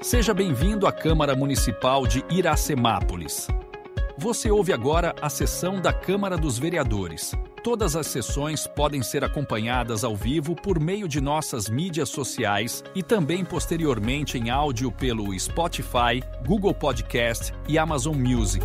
Seja bem-vindo à Câmara Municipal de Iracemápolis. Você ouve agora a sessão da Câmara dos Vereadores. Todas as sessões podem ser acompanhadas ao vivo por meio de nossas mídias sociais e também posteriormente em áudio pelo Spotify, Google Podcast e Amazon Music.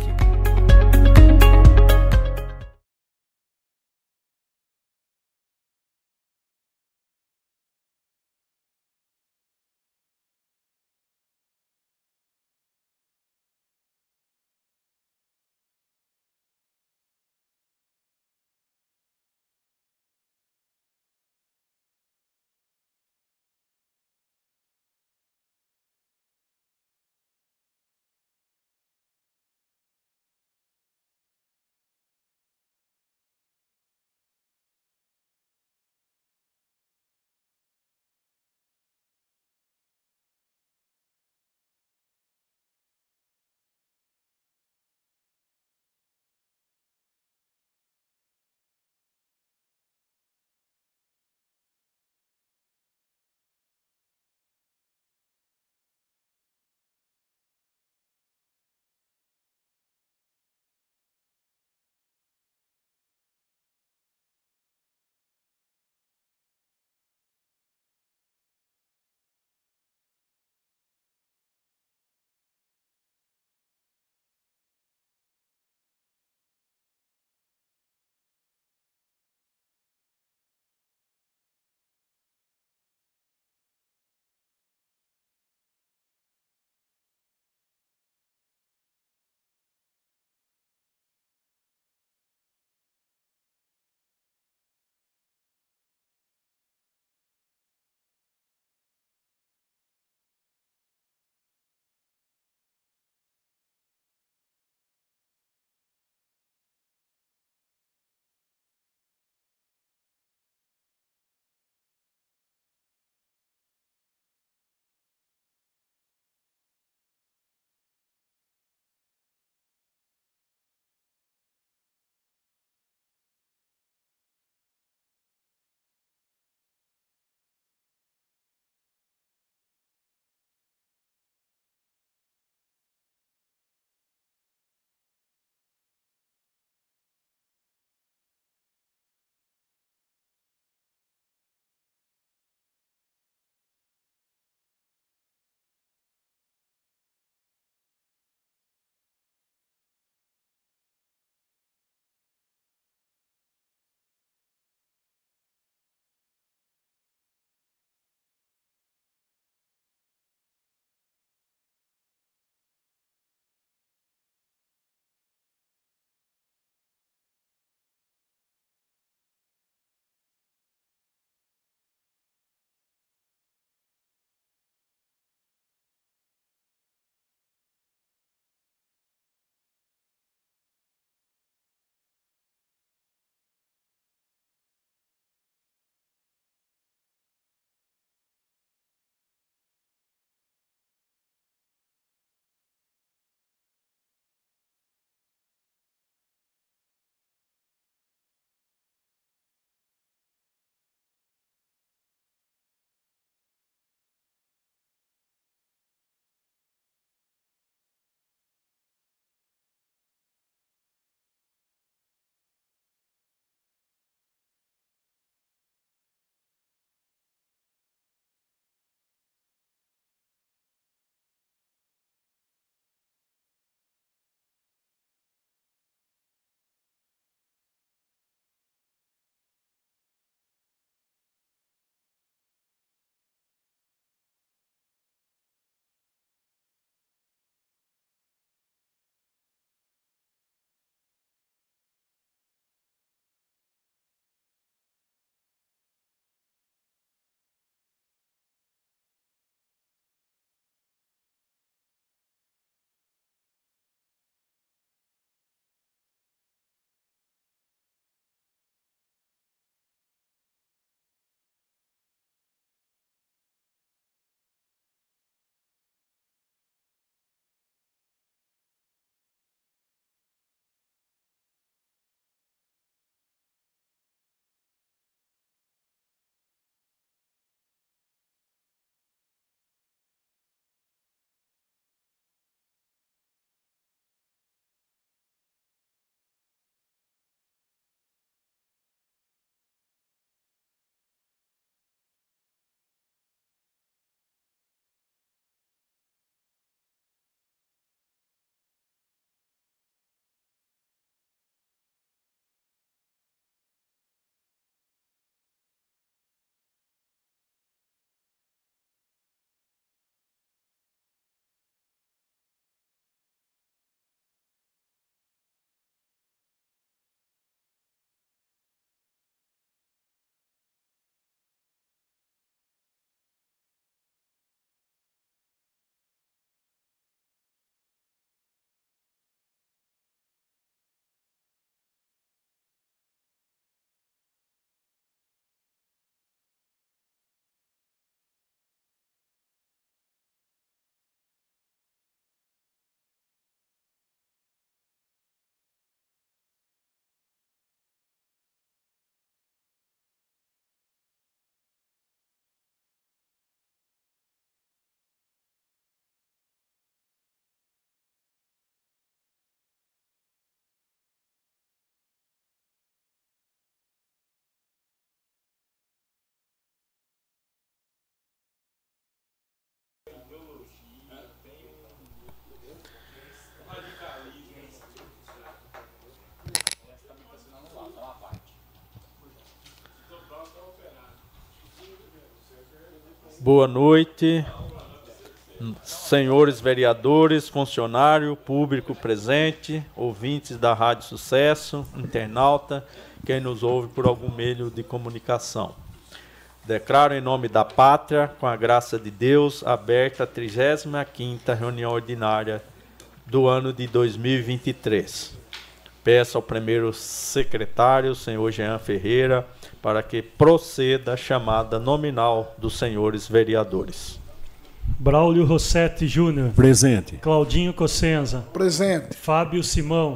Boa noite, senhores vereadores, funcionário, público presente, ouvintes da Rádio Sucesso, internauta, quem nos ouve por algum meio de comunicação. Declaro em nome da pátria, com a graça de Deus, aberta a 35ª reunião ordinária do ano de 2023. Peço ao primeiro secretário, senhor Jean Ferreira, para que proceda a chamada nominal dos senhores vereadores. Braulio Rossetti Júnior. Presente. Claudinho Cossenza. Presente. Fábio Simão.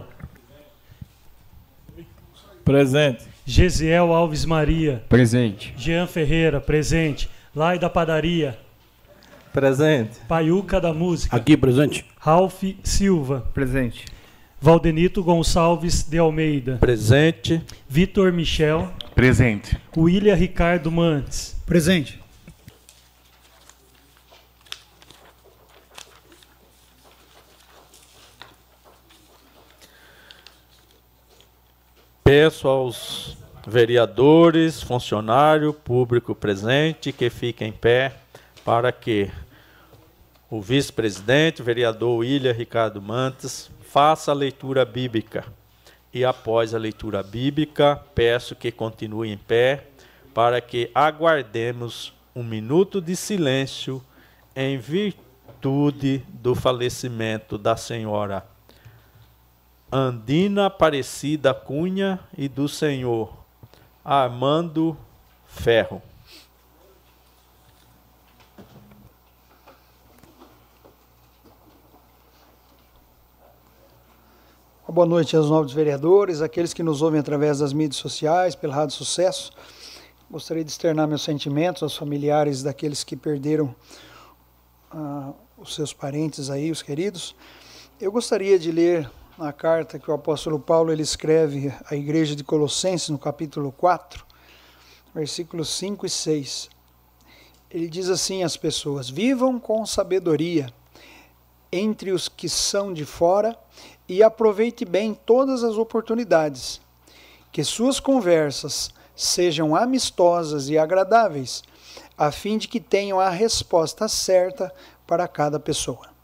Presente. Gesiel Alves Maria. Presente. Jean Ferreira, presente. Lai da Padaria. Presente. Paiuca da Música. Aqui, presente. Ralph Silva. Presente. Valdenito Gonçalves de Almeida. Presente. Vitor Michel. Presente. William Ricardo Mantes. Presente. Peço aos vereadores, funcionário, público presente, que fiquem em pé para que o vice-presidente, vereador William Ricardo Mantes, faça a leitura bíblica. E após a leitura bíblica, peço que continue em pé para que aguardemos um minuto de silêncio em virtude do falecimento da senhora Andina Aparecida Cunha e do senhor Armando Ferro. Boa noite aos novos vereadores, aqueles que nos ouvem através das mídias sociais, pela Rádio Sucesso. Gostaria de externar meus sentimentos aos familiares daqueles que perderam os seus parentes aí, os queridos. Eu gostaria de ler a carta que o apóstolo Paulo ele escreve à igreja de Colossenses, no capítulo 4, versículos 5 e 6. Ele diz assim às pessoas: vivam com sabedoria entre os que são de fora e aproveite bem todas as oportunidades. Que suas conversas sejam amistosas e agradáveis, a fim de que tenham a resposta certa para cada pessoa.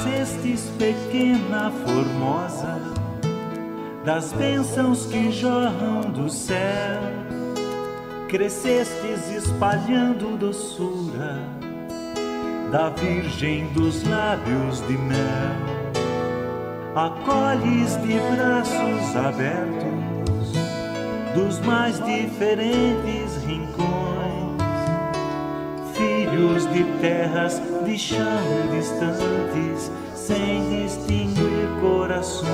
nascestes pequena formosa, das bênçãos que jorram do céu, crescestes espalhando doçura da Virgem dos lábios de mel. Acolhes de braços abertos dos mais diferentes rincões, filhos de terras de chão distantes, sem distinguir corações.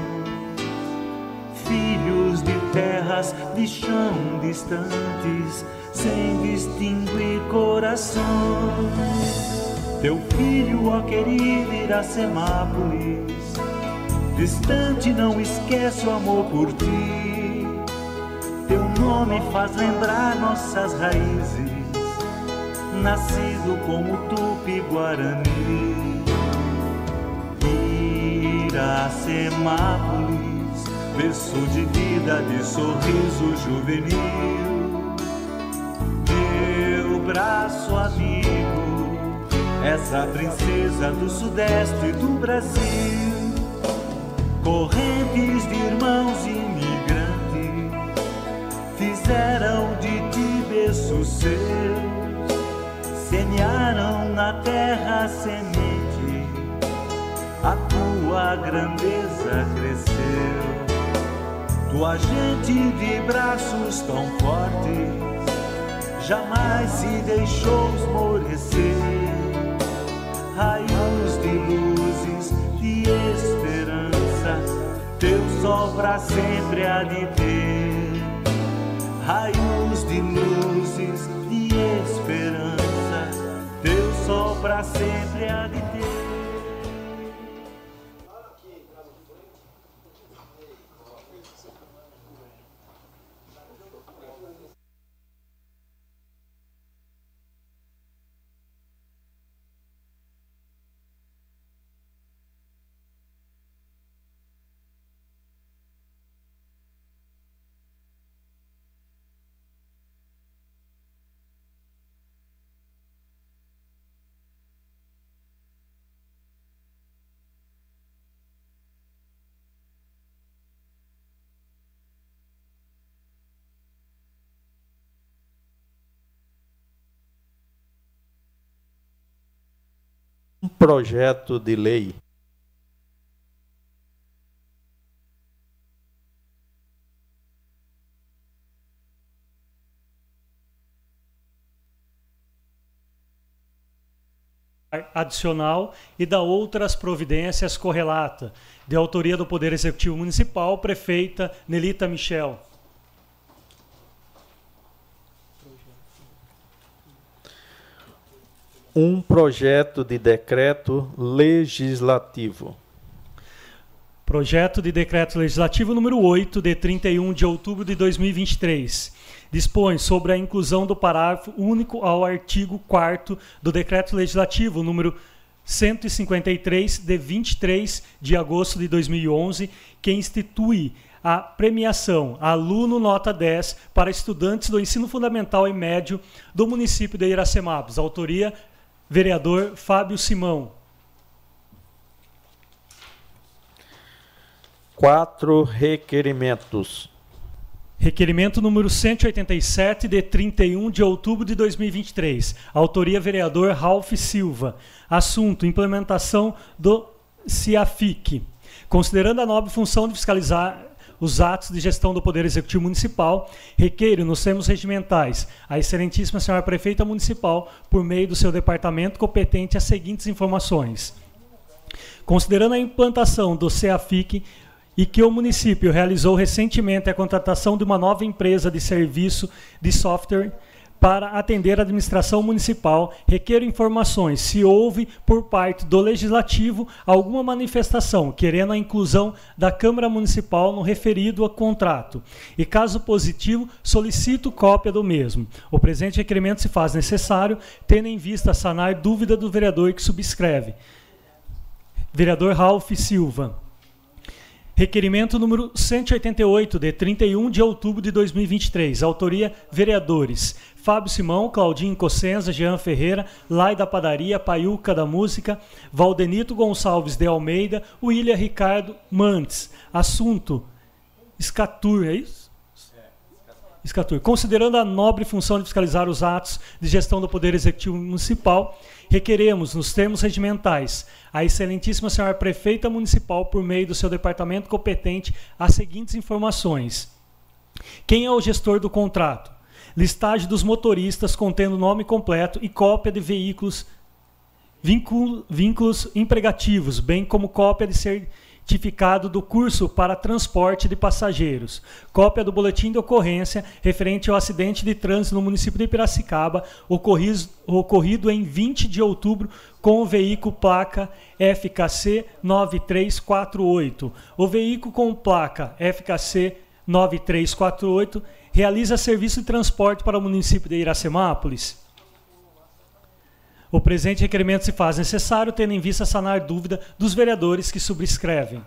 Filhos de terras de chão distantes, sem distinguir corações. Teu filho, ó querido Iracemápolis, distante não esquece o amor por ti. Teu nome faz lembrar nossas raízes, nascido como Tupi-Guarani. Iracemápolis, berço de vida, de sorriso juvenil. Meu braço amigo, essa princesa do sudeste do Brasil. Correntes de irmãos imigrantes fizeram de ti berço seu, semearam na terra semente, a tua grandeza cresceu. Tua gente de braços tão fortes jamais se deixou esmorecer. Raios de luzes, de esperança, teu sol pra sempre há de ter. Raios de luzes, de esperança, teu sol pra sempre há de ter. Um projeto de lei adicional e da outras providências correlata, de autoria do Poder Executivo Municipal, prefeita Nelita Michel. um projeto de decreto legislativo. Projeto de Decreto Legislativo número 8, de 31 de outubro de 2023. Dispõe sobre a inclusão do parágrafo único ao artigo 4º do Decreto Legislativo número 153, de 23 de agosto de 2011, que institui a premiação Aluno Nota 10 para estudantes do ensino fundamental e médio do município de Iracemápolis. Autoria, vereador Fábio Simão. 4 requerimentos. Requerimento número 187, de 31 de outubro de 2023. Autoria, vereador Ralph Silva. Assunto, implementação do CIAFIC. Considerando a nobre função de fiscalizar os atos de gestão do Poder Executivo Municipal, requeiro nos termos regimentais a excelentíssima senhora prefeita municipal, por meio do seu departamento competente, as seguintes informações. Considerando a implantação do CIAFIC e que o município realizou recentemente a contratação de uma nova empresa de serviço de software para atender a administração municipal, requer informações se houve, por parte do Legislativo, alguma manifestação querendo a inclusão da Câmara Municipal no referido a contrato. E, caso positivo, solicito cópia do mesmo. O presente requerimento se faz necessário, tendo em vista sanar dúvida do vereador que subscreve. Vereador Ralph Silva. Requerimento número 188, de 31 de outubro de 2023. Autoria, vereadores Fábio Simão, Claudinho Cossenza, Jean Ferreira, Lai da Padaria, Paiuca da Música, Valdenito Gonçalves de Almeida, William Ricardo Mantes. Assunto, Escatur, é isso? Escatur. Considerando a nobre função de fiscalizar os atos de gestão do Poder Executivo Municipal, requeremos, nos termos regimentais, a excelentíssima senhora prefeita municipal, por meio do seu departamento competente, as seguintes informações. Quem é o gestor do contrato? Listagem dos motoristas contendo nome completo e cópia de vínculos empregativos, bem como cópia de certificado do curso para transporte de passageiros, cópia do boletim de ocorrência referente ao acidente de trânsito no município de Piracicaba, ocorrido em 20 de outubro com o veículo placa FKC 9348. O veículo com placa FKC 9348 realiza serviço de transporte para o município de Iracemápolis. O presente requerimento se faz necessário, tendo em vista sanar dúvida dos vereadores que subscrevem.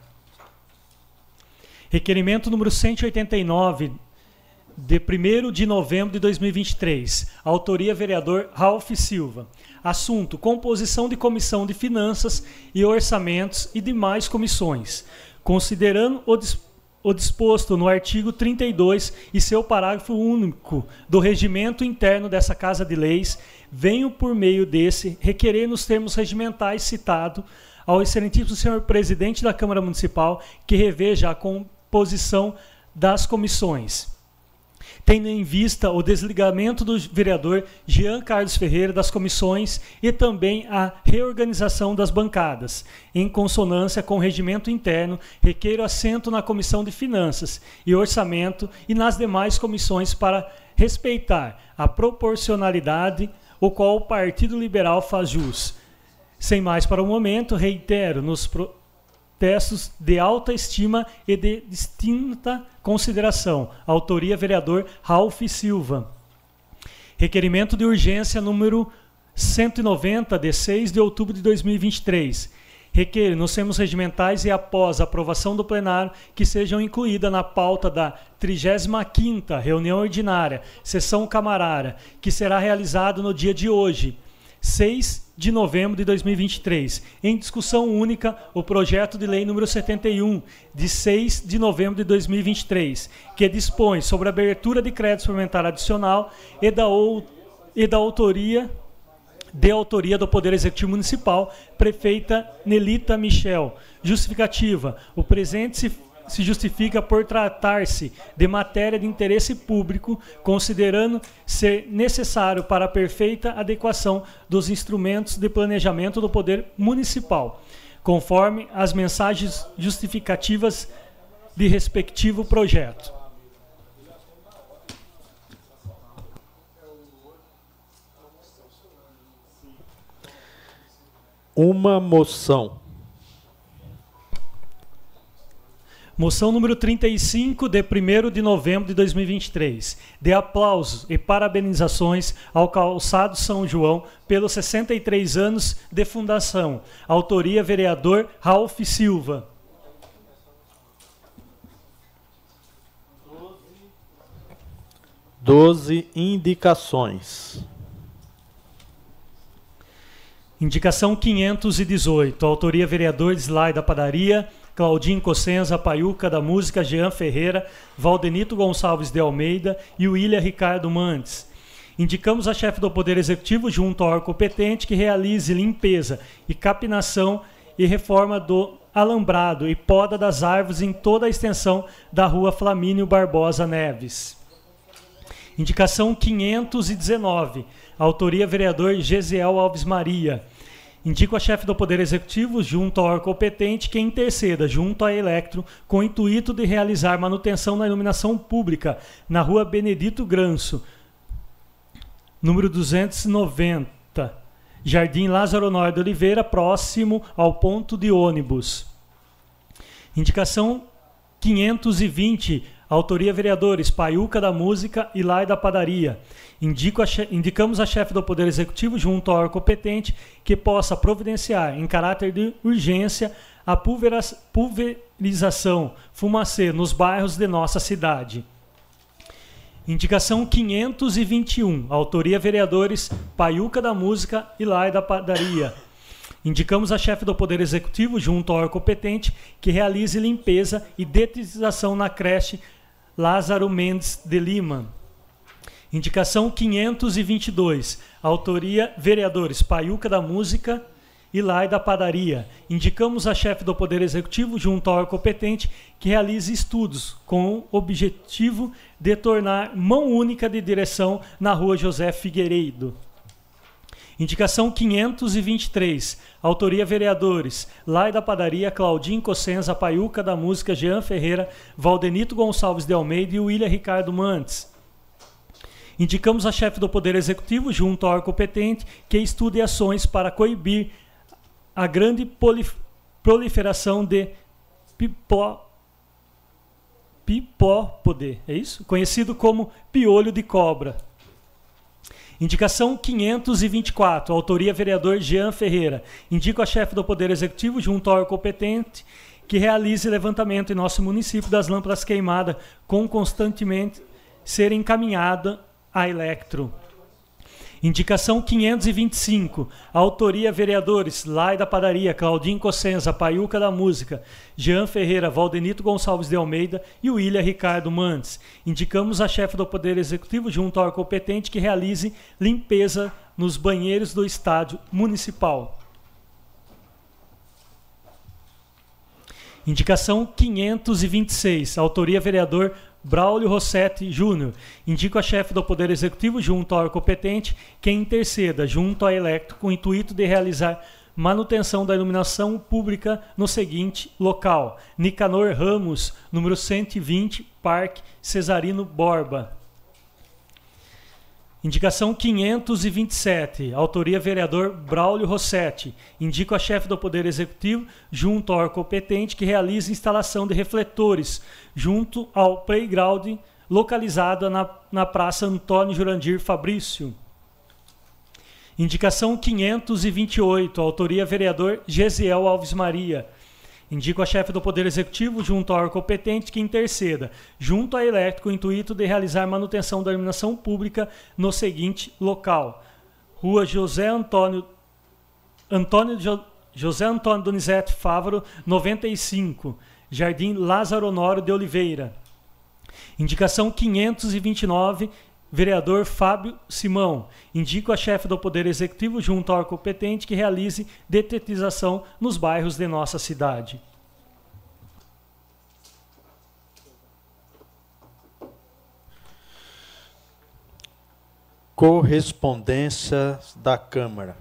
Requerimento número 189, de 1º de novembro de 2023. Autoria, vereador Ralph Silva. Assunto, composição de comissão de finanças e orçamentos e demais comissões. Considerando o disposto no artigo 32 e seu parágrafo único do regimento interno dessa Casa de Leis, venho por meio desse requerer nos termos regimentais citado ao excelentíssimo senhor presidente da Câmara Municipal que reveja a composição das comissões, tendo em vista o desligamento do vereador Jean Carlos Ferreira das comissões e também a reorganização das bancadas. Em consonância com o regimento interno, requeiro assento na Comissão de Finanças e Orçamento e nas demais comissões para respeitar a proporcionalidade, o qual o Partido Liberal faz jus. Sem mais para o momento, reitero nos protestos de alta estima e de distinta consideração. Autoria, vereador Ralph Silva. Requerimento de urgência número 190, de 6 de outubro de 2023. Requer, nos termos regimentais e após a aprovação do plenário, que sejam incluídas na pauta da 35ª reunião ordinária, sessão camarária, que será realizada no dia de hoje, 6 de novembro de 2023, em discussão única, o projeto de lei número 71, de 6 de novembro de 2023, que dispõe sobre a abertura de crédito suplementar adicional e da autoria do Poder Executivo Municipal, prefeita Nelita Michel. Justificativa. O presente se justifica por tratar-se de matéria de interesse público, considerando ser necessário para a perfeita adequação dos instrumentos de planejamento do Poder Municipal, conforme as mensagens justificativas de respectivo projeto. Uma moção. Moção número 35, de 1º de novembro de 2023. De aplausos e parabenizações ao Calçado São João pelos 63 anos de fundação. Autoria, vereador Ralph Silva. 12 indicações. Indicação 518. Autoria, vereadores Lai da Padaria, Claudinho Cossenza, Paiuca da Música, Jean Ferreira, Valdenito Gonçalves de Almeida e William Ricardo Mantes. Indicamos a chefe do Poder Executivo, junto ao órgão competente, que realize limpeza e capinação e reforma do alambrado e poda das árvores em toda a extensão da rua Flamínio Barbosa Neves. Indicação 519. Autoria, vereador Gesiel Alves Maria. Indico a chefe do Poder Executivo, junto ao órgão competente, que interceda junto à Electro com o intuito de realizar manutenção na iluminação pública na rua Benedito Granço, número 290, Jardim Lázaro Honório de Oliveira, próximo ao ponto de ônibus. Indicação 520. Autoria vereadores Paiuca da Música e Lai da Padaria. Indicamos a chefe do Poder Executivo junto ao órgão competente que possa providenciar, em caráter de urgência, a pulverização fumacê nos bairros de nossa cidade. Indicação 521. Autoria vereadores Paiuca da Música e Lai da Padaria. Indicamos a chefe do Poder Executivo junto ao órgão competente que realize limpeza e detetização na creche Lázaro Mendes de Lima. Indicação 522. Autoria vereadores Paiuca da Música e Lai da Padaria. Indicamos a chefe do Poder Executivo junto ao órgão competente que realize estudos com o objetivo de tornar mão única de direção na rua José Figueiredo. Indicação 523. Autoria vereadores Lai da Padaria, Claudinho Cossenza, Paiuca da Música, Jean Ferreira, Valdenito Gonçalves de Almeida e William Ricardo Mantes. Indicamos a chefe do Poder Executivo junto ao órgão competente que estude ações para coibir a grande proliferação de pipópode, é isso? Conhecido como piolho de cobra. Indicação 524, autoria vereador Jean Ferreira. Indico a chefe do Poder Executivo junto ao órgão competente que realize levantamento em nosso município das lâmpadas queimadas com constantemente ser encaminhada a Electro. Indicação 525, autoria vereadores Lai da Padaria, Claudinho Cossenza, Paiuca da Música, Jean Ferreira, Valdenito Gonçalves de Almeida e William Ricardo Mantes. Indicamos a chefe do Poder Executivo junto ao órgão competente que realize limpeza nos banheiros do estádio municipal. Indicação 526, autoria vereador Braulio Rossetti Júnior. Indico a chefe do Poder Executivo junto ao órgão competente que interceda junto à Electro com o intuito de realizar manutenção da iluminação pública no seguinte local: Nicanor Ramos, número 120, Parque Cesarino Borba. Indicação 527, autoria vereador Braulio Rossetti. Indico a chefe do Poder Executivo, junto ao órgão competente, que realize instalação de refletores junto ao playground localizado na Praça Antônio Jurandir Fabrício. Indicação 528, autoria vereador Gesiel Alves Maria. Indico a chefe do Poder Executivo, junto ao órgão competente, que interceda, junto à Electro, com o intuito de realizar manutenção da iluminação pública no seguinte local: Rua José Antônio Donizete Fávaro, 95, Jardim Lázaro Honório de Oliveira. Indicação 529, vereador Fábio Simão. Indico a chefe do Poder Executivo junto ao órgão competente que realize detetização nos bairros de nossa cidade. Correspondência da Câmara.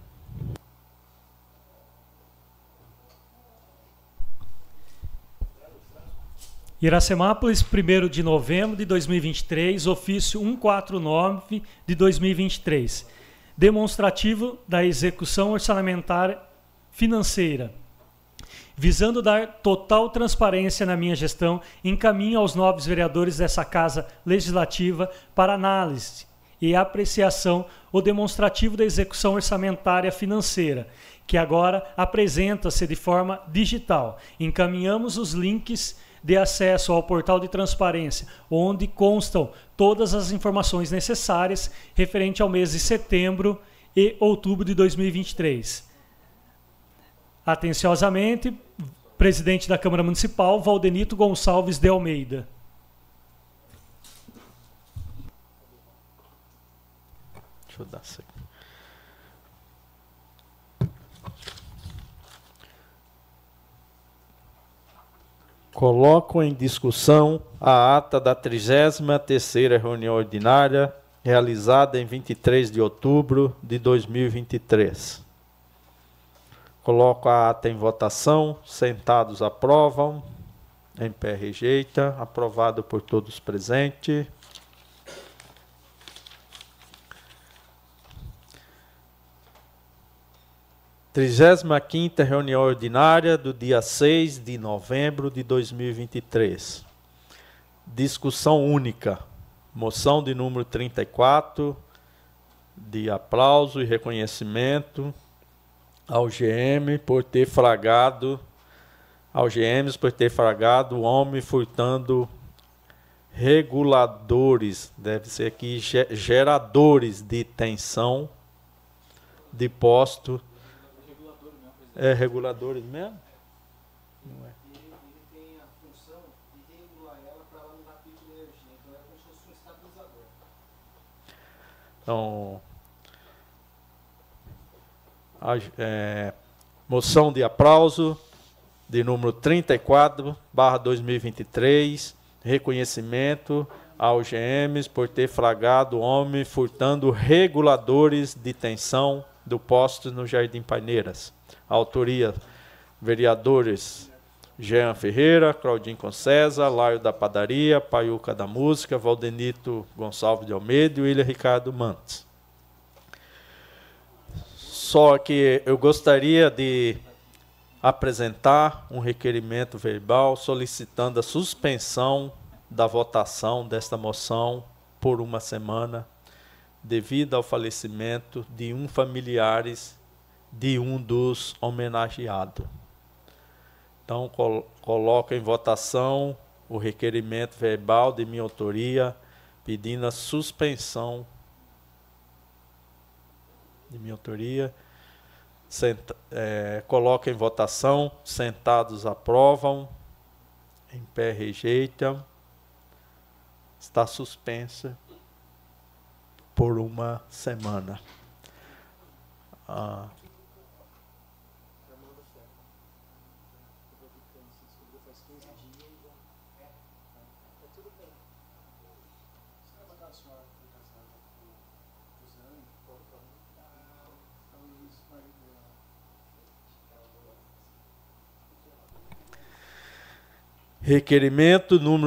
Iracemápolis, 1º de novembro de 2023, ofício 149 de 2023. Demonstrativo da execução orçamentária financeira. Visando dar total transparência na minha gestão, encaminho aos nobres vereadores dessa Casa Legislativa para análise e apreciação o demonstrativo da execução orçamentária financeira, que agora apresenta-se de forma digital. Encaminhamos os links de acesso ao portal de transparência, onde constam todas as informações necessárias referente ao mês de setembro e outubro de 2023. Atenciosamente, presidente da Câmara Municipal, Valdenito Gonçalves de Almeida. Deixa eu dar isso aqui. Coloco em discussão a ata da 33ª reunião ordinária, realizada em 23 de outubro de 2023. Coloco a ata em votação. Sentados aprovam. Em pé rejeita. Aprovado por todos presentes. A 35ª reunião ordinária do dia 6 de novembro de 2023. discussão única. Moção de número 34, de aplauso e reconhecimento ao GM por ter flagrado, aos GMs por ter flagrado o homem furtando reguladores, deve ser aqui geradores de tensão de posto. É reguladores mesmo? Não é. Ele tem a função de regular ela para ela não dar pico de energia. Então é como se fosse um estabilizador. Então, moção de aplauso de número 34/2023, reconhecimento aos GMs por ter flagrado o homem furtando reguladores de tensão do posto no Jardim Paineiras. Autoria, vereadores Jean Ferreira, Claudinho Concesa, Laio da Padaria, Paiuca da Música, Valdenito Gonçalves de Almeida e William Ricardo Mantes. Só que eu gostaria de apresentar um requerimento verbal solicitando a suspensão da votação desta moção por uma semana, devido ao falecimento de um familiares de um dos homenageados. Então, coloco em votação o requerimento verbal de minha autoria, pedindo a suspensão de minha autoria. Coloca em votação, sentados aprovam, em pé rejeitam. Está suspensa por uma semana. Requerimento número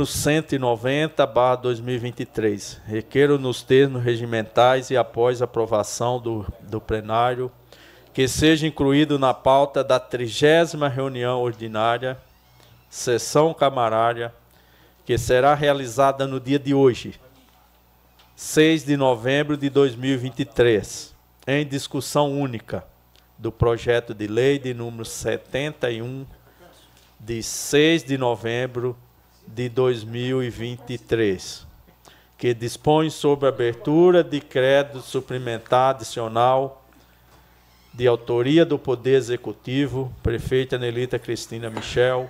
190/2023. Requeiro nos termos regimentais e após aprovação do plenário que seja incluído na pauta da 30ª reunião ordinária, sessão camarária, que será realizada no dia de hoje, 6 de novembro de 2023, em discussão única do projeto de lei de número 71, de 6 de novembro de 2023, que dispõe sobre a abertura de crédito suplementar adicional de autoria do Poder Executivo, prefeita Anelita Cristina Michel,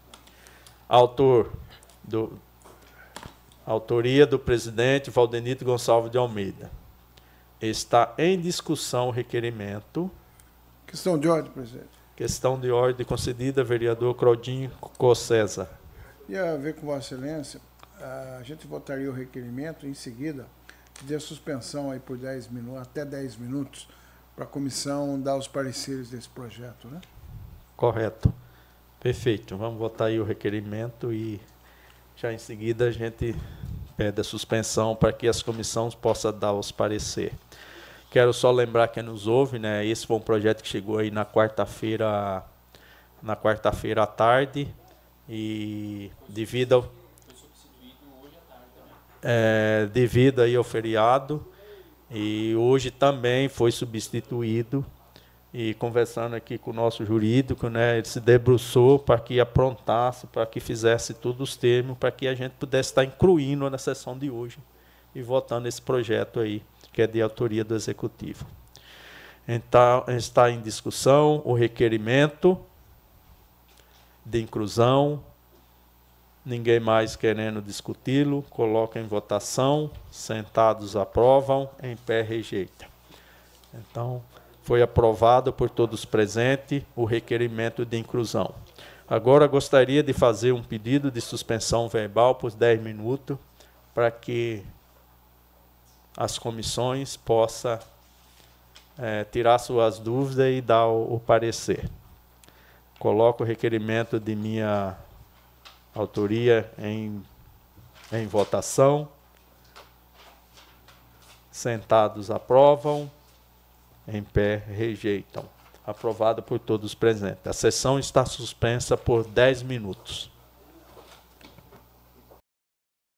autoria do presidente Valdenito Gonçalves de Almeida. Está em discussão o requerimento. Questão de ordem, presidente. Questão de ordem concedida, vereador Claudinho Concesa. Ia ver com Vossa Excelência, a gente votaria o requerimento, em seguida, pedir a suspensão aí por 10 minutos, até 10 minutos, para a comissão dar os pareceres desse projeto, né? Correto. Perfeito. Vamos votar aí o requerimento e já em seguida a gente pede a suspensão para que as comissões possam dar os pareceres. Quero só lembrar quem nos ouve, né? Esse foi um projeto que chegou aí na quarta-feira à tarde e devido aí ao feriado, e hoje também foi substituído, e conversando aqui com o nosso jurídico, né, ele se debruçou para que aprontasse, para que fizesse todos os termos, para que a gente pudesse estar incluindo na sessão de hoje e votando esse projeto aí, que é de autoria do Executivo. Então, está em discussão o requerimento de inclusão. Ninguém mais querendo discuti-lo. Coloca em votação. Sentados aprovam. Em pé rejeita. Então, foi aprovado por todos presentes o requerimento de inclusão. Agora, gostaria de fazer um pedido de suspensão verbal por 10 minutos, para que as comissões possam tirar suas dúvidas e dar o parecer. Coloco o requerimento de minha autoria em votação. Sentados aprovam, em pé rejeitam. Aprovado por todos presentes. A sessão está suspensa por 10 minutos.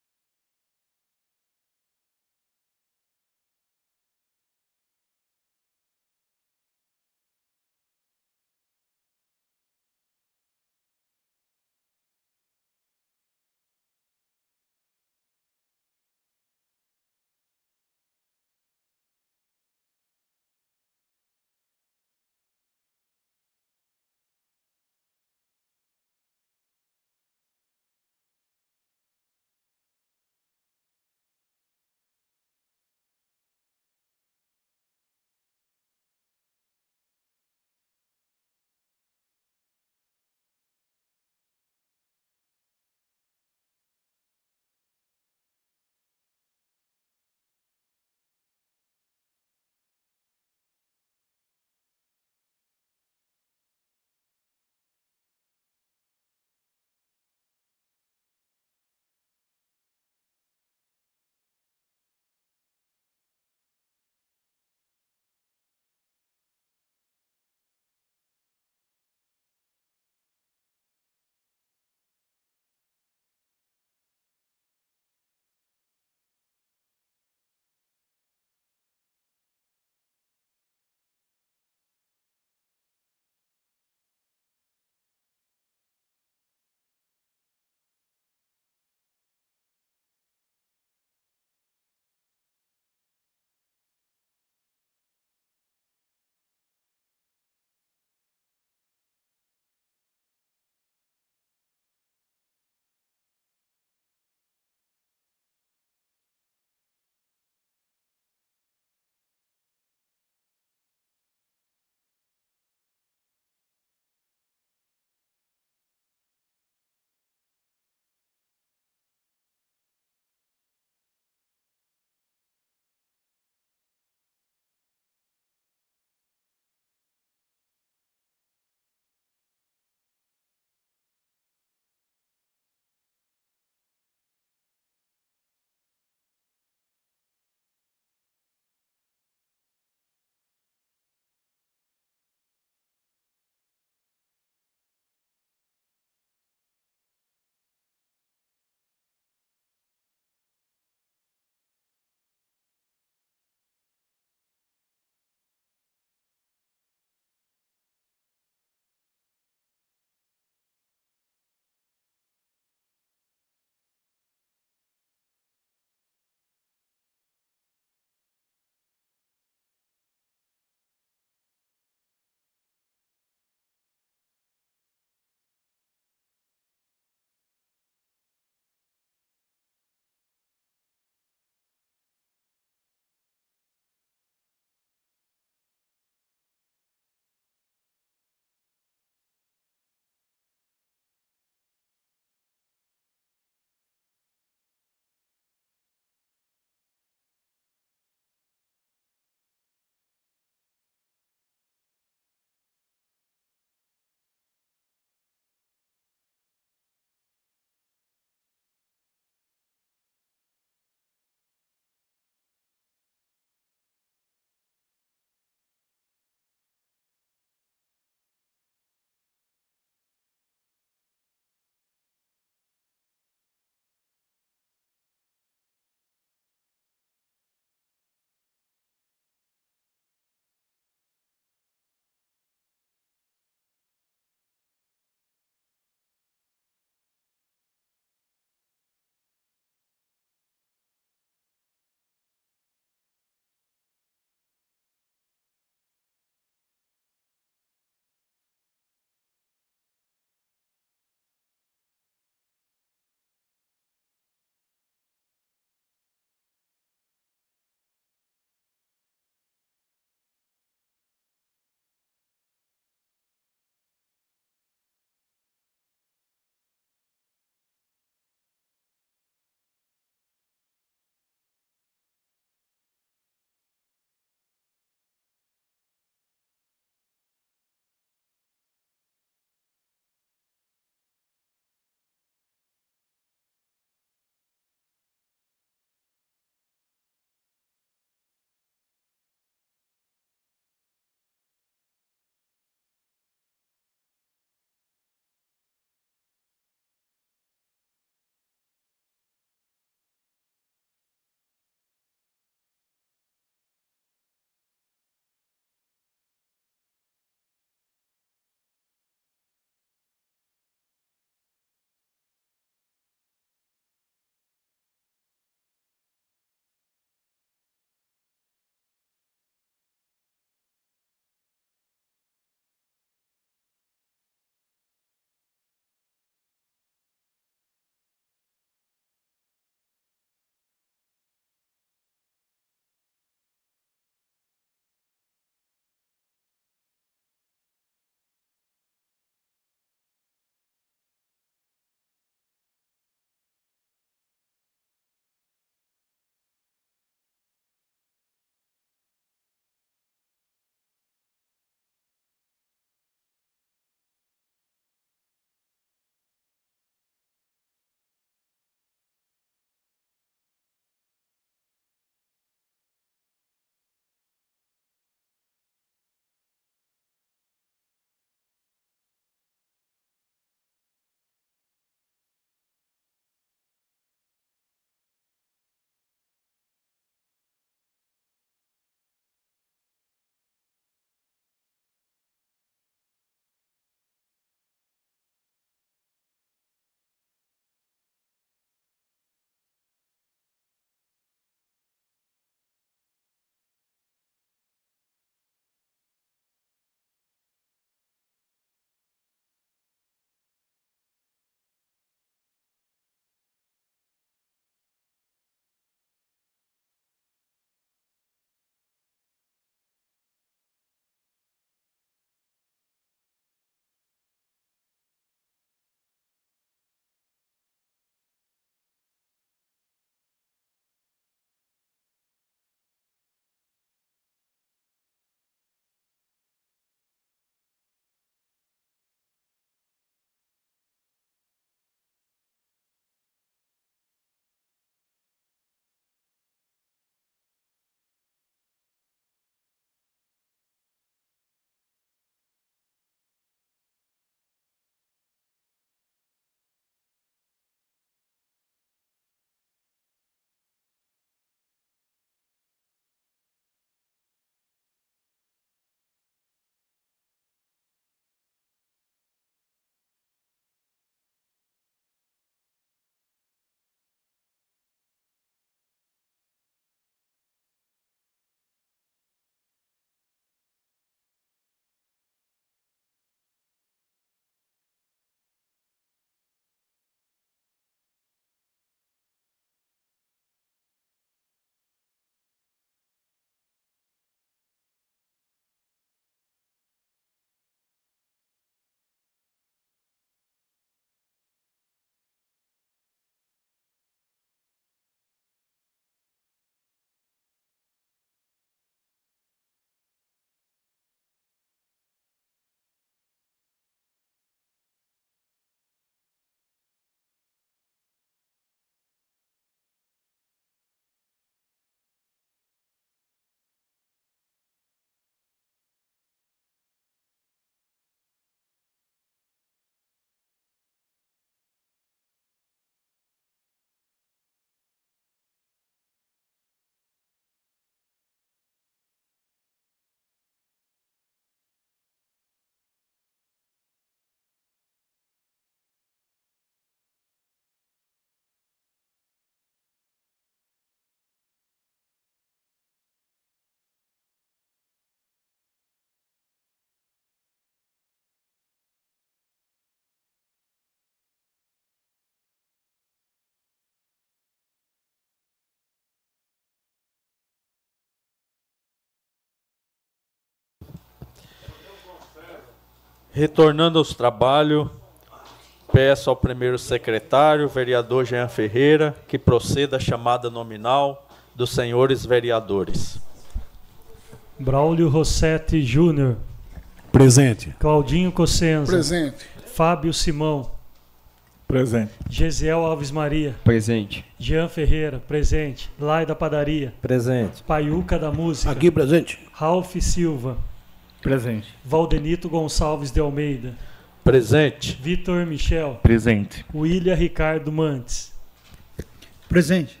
Retornando aos trabalhos, peço ao primeiro secretário, vereador Jean Ferreira, que proceda a chamada nominal dos senhores vereadores. Braulio Rossetti Júnior. Presente. Claudinho Cossenza. Presente. Fábio Simão. Presente. Gesiel Alves Maria. Presente. Jean Ferreira. Presente. Lai da Padaria. Presente. Paiuca da Música. Aqui, presente. Ralph Silva. Presente. Valdenito Gonçalves de Almeida. Presente. Vitor Michel. Presente. William Ricardo Mantes. Presente.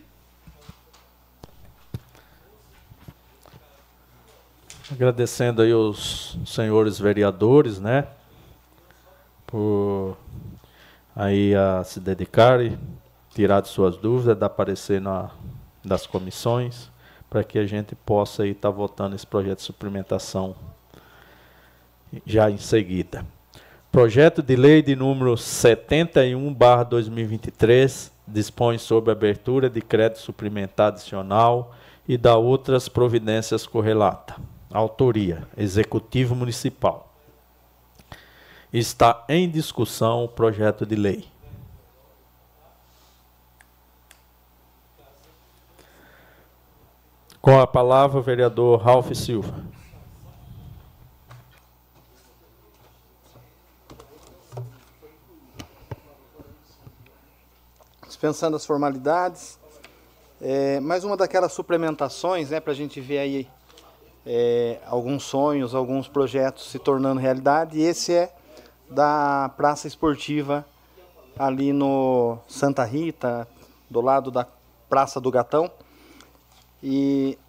Agradecendo aí os senhores vereadores, né, por aí a se dedicarem, tirar de suas dúvidas, dar parecer das comissões, para que a gente possa aí estar votando esse projeto de suplementação já em seguida. Projeto de lei de número 71/2023 dispõe sobre a abertura de crédito suplementar adicional e da outras providências correlatas. Autoria: Executivo Municipal. Está em discussão o projeto de lei. Com a palavra, o vereador Ralph Silva. Dispensando as formalidades, mais uma daquelas suplementações, né, para a gente ver aí alguns sonhos, alguns projetos se tornando realidade. E esse é da Praça Esportiva ali no Santa Rita, do lado da Praça do Gatão. E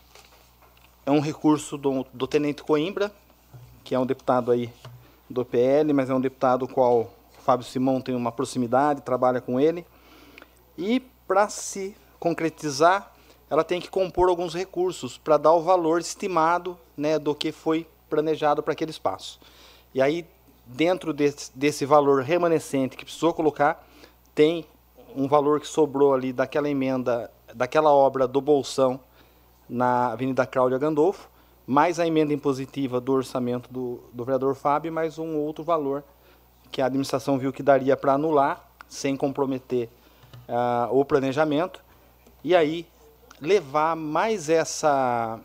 é um recurso do Tenente Coimbra, que é um deputado aí do PL, mas é um deputado qual o Fábio Simão tem uma proximidade, trabalha com ele. E para se concretizar, ela tem que compor alguns recursos para dar o valor estimado, né, do que foi planejado para aquele espaço. E aí, dentro desse valor remanescente que precisou colocar, tem um valor que sobrou ali daquela emenda, daquela obra do Bolsão na Avenida Cláudia Gandolfo, mais a emenda impositiva do orçamento do vereador Fábio, mais um outro valor que a administração viu que daria para anular, sem comprometer o planejamento, e aí levar mais essa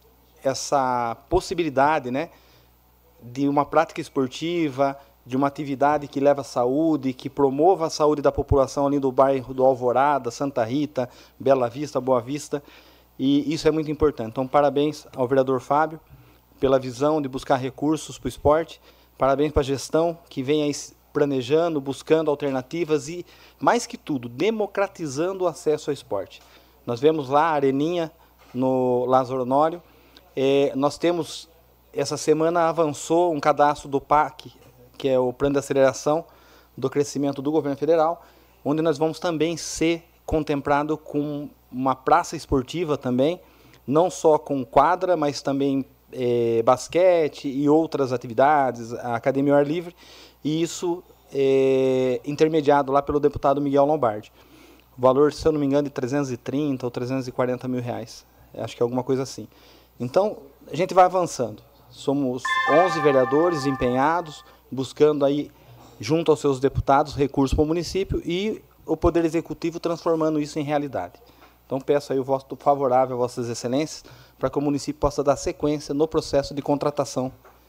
possibilidade, né, de uma prática esportiva, de uma atividade que leva à saúde, que promova a saúde da população ali do bairro do Alvorada, Santa Rita, Bela Vista, Boa Vista, e isso é muito importante. Então, parabéns ao vereador Fábio pela visão de buscar recursos para o esporte, parabéns para a gestão que vem aí planejando, buscando alternativas e, mais que tudo, democratizando o acesso ao esporte. Nós vemos lá a Areninha, no Lázaro Honório. Nós temos, essa semana avançou um cadastro do PAC, que é o Plano de Aceleração do Crescimento do Governo Federal, onde nós vamos também ser contemplados com uma praça esportiva também, não só com quadra, mas também basquete e outras atividades, a academia ao ar livre, e isso intermediado lá pelo deputado Miguel Lombardi. O valor, se eu não me engano, de 330 ou 340 mil reais. Acho que é alguma coisa assim. Então, a gente vai avançando. Somos 11 vereadores empenhados, buscando aí, junto aos seus deputados, recursos para o município e o Poder Executivo transformando isso em realidade. Então, peço aí o voto favorável a Vossas Excelências para que o município possa dar sequência no processo de contratação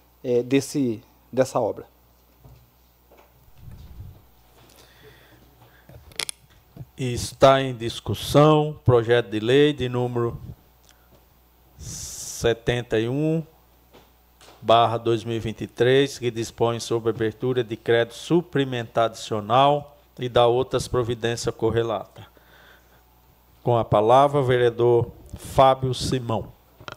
dessa obra. Está em discussão projeto de lei de número 71/2023, que dispõe sobre a abertura de crédito suplementar adicional e da outras providências correlatas. Com a palavra, o vereador Fábio Simão.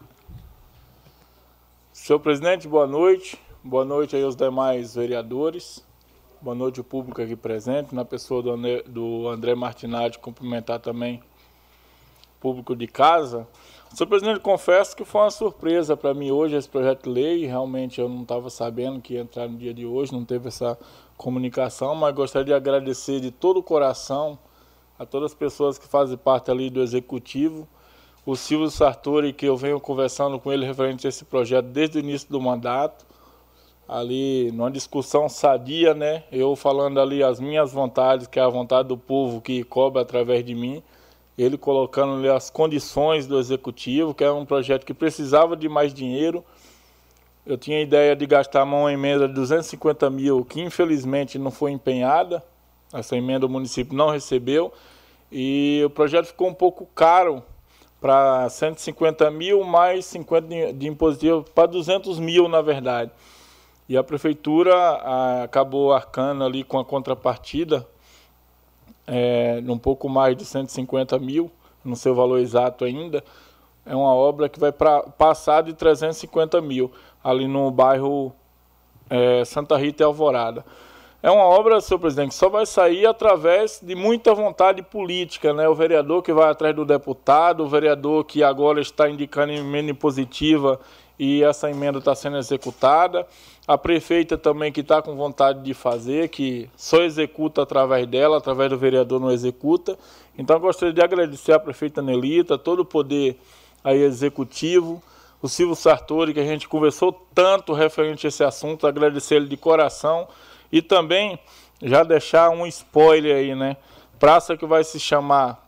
Senhor presidente, boa noite. Boa noite aí aos demais vereadores. Boa noite ao público aqui presente, na pessoa do André Martinati, cumprimentar também o público de casa. Senhor presidente, confesso que foi uma surpresa para mim hoje esse projeto de lei, realmente eu não estava sabendo que ia entrar no dia de hoje, não teve essa comunicação, mas gostaria de agradecer de todo o coração a todas as pessoas que fazem parte ali do Executivo, o Silvio Sartori, que eu venho conversando com ele referente a esse projeto desde o início do mandato, ali numa discussão sadia, né? Eu falando ali as minhas vontades, que é a vontade do povo que cobra através de mim, ele colocando ali as condições do executivo, que é um projeto que precisava de mais dinheiro. Eu tinha a ideia de gastar uma emenda de 250 mil, que infelizmente não foi empenhada, essa emenda o município não recebeu, e o projeto ficou um pouco caro, para 150 mil mais 50 de impositivo, para 200 mil na verdade. E a prefeitura acabou arcando ali com a contrapartida, um pouco mais de 150 mil, no seu valor exato ainda. É uma obra que vai passar de 350 mil, ali no bairro Santa Rita e Alvorada. É uma obra, senhor presidente, que só vai sair através de muita vontade política, né? O vereador que vai atrás do deputado, o vereador que agora está indicando emenda impositiva e essa emenda está sendo executada, a prefeita também que está com vontade de fazer, que só executa através dela, através do vereador não executa. Então eu gostaria de agradecer à prefeita Nelita, todo o poder aí executivo, o Silvio Sartori, que a gente conversou tanto referente a esse assunto, agradecer ele de coração. E também já deixar um spoiler aí, né? Praça que vai se chamar,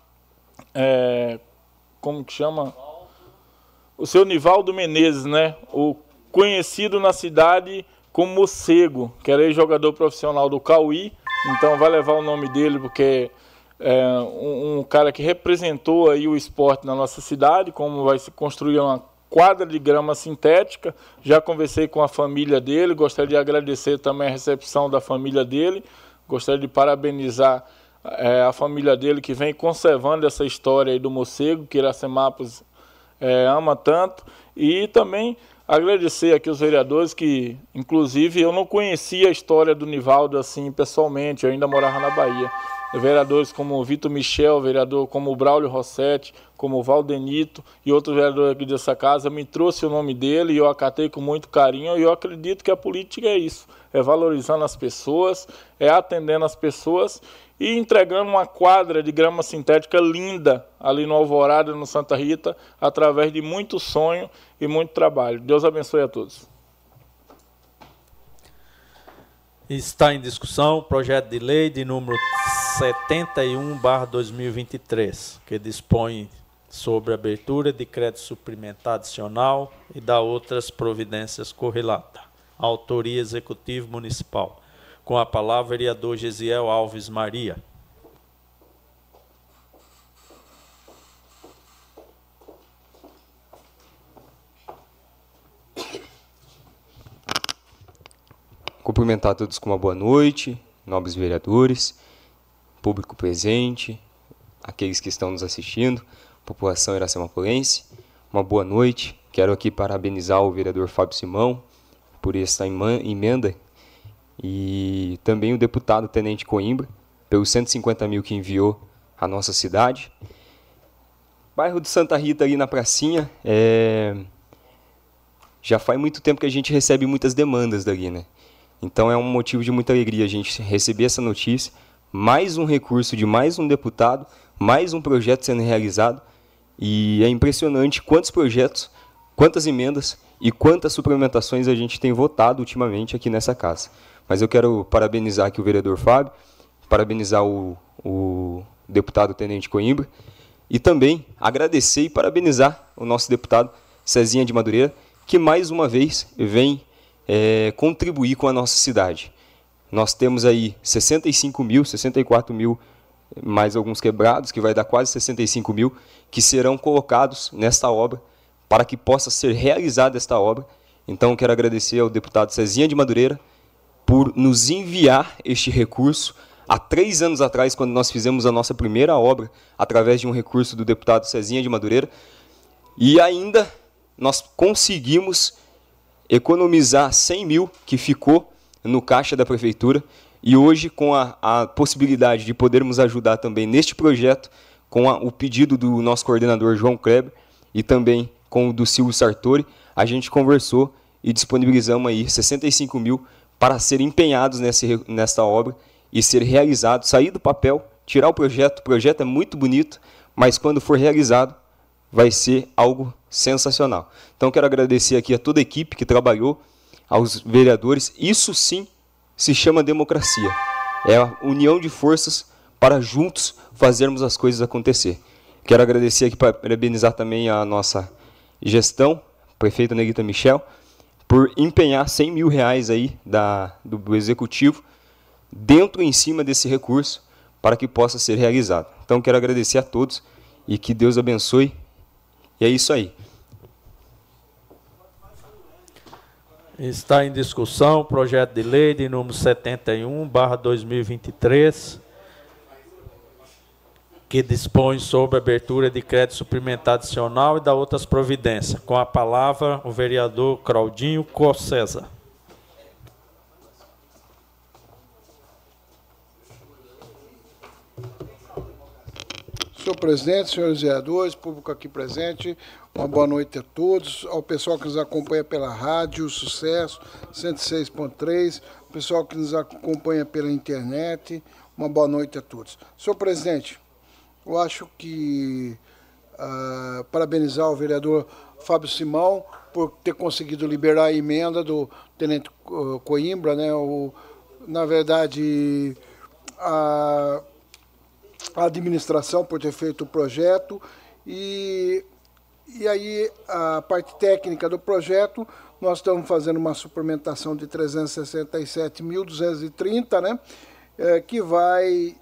como que chama? O seu Nivaldo Menezes, né? O conhecido na cidade como Mocego, que era jogador profissional do Cauí. Então vai levar o nome dele porque é um cara que representou aí o esporte na nossa cidade, como vai se construir uma quadra de grama sintética. Já conversei com a família dele, gostaria de agradecer também a recepção da família dele, gostaria de parabenizar a família dele que vem conservando essa história aí do Mocego, que Iracemápolis ama tanto, e também agradecer aqui os vereadores que, inclusive, eu não conhecia a história do Nivaldo assim pessoalmente, eu ainda morava na Bahia. Vereadores como o Vitor Michel, vereador como o Braulio Rossetti, como o Valdenito e outros vereadores aqui dessa casa, me trouxe o nome dele e eu acatei com muito carinho, e eu acredito que a política é isso, é valorizando as pessoas, é atendendo as pessoas e entregando uma quadra de grama sintética linda ali no Alvorada, no Santa Rita, através de muito sonho e muito trabalho. Deus abençoe a todos. Está em discussão o projeto de lei de número 71/2023, que dispõe sobre a abertura de crédito suplementar adicional e da outras providências correlatas. Autoria Executivo Municipal. Com a palavra, vereador Gesiel Alves Maria. Cumprimentar a todos com uma boa noite, nobres vereadores, público presente, aqueles que estão nos assistindo, população iracemapolense, uma boa noite. Quero aqui parabenizar o vereador Fábio Simão por esta emenda e também o deputado Tenente Coimbra pelos 150 mil que enviou à nossa cidade. Bairro de Santa Rita, ali na pracinha, já faz muito tempo que a gente recebe muitas demandas dali, né? Então é um motivo de muita alegria a gente receber essa notícia, mais um recurso de mais um deputado, mais um projeto sendo realizado, e é impressionante quantos projetos, quantas emendas e quantas suplementações a gente tem votado ultimamente aqui nessa casa. Mas eu quero parabenizar aqui o vereador Fábio, parabenizar o deputado Tenente Coimbra, e também agradecer e parabenizar o nosso deputado Cezinha de Madureira, que mais uma vez vem contribuir com a nossa cidade. Nós temos aí 65 mil, 64 mil, mais alguns quebrados, que vai dar quase 65 mil, que serão colocados nesta obra, para que possa ser realizada esta obra. Então, quero agradecer ao deputado Cezinha de Madureira por nos enviar este recurso. Há 3 anos atrás, quando nós fizemos a nossa primeira obra, através de um recurso do deputado Cezinha de Madureira, e ainda nós conseguimos economizar 100 mil que ficou no caixa da prefeitura, e hoje, com a possibilidade de podermos ajudar também neste projeto, com o pedido do nosso coordenador João Kleber e também com o do Silvio Sartori, a gente conversou e disponibilizamos aí 65 mil para serem empenhados nesta obra e ser realizado, sair do papel, tirar o projeto é muito bonito, mas quando for realizado, vai ser algo sensacional. Então, quero agradecer aqui a toda a equipe que trabalhou, aos vereadores, isso sim se chama democracia. É a união de forças para juntos fazermos as coisas acontecer. Quero agradecer aqui, parabenizar também a nossa gestão, prefeita Neguita Michel, por empenhar R$100 mil aí do Executivo dentro e em cima desse recurso para que possa ser realizado. Então, quero agradecer a todos e que Deus abençoe. E é isso aí. Está em discussão o projeto de lei de número 71/2023, que dispõe sobre a abertura de crédito suplementar adicional e da outras providências. Com a palavra, o vereador Claudinho Cossesa. Senhor presidente, senhores vereadores, público aqui presente, uma boa noite a todos, ao pessoal que nos acompanha pela rádio Sucesso 106.3, o pessoal que nos acompanha pela internet, uma boa noite a todos. Senhor presidente, eu acho que parabenizar o vereador Fábio Simão por ter conseguido liberar a emenda do tenente Coimbra, né? Na verdade, a administração por ter feito o projeto e aí a parte técnica do projeto, nós estamos fazendo uma suplementação de 367.230, né? Que vai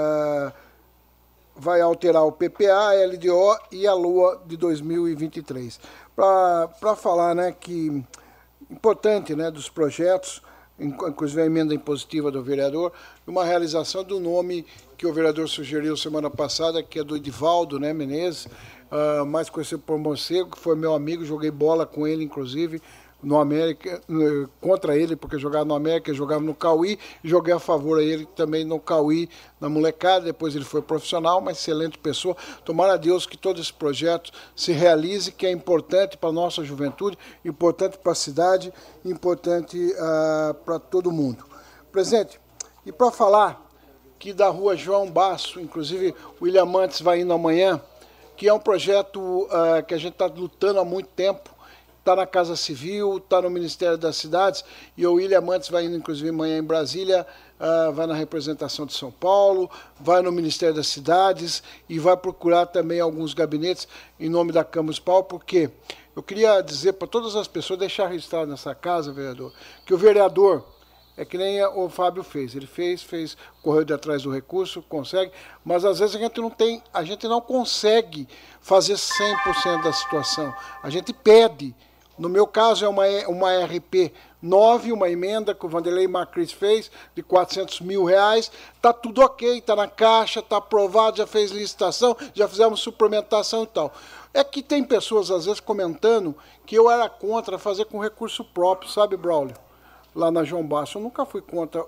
alterar o PPA, a LDO e a LOA de 2023. Para falar, né, que importante, né, dos projetos, inclusive a emenda impositiva do vereador, uma realização do nome que o vereador sugeriu semana passada, que é do Edivaldo, né, Menezes, mais conhecido por Morcego, que foi meu amigo, joguei bola com ele, inclusive, no América, contra ele, porque jogava no América, jogava no Cauí, e joguei a favor a ele também no Cauí, na molecada, depois ele foi profissional, uma excelente pessoa. Tomara a Deus que todo esse projeto se realize, que é importante para a nossa juventude, importante para a cidade, importante para todo mundo. Presidente, e para falar que da rua João Basso, inclusive o William Mantes vai indo amanhã, que é um projeto que a gente está lutando há muito tempo, está na Casa Civil, está no Ministério das Cidades, e o William Mantes vai indo, inclusive, amanhã em Brasília, vai na representação de São Paulo, vai no Ministério das Cidades e vai procurar também alguns gabinetes em nome da Câmara Municipal, porque eu queria dizer para todas as pessoas, deixar registrado nessa casa, vereador, que o vereador é que nem o Fábio fez, ele fez, correu de atrás do recurso, consegue, mas às vezes a gente não consegue fazer 100% da situação, a gente pede. No meu caso é uma RP 9, uma emenda que o Vanderlei Macris fez, de R$400 mil, está tudo ok, está na caixa, está aprovado, já fez licitação, já fizemos suplementação e tal. É que tem pessoas, às vezes, comentando que eu era contra fazer com recurso próprio, sabe, Braulio? Lá na João Basso, eu nunca fui contra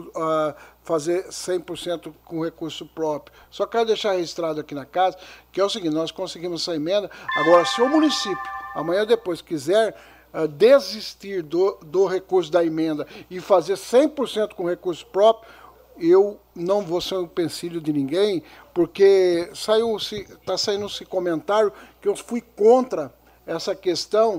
fazer 100% com recurso próprio. Só quero deixar registrado aqui na casa, que é o seguinte, nós conseguimos essa emenda. Agora, se o município, amanhã ou depois, quiser desistir do recurso da emenda e fazer 100% com recurso próprio, eu não vou ser um empecilho de ninguém, porque está saindo esse comentário que eu fui contra essa questão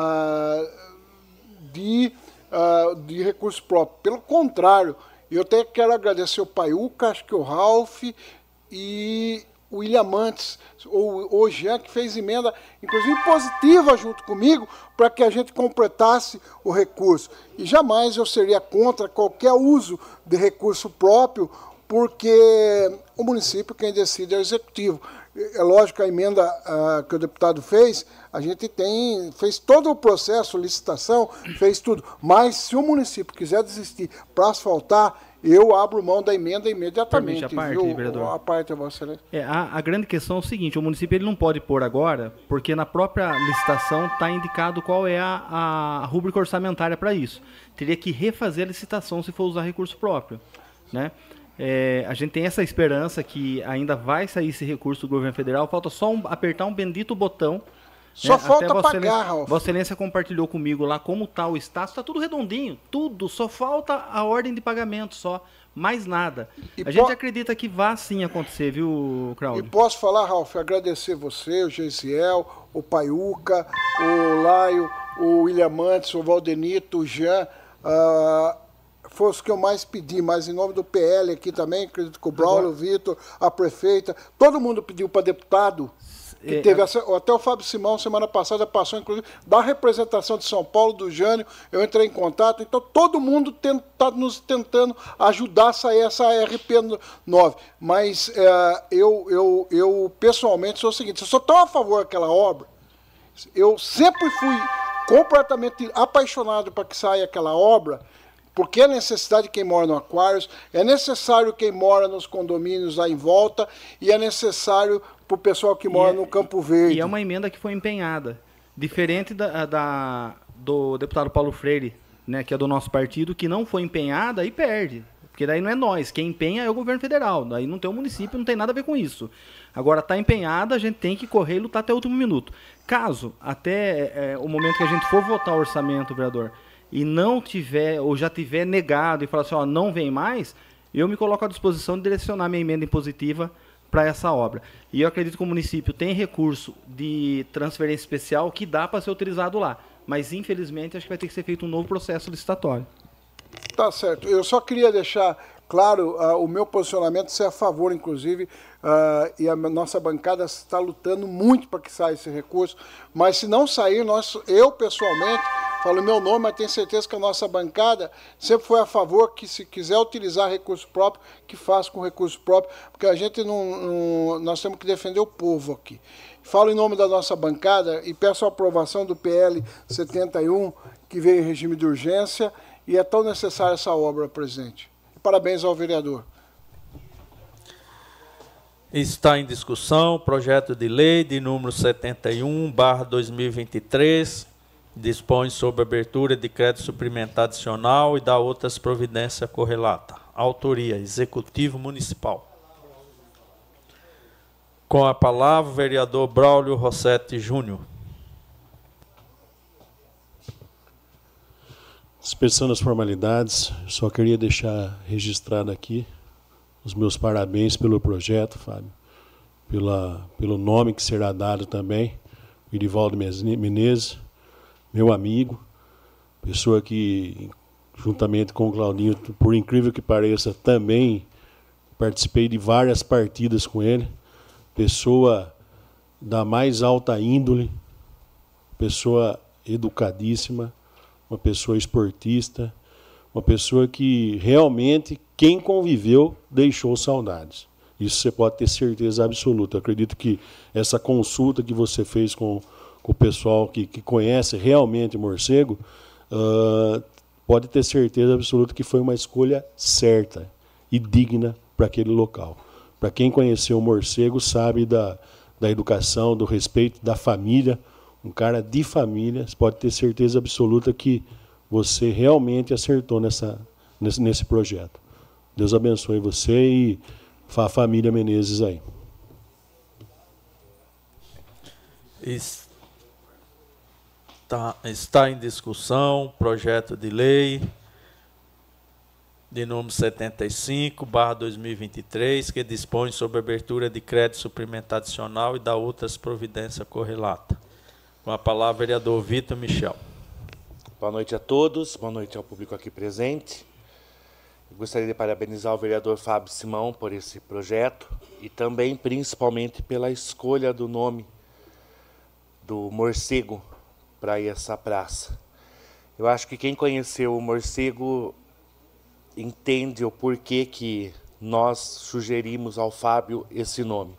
de recurso próprio. Pelo contrário, eu até quero agradecer o Paiuca, acho que o Ralph e o William Mantes, o Jean, que fez emenda, inclusive positiva junto comigo, para que a gente completasse o recurso. E jamais eu seria contra qualquer uso de recurso próprio, porque o município, quem decide é o executivo. É lógico que a emenda que o deputado fez, a gente fez todo o processo, licitação, fez tudo. Mas se o município quiser desistir para asfaltar, eu abro mão da emenda imediatamente. Permite a parte, vereador? A parte, Vossa Excelência. A grande questão é o seguinte, o município ele não pode pôr agora, porque na própria licitação está indicado qual é a rúbrica orçamentária para isso. Teria que refazer a licitação se for usar recurso próprio, né? A gente tem essa esperança que ainda vai sair esse recurso do governo federal, falta só apertar um bendito botão. Só falta pagar, Ralf. Vossa Excelência compartilhou comigo lá como está o status, está tudo redondinho, tudo, só falta a ordem de pagamento, só, mais nada. A gente acredita que vai sim acontecer, viu, Claudio? E posso falar, Ralf, agradecer você, o Geisiel, o Paiuca, o Laio, o William Mantes, o Valdenito, o Jean, foram os que eu mais pedi, mas em nome do PL aqui também, acredito que o Braulio, o Vitor, a prefeita, todo mundo pediu para deputado, que teve até o Fábio Simão, semana passada, passou, inclusive, da representação de São Paulo, do Jânio, eu entrei em contato, então todo mundo está nos tentando ajudar a sair essa RP9. Mas eu pessoalmente sou o seguinte, eu sou tão a favor daquela obra, eu sempre fui completamente apaixonado para que saia aquela obra, porque é necessidade de quem mora no Aquários, é necessário quem mora nos condomínios lá em volta, e é necessário para o pessoal que mora no Campo Verde. E é uma emenda que foi empenhada. Diferente do deputado Paulo Freire, né, que é do nosso partido, que não foi empenhada e perde. Porque daí não é nós. Quem empenha é o governo federal. Daí não tem o município, não tem nada a ver com isso. Agora, está empenhada, a gente tem que correr e lutar até o último minuto. Caso, até o momento que a gente for votar o orçamento, vereador, e não tiver, ou já tiver negado e falar assim, ó, não vem mais, eu me coloco à disposição de direcionar minha emenda impositiva para essa obra. E eu acredito que o município tem recurso de transferência especial que dá para ser utilizado lá. Mas, infelizmente, acho que vai ter que ser feito um novo processo licitatório. Tá certo. Eu só queria deixar claro o meu posicionamento, ser a favor, inclusive, e a nossa bancada está lutando muito para que saia esse recurso, mas se não sair, eu pessoalmente, falo meu nome, mas tenho certeza que a nossa bancada sempre foi a favor que, se quiser utilizar recurso próprio, que faça com recurso próprio, porque a gente nós temos que defender o povo aqui. Falo em nome da nossa bancada e peço a aprovação do PL 71, que veio em regime de urgência, e é tão necessária essa obra, presidente. Parabéns ao vereador. Está em discussão o projeto de lei de número 71/2023, dispõe sobre abertura de crédito suplementar adicional e dá outras providências correlatas. Autoria, Executivo Municipal. Com a palavra, o vereador Braulio Rossetti Júnior. Dispensando as formalidades, só queria deixar registrado aqui os meus parabéns pelo projeto, Fábio, pelo nome que será dado também, Irivaldo Menezes, meu amigo, pessoa que, juntamente com o Claudinho, por incrível que pareça, também participei de várias partidas com ele, pessoa da mais alta índole, pessoa educadíssima, uma pessoa esportista, uma pessoa que realmente, quem conviveu, deixou saudades. Isso você pode ter certeza absoluta. Eu acredito que essa consulta que você fez com o pessoal que conhece realmente o morcego, pode ter certeza absoluta que foi uma escolha certa e digna para aquele local. Para quem conheceu o morcego, sabe da educação, do respeito da família, um cara de família, você pode ter certeza absoluta que você realmente acertou nesse projeto. Deus abençoe você e a família Menezes aí. Está em discussão projeto de lei de número 75/2023, que dispõe sobre abertura de crédito suplementar adicional e dá outras providências correlatas. Com a palavra, vereador Vitor Michel. Boa noite a todos, boa noite ao público aqui presente. Eu gostaria de parabenizar o vereador Fábio Simão por esse projeto e também, principalmente, pela escolha do nome do morcego para essa praça. Eu acho que quem conheceu o morcego entende o porquê que nós sugerimos ao Fábio esse nome.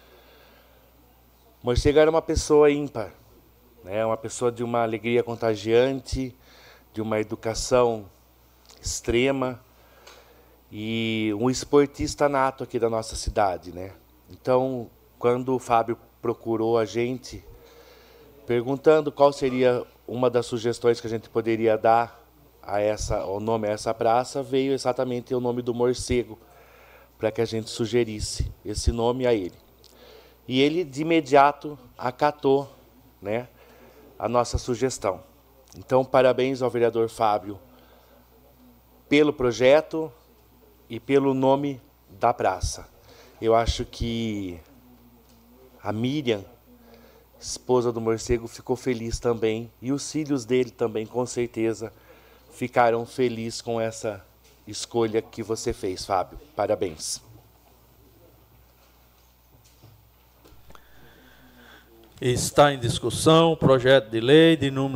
O morcego era uma pessoa ímpar, né? Uma pessoa de uma alegria contagiante, de uma educação extrema e um esportista nato aqui da nossa cidade, né? Então, quando o Fábio procurou a gente, perguntando qual seria uma das sugestões que a gente poderia dar ao nome a essa praça, veio exatamente o nome do morcego, para que a gente sugerisse esse nome a ele. E ele, de imediato, acatou, né, a nossa sugestão. Então, parabéns ao vereador Fábio pelo projeto e pelo nome da praça. Eu acho que a Miriam esposa do morcego, ficou feliz também. E os filhos dele também, com certeza, ficaram felizes com essa escolha que você fez, Fábio. Parabéns. Está em discussão o projeto de lei de número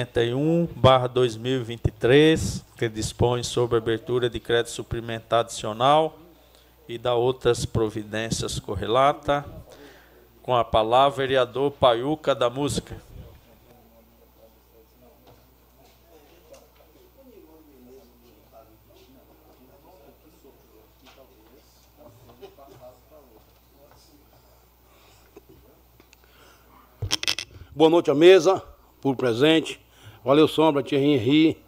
71/2023, que dispõe sobre a abertura de crédito suplementar adicional e da outras providências correlata. Com a palavra, vereador Paiuca da Música. Boa noite à mesa, por presente. Valeu, Sombra, tia Henri.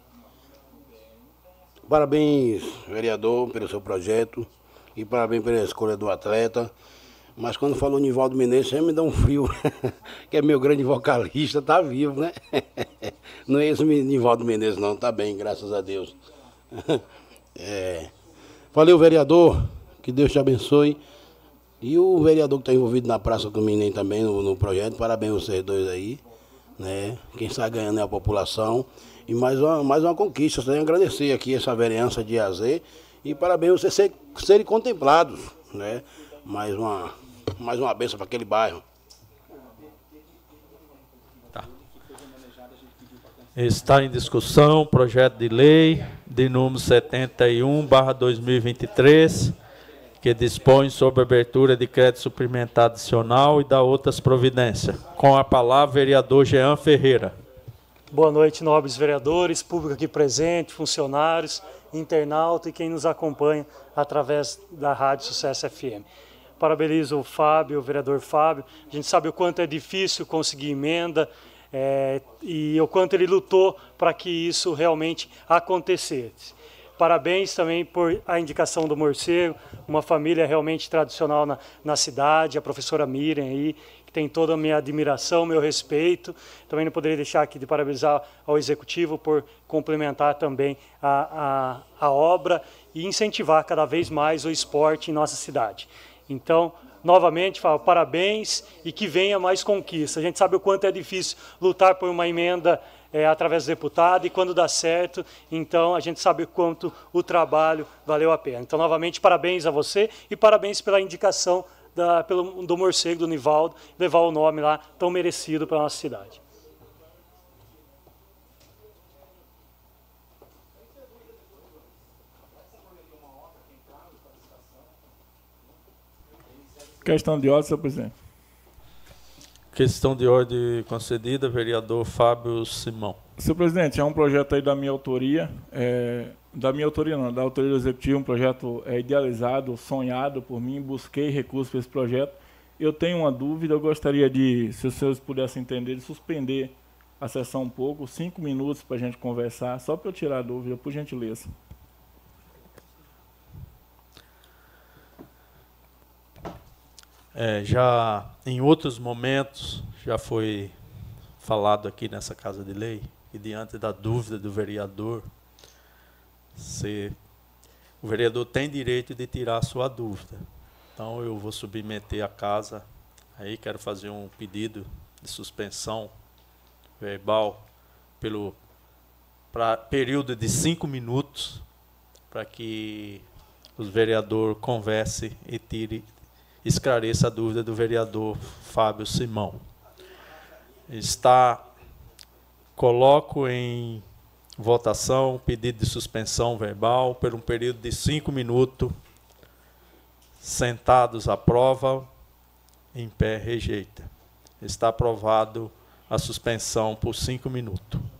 Parabéns, vereador, pelo seu projeto. E parabéns pela escolha do atleta. Mas quando falou Nivaldo Menezes, sempre me dá um frio. Que é meu grande vocalista, tá vivo, né? Não é esse Nivaldo Menezes, não. Tá bem, graças a Deus. Valeu, vereador. Que Deus te abençoe. E o vereador que está envolvido na Praça do Minem também, no projeto, parabéns vocês dois aí, né? Quem está ganhando é a população. E mais uma conquista, tenho que agradecer aqui essa vereança de AZ e parabéns vocês serem contemplados, né? Mais uma bênção para aquele bairro. Tá. Está em discussão o projeto de lei de número 71/2023, que dispõe sobre a abertura de crédito suplementar adicional e da outras providências. Com a palavra, vereador Jean Ferreira. Boa noite, nobres vereadores, público aqui presente, funcionários, internauta e quem nos acompanha através da Rádio Sucesso FM. Parabenizo o Fábio, o vereador Fábio. A gente sabe o quanto é difícil conseguir emenda e o quanto ele lutou para que isso realmente acontecesse. Parabéns também por a indicação do Morcego, uma família realmente tradicional na cidade, a professora Miriam aí, que tem toda a minha admiração, meu respeito. Também não poderia deixar aqui de parabenizar ao Executivo por complementar também a obra e incentivar cada vez mais o esporte em nossa cidade. Então, novamente, falo parabéns e que venha mais conquista. A gente sabe o quanto é difícil lutar por uma emenda através do deputado e quando dá certo, então a gente sabe o quanto o trabalho valeu a pena. Então, novamente, parabéns a você e parabéns pela indicação do Morcego, do Nivaldo, levar o nome lá tão merecido para a nossa cidade. Questão de ordem, senhor presidente. Questão de ordem concedida, vereador Fábio Simão. Senhor presidente, é um projeto aí da minha autoria, da autoria do Executivo, um projeto idealizado, sonhado por mim, busquei recursos para esse projeto. Eu tenho uma dúvida, eu gostaria de, se os senhores pudessem entender, de suspender a sessão um pouco, 5 minutos para a gente conversar, só para eu tirar a dúvida, por gentileza. Já em outros momentos, já foi falado aqui nessa Casa de Lei, e diante da dúvida do vereador, o vereador tem direito de tirar a sua dúvida. Então, eu vou submeter a casa, aí quero fazer um pedido de suspensão verbal para período de 5 minutos, para que os vereadores conversem e esclareça a dúvida do vereador Fábio Simão. Coloco em votação o pedido de suspensão verbal por um período de 5 minutos. Sentados, aprova. Em pé, rejeita. Está aprovado a suspensão por 5 minutos.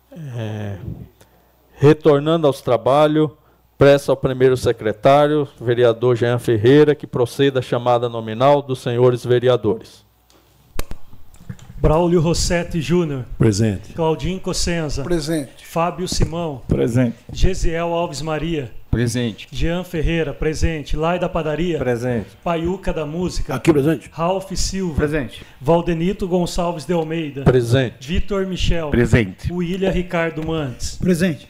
Retornando aos trabalhos, peço ao primeiro secretário, vereador Jean Ferreira, que proceda a chamada nominal dos senhores vereadores. Braulio Rossetti Júnior. Presente. Claudinho Cossenza. Presente. Fábio Simão. Presente. Gesiel Alves Maria. Presente. Jean Ferreira, presente. Lai da Padaria. Presente. Paiuca da Música. Aqui presente. Ralph Silva. Presente. Valdenito Gonçalves de Almeida. Presente. Vitor Michel. Presente. William Ricardo Mantes. Presente.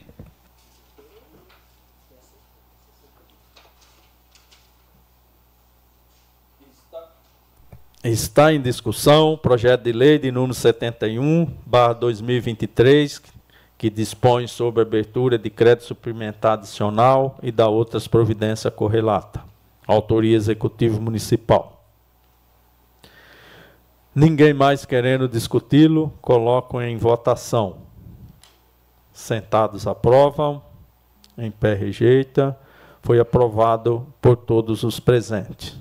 Está em discussão o projeto de lei de número 71/2023, que dispõe sobre a abertura de crédito suplementar adicional e da outras providências correlatas. Autoria Executivo Municipal. Ninguém mais querendo discuti-lo, coloco em votação. Sentados aprovam, em pé rejeita. Foi aprovado por todos os presentes.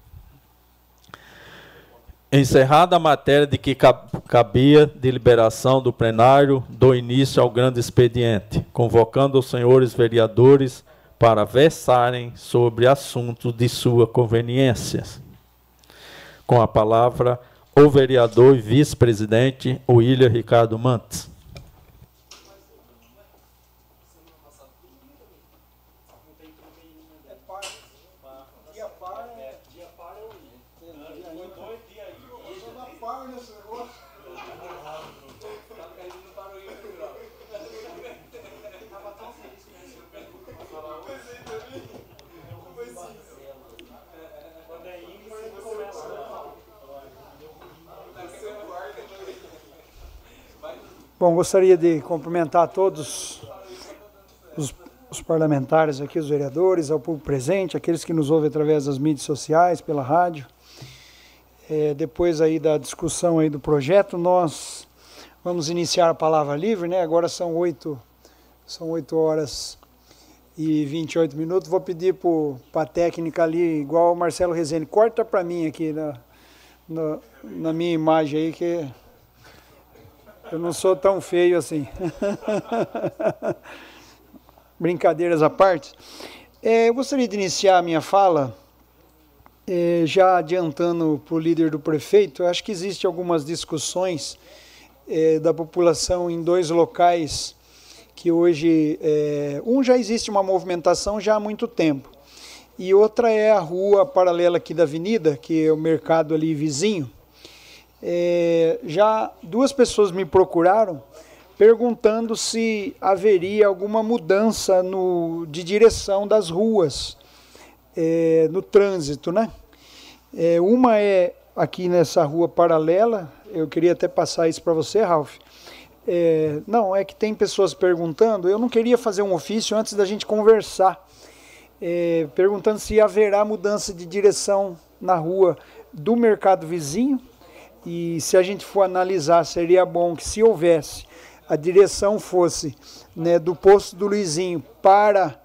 Encerrada a matéria de que cabia deliberação do plenário, dou início ao grande expediente, convocando os senhores vereadores para versarem sobre assuntos de sua conveniência. Com a palavra, o vereador e vice-presidente William Ricardo Mantes. Bom, gostaria de cumprimentar todos os parlamentares aqui, os vereadores, ao público presente, aqueles que nos ouvem através das mídias sociais, pela rádio. Depois aí da discussão aí do projeto, nós vamos iniciar a palavra livre, né? Agora são 8 horas e 28 minutos. Vou pedir para a técnica ali, igual o Marcelo Rezende, corta para mim aqui na minha imagem aí, que eu não sou tão feio assim. Brincadeiras à parte. Eu gostaria de iniciar a minha fala já adiantando para o líder do prefeito. Eu acho que existem algumas discussões da população em dois locais que hoje, já existe uma movimentação já há muito tempo, e outra é a rua paralela aqui da avenida, que é o mercado ali vizinho. Já duas pessoas me procuraram perguntando se haveria alguma mudança de direção das ruas no trânsito, né? Uma é aqui nessa rua paralela. Eu queria até passar isso para você, Ralph. Não, é que tem pessoas perguntando. Eu não queria fazer um ofício antes da gente conversar, perguntando se haverá mudança de direção na rua do mercado vizinho. E se a gente for analisar, seria bom que, se houvesse, a direção fosse, né, do posto do Luizinho para...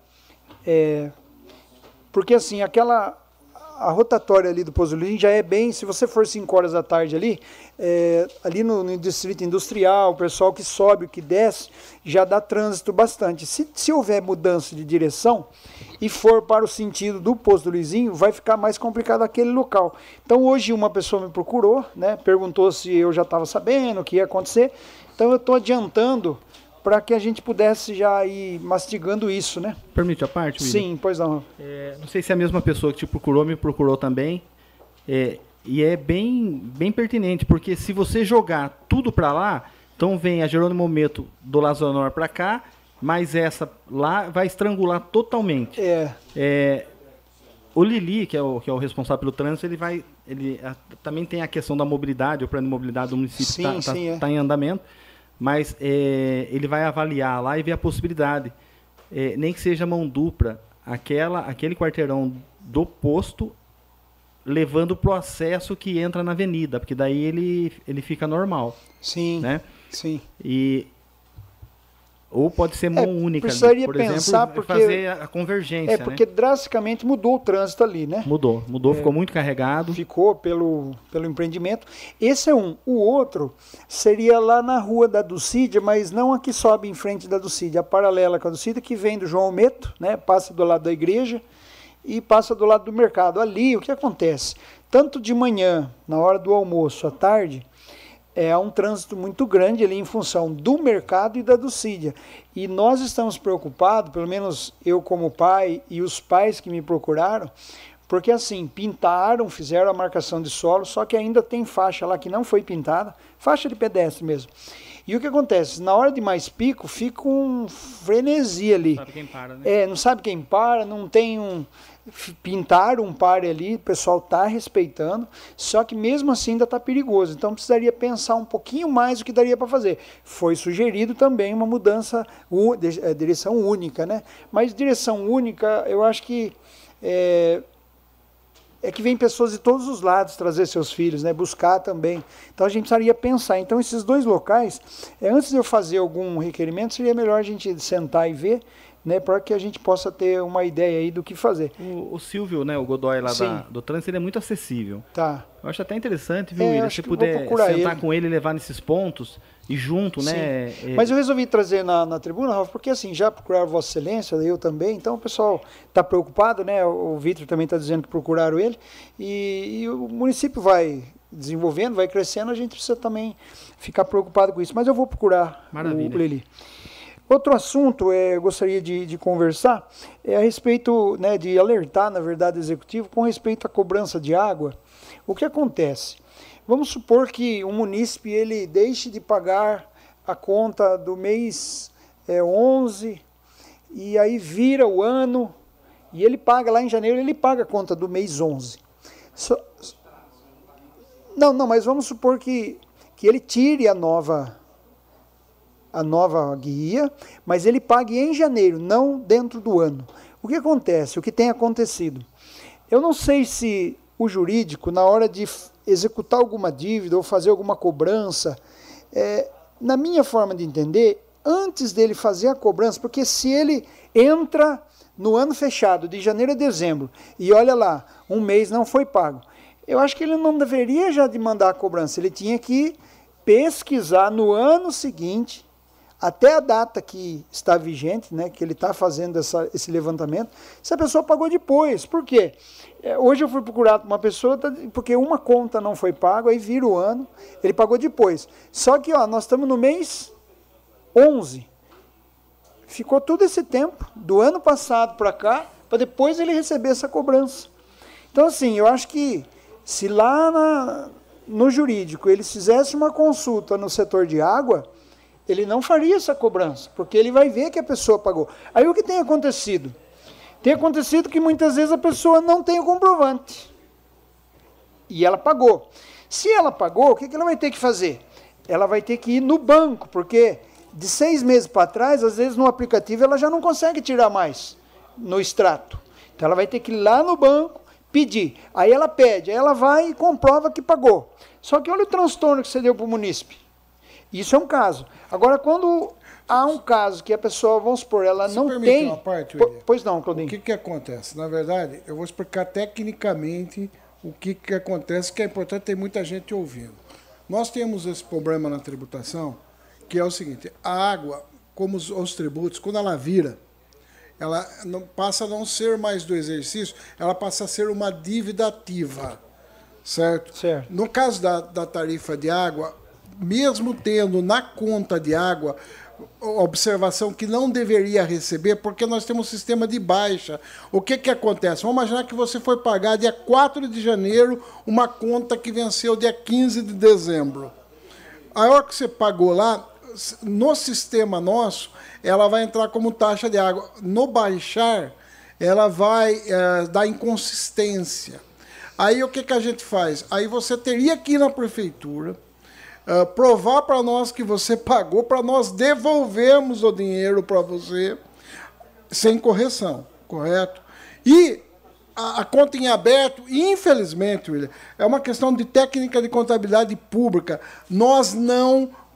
porque assim, a rotatória ali do posto do Luizinho já é bem... Se você for 5 horas da tarde ali, ali no distrito industrial, o pessoal que sobe, que desce, já dá trânsito bastante. Se houver mudança de direção e for para o sentido do posto do Luizinho, vai ficar mais complicado aquele local. Então hoje uma pessoa me procurou, né, perguntou se eu já estava sabendo o que ia acontecer. Então eu estou adiantando para que a gente pudesse já ir mastigando isso, né? Permite a parte, William? Sim, pois não. Não sei se é a mesma pessoa que te procurou, me procurou também. E é bem pertinente, porque se você jogar tudo para lá, então vem a Jerônimo Meto do Lazonor para cá, mas essa lá vai estrangular totalmente. O Lili, que é o responsável pelo trânsito, ele também tem a questão da mobilidade, o plano de mobilidade do município está em andamento, mas ele vai avaliar lá e ver a possibilidade, nem que seja mão dupla, aquele quarteirão do posto, levando para o acesso que entra na avenida, porque daí ele fica normal. Sim, né? Sim. E Ou pode ser mão única. Precisaria por pensar exemplo, porque fazer a convergência. porque drasticamente mudou o trânsito ali, né? Mudou, ficou muito carregado. Ficou pelo empreendimento. Esse é um. O outro seria lá na rua da Dulcídia, mas não a que sobe em frente da Dulcídia, a paralela com a Dulcídia, que vem do João Almeto, né? Passa do lado da igreja e passa do lado do mercado. Ali, o que acontece? Tanto de manhã, na hora do almoço, à tarde, há um trânsito muito grande ali em função do mercado e da Dulcídia. E nós estamos preocupados, pelo menos eu como pai e os pais que me procuraram, porque assim, pintaram, fizeram a marcação de solo, só que ainda tem faixa lá que não foi pintada, faixa de pedestre mesmo. E o que acontece? Na hora de mais pico, fica um frenesi ali. Não sabe quem para, né? Não sabe quem para, não tem um... Pintaram um pare ali, o pessoal está respeitando, só que mesmo assim ainda está perigoso. Então precisaria pensar um pouquinho mais o que daria para fazer. Foi sugerido também uma mudança, direção única, né? Mas direção única, eu acho que que vem pessoas de todos os lados trazer seus filhos, né? Buscar também. Então a gente precisaria pensar. Então esses dois locais, antes de eu fazer algum requerimento, seria melhor a gente sentar e ver, né, para que a gente possa ter uma ideia aí do que fazer. O Silvio, né, o Godoy lá do trânsito, ele é muito acessível. Tá. Eu acho até interessante, viu, William, se puder sentar com ele e levar nesses pontos e junto, né? Mas eu resolvi trazer na tribuna, Ralf, porque assim, já procuraram Vossa Excelência, eu também, então o pessoal está preocupado, né? O Vitor também está dizendo que procuraram ele, e o município vai desenvolvendo, vai crescendo, a gente precisa também ficar preocupado com isso. Mas eu vou procurar o Lili. Outro assunto eu gostaria de conversar é a respeito, né, de alertar, na verdade, o executivo com respeito à cobrança de água. O que acontece? Vamos supor que um munícipe ele deixe de pagar a conta do mês 11 e aí vira o ano e ele paga lá em janeiro, ele paga a conta do mês 11. Não, mas vamos supor que ele tire a nova guia, mas ele pague em janeiro, não dentro do ano. O que acontece? O que tem acontecido? Eu não sei se o jurídico, na hora de executar alguma dívida ou fazer alguma cobrança, na minha forma de entender, antes dele fazer a cobrança, porque se ele entra no ano fechado, de janeiro a dezembro, e olha lá, um mês não foi pago, eu acho que ele não deveria já de mandar a cobrança, ele tinha que pesquisar no ano seguinte, até a data que está vigente, né, que ele está fazendo esse levantamento, se a pessoa pagou depois. Por quê? Hoje eu fui procurar uma pessoa, porque uma conta não foi paga, aí vira o ano, ele pagou depois. Só que nós estamos no mês 11. Ficou todo esse tempo, do ano passado para cá, para depois ele receber essa cobrança. Então, assim, eu acho que se lá no jurídico ele fizesse uma consulta no setor de água, ele não faria essa cobrança, porque ele vai ver que a pessoa pagou. Aí o que tem acontecido? Tem acontecido que muitas vezes a pessoa não tem o comprovante. E ela pagou. Se ela pagou, o que ela vai ter que fazer? Ela vai ter que ir no banco, porque de 6 meses para trás, às vezes no aplicativo ela já não consegue tirar mais no extrato. Então ela vai ter que ir lá no banco, pedir. Aí ela pede, aí ela vai e comprova que pagou. Só que olha o transtorno que você deu para o munícipe. Isso é um caso. Agora, quando há um caso que a pessoa, vamos supor, ela não tem... Uma parte, William, pois não, Claudinho. O que acontece? Na verdade, eu vou explicar tecnicamente o que acontece, que é importante, tem muita gente ouvindo. Nós temos esse problema na tributação, que é o seguinte, a água, como os tributos, quando ela vira, ela passa a não ser mais do exercício, ela passa a ser uma dívida ativa, certo? No caso da tarifa de água, mesmo tendo na conta de água observação que não deveria receber, porque nós temos um sistema de baixa. O que acontece? Vamos imaginar que você foi pagar dia 4 de janeiro uma conta que venceu dia 15 de dezembro. A hora que você pagou lá, no sistema nosso, ela vai entrar como taxa de água. No baixar, ela vai dar inconsistência. Aí o que a gente faz? Aí você teria que ir na prefeitura, provar para nós que você pagou, para nós devolvermos o dinheiro para você sem correção, correto? E a conta em aberto, infelizmente, William, é uma questão de técnica de contabilidade pública. Nós não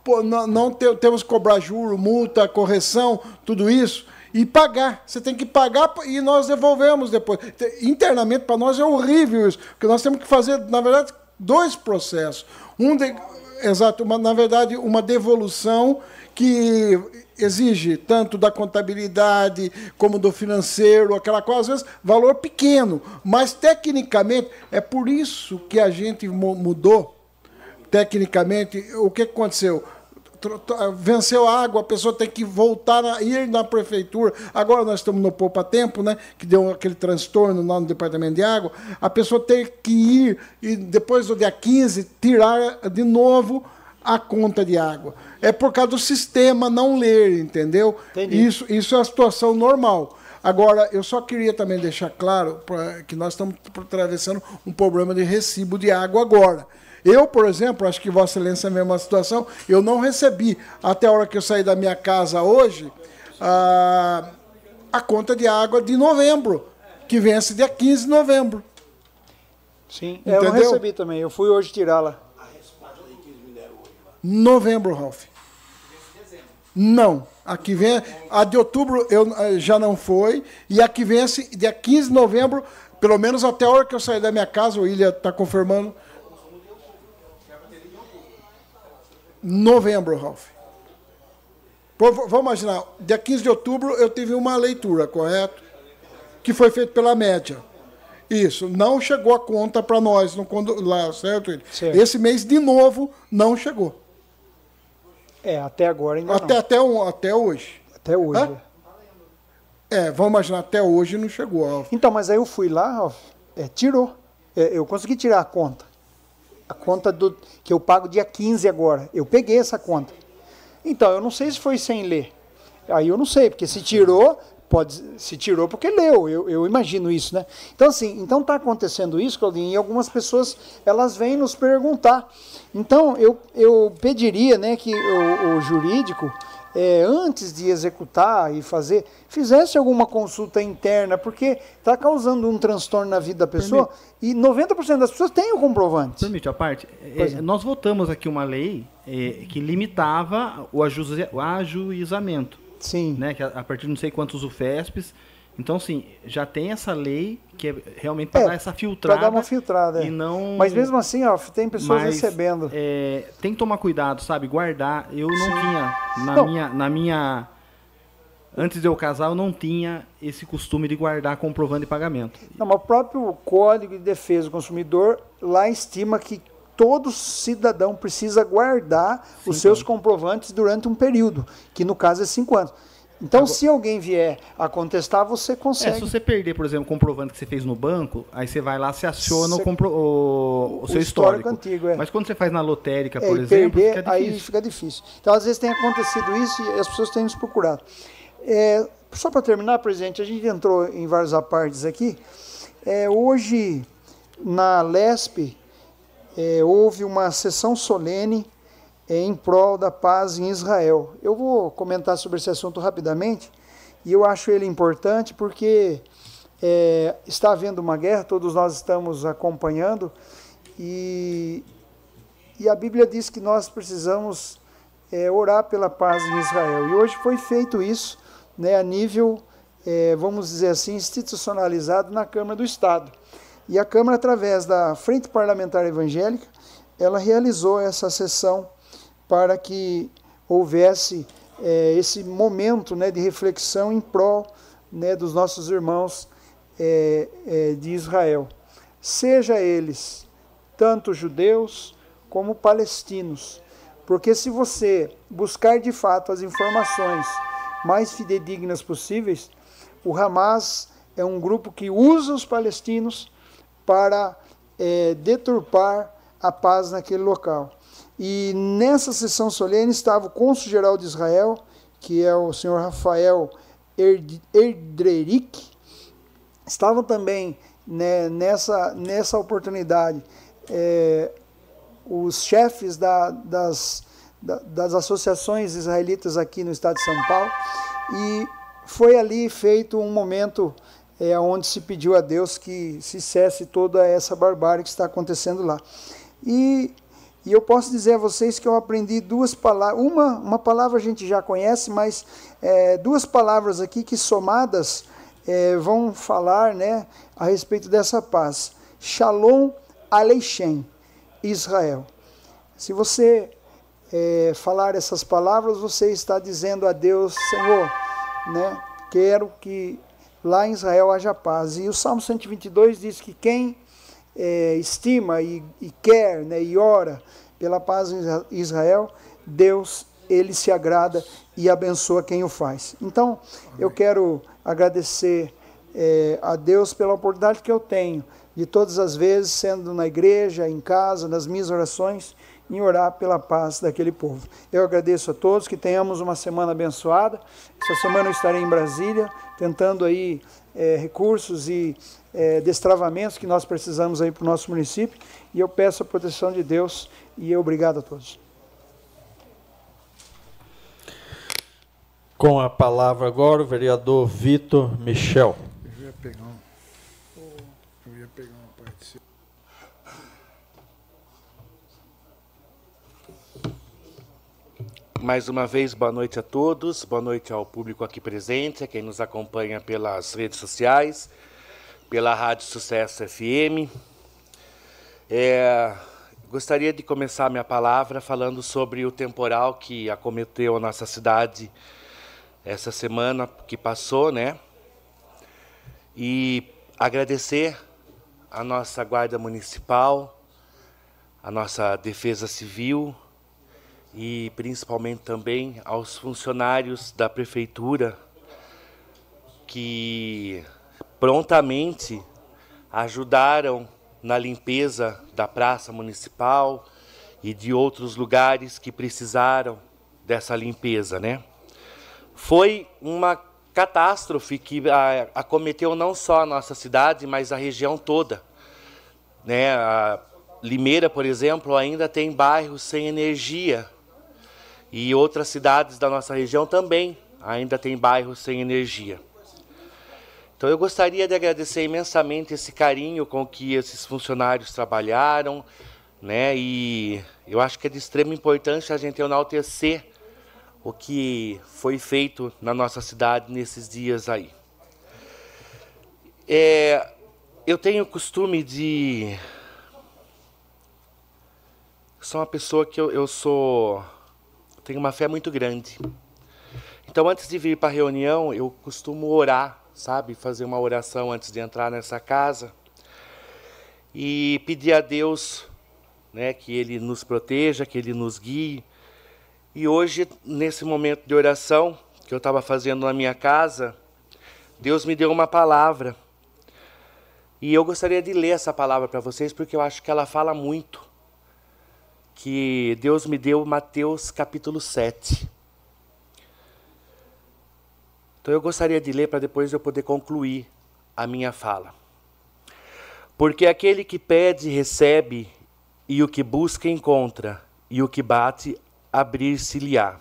temos que cobrar juro, multa, correção, tudo isso, e pagar. Você tem que pagar e nós devolvemos depois. Internamente, para nós, é horrível isso, porque nós temos que fazer, na verdade, 2 processos. Na verdade, uma devolução que exige tanto da contabilidade como do financeiro, aquela coisa, às vezes, valor pequeno, mas tecnicamente, é por isso que a gente mudou. Tecnicamente, o que aconteceu? Venceu a água, a pessoa tem que voltar a ir na prefeitura. Agora nós estamos no Poupa Tempo, né, que deu aquele transtorno lá no departamento de água. A pessoa tem que ir e depois do dia 15 tirar de novo a conta de água. É por causa do sistema não ler, entendeu? Isso é a situação normal. Agora, eu só queria também deixar claro que nós estamos atravessando um problema de recibo de água agora. Eu, por exemplo, acho que Vossa Excelência é a mesma situação, eu não recebi, até a hora que eu saí da minha casa hoje, a conta de água de novembro, que vence dia 15 de novembro. Sim, eu não recebi também, eu fui hoje tirá-la. Novembro, Ralf. Não, aqui vem, a de outubro já não foi, e a que vence dia 15 de novembro, pelo menos até a hora que eu saí da minha casa, o Ilha está confirmando, novembro, Ralf. Vamos imaginar, dia 15 de outubro eu tive uma leitura, correto? Que foi feita pela média. Isso, não chegou a conta para nós lá, certo? Esse mês, de novo, não chegou. Até agora ainda não. Até hoje. Até hoje. Vamos imaginar, até hoje não chegou, Ralf. Então, mas aí eu fui lá, Ralf, tirou. Eu consegui tirar a conta. A conta que eu pago dia 15 agora. Eu peguei essa conta. Então, eu não sei se foi sem ler. Aí eu não sei, porque se tirou porque leu. Eu imagino isso, né? Então, assim, está acontecendo isso, Claudinho, e algumas pessoas, elas vêm nos perguntar. Então, eu pediria, né, que o jurídico, antes de executar e fizesse alguma consulta interna, porque está causando um transtorno na vida da pessoa. E 90% das pessoas têm o comprovante. Permite a parte? Nós votamos aqui uma lei que limitava o ajuizamento. Sim. Né, que a partir de não sei quantos UFESPs. Então, sim, já tem essa lei que é realmente para dar essa filtrada. Para dar uma filtrada. E não... Mas mesmo assim, tem pessoas recebendo. Tem que tomar cuidado, sabe? Guardar. Eu não tinha... Antes de eu casar, eu não tinha esse costume de guardar comprovando de pagamento. Não, mas o próprio Código de Defesa do Consumidor lá estima que todo cidadão precisa guardar os seus comprovantes durante um período, que no caso é 5 anos. Então, agora, se alguém vier a contestar, você consegue. Se você perder, por exemplo, o comprovante que você fez no banco, aí você vai lá, você aciona o seu histórico antigo. Mas quando você faz na lotérica, por exemplo, perder, aí fica difícil. Então, às vezes tem acontecido isso e as pessoas têm nos procurado. Só para terminar, presidente, a gente entrou em vários apartes aqui. Hoje, na LESP, houve uma sessão solene em prol da paz em Israel. Eu vou comentar sobre esse assunto rapidamente, e eu acho ele importante porque está havendo uma guerra, todos nós estamos acompanhando, e a Bíblia diz que nós precisamos orar pela paz em Israel. E hoje foi feito isso, né, a nível, vamos dizer assim, institucionalizado na Câmara do Estado. E a Câmara, através da Frente Parlamentar Evangélica, ela realizou essa sessão para que houvesse esse momento, né, de reflexão em prol, né, dos nossos irmãos de Israel. Seja eles tanto judeus como palestinos. Porque se você buscar de fato as informações mais fidedignas possíveis, o Hamas é um grupo que usa os palestinos para deturpar a paz naquele local. E nessa sessão solene estava o cônsul-geral de Israel, que é o senhor Rafael Erdreric. Estavam também, né, nessa oportunidade os chefes das associações israelitas aqui no estado de São Paulo, e foi ali feito um momento onde se pediu a Deus que se cesse toda essa barbárie que está acontecendo lá. E E eu posso dizer a vocês que eu aprendi duas palavras, uma palavra a gente já conhece, mas duas palavras aqui que somadas vão falar, né, a respeito dessa paz. Shalom Aleichem, Israel. Se você falar essas palavras, você está dizendo a Deus, Senhor, né, quero que lá em Israel haja paz. E o Salmo 122 diz que quem estima e quer, né, e ora pela paz em Israel, Deus, ele se agrada e abençoa quem o faz. Então, eu quero agradecer a Deus pela oportunidade que eu tenho de todas as vezes, sendo na igreja, em casa, nas minhas orações, em orar pela paz daquele povo. Eu agradeço a todos, que tenhamos uma semana abençoada. Essa semana eu estarei em Brasília, tentando aí recursos e destravamentos que nós precisamos aí para o nosso município, e eu peço a proteção de Deus, e obrigado a todos. Com a palavra agora o vereador Vitor Michel. Eu ia pegar uma parte. Mais uma vez, boa noite a todos, boa noite ao público aqui presente, a quem nos acompanha pelas redes sociais, pela Rádio Sucesso FM. Gostaria de começar minha palavra falando sobre o temporal que acometeu a nossa cidade essa semana que passou, né? E agradecer a nossa Guarda Municipal, a nossa Defesa Civil e principalmente também aos funcionários da Prefeitura que prontamente ajudaram na limpeza da Praça Municipal e de outros lugares que precisaram dessa limpeza, né? Foi uma catástrofe que acometeu não só a nossa cidade, mas a região toda, né? A Limeira, por exemplo, ainda tem bairros sem energia e outras cidades da nossa região também ainda tem bairros sem energia. Então eu gostaria de agradecer imensamente esse carinho com que esses funcionários trabalharam, né? E eu acho que é de extrema importância a gente enaltecer o que foi feito na nossa cidade nesses dias aí. Eu tenho o costume de... Sou uma pessoa que tenho uma fé muito grande. Então, antes de vir para a reunião, eu costumo orar, sabe? Fazer uma oração antes de entrar nessa casa e pedir a Deus, né, que Ele nos proteja, que Ele nos guie. E hoje, nesse momento de oração que eu estava fazendo na minha casa, Deus me deu uma palavra. E eu gostaria de ler essa palavra para vocês, porque eu acho que ela fala muito. Que Deus me deu Mateus capítulo 7. Então eu gostaria de ler para depois eu poder concluir a minha fala. Porque aquele que pede, recebe, e o que busca, encontra, e o que bate, abrir-se-lhe-á.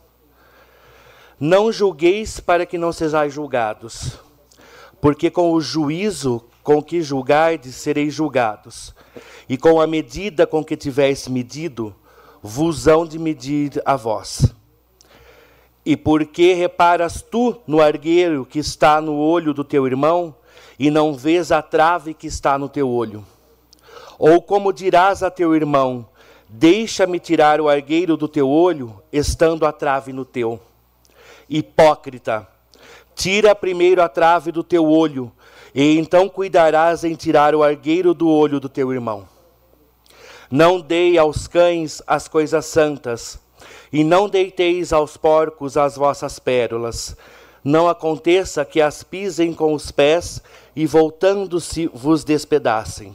Não julgueis para que não sejais julgados, porque com o juízo com que julgardes sereis julgados, e com a medida com que tiveres medido, vos hão de medir a vós. E por que reparas tu no argueiro que está no olho do teu irmão, e não vês a trave que está no teu olho? Ou como dirás a teu irmão, deixa-me tirar o argueiro do teu olho, estando a trave no teu? Hipócrita, tira primeiro a trave do teu olho, e então cuidarás em tirar o argueiro do olho do teu irmão. Não dei aos cães as coisas santas, e não deiteis aos porcos as vossas pérolas. Não aconteça que as pisem com os pés, e voltando-se vos despedacem.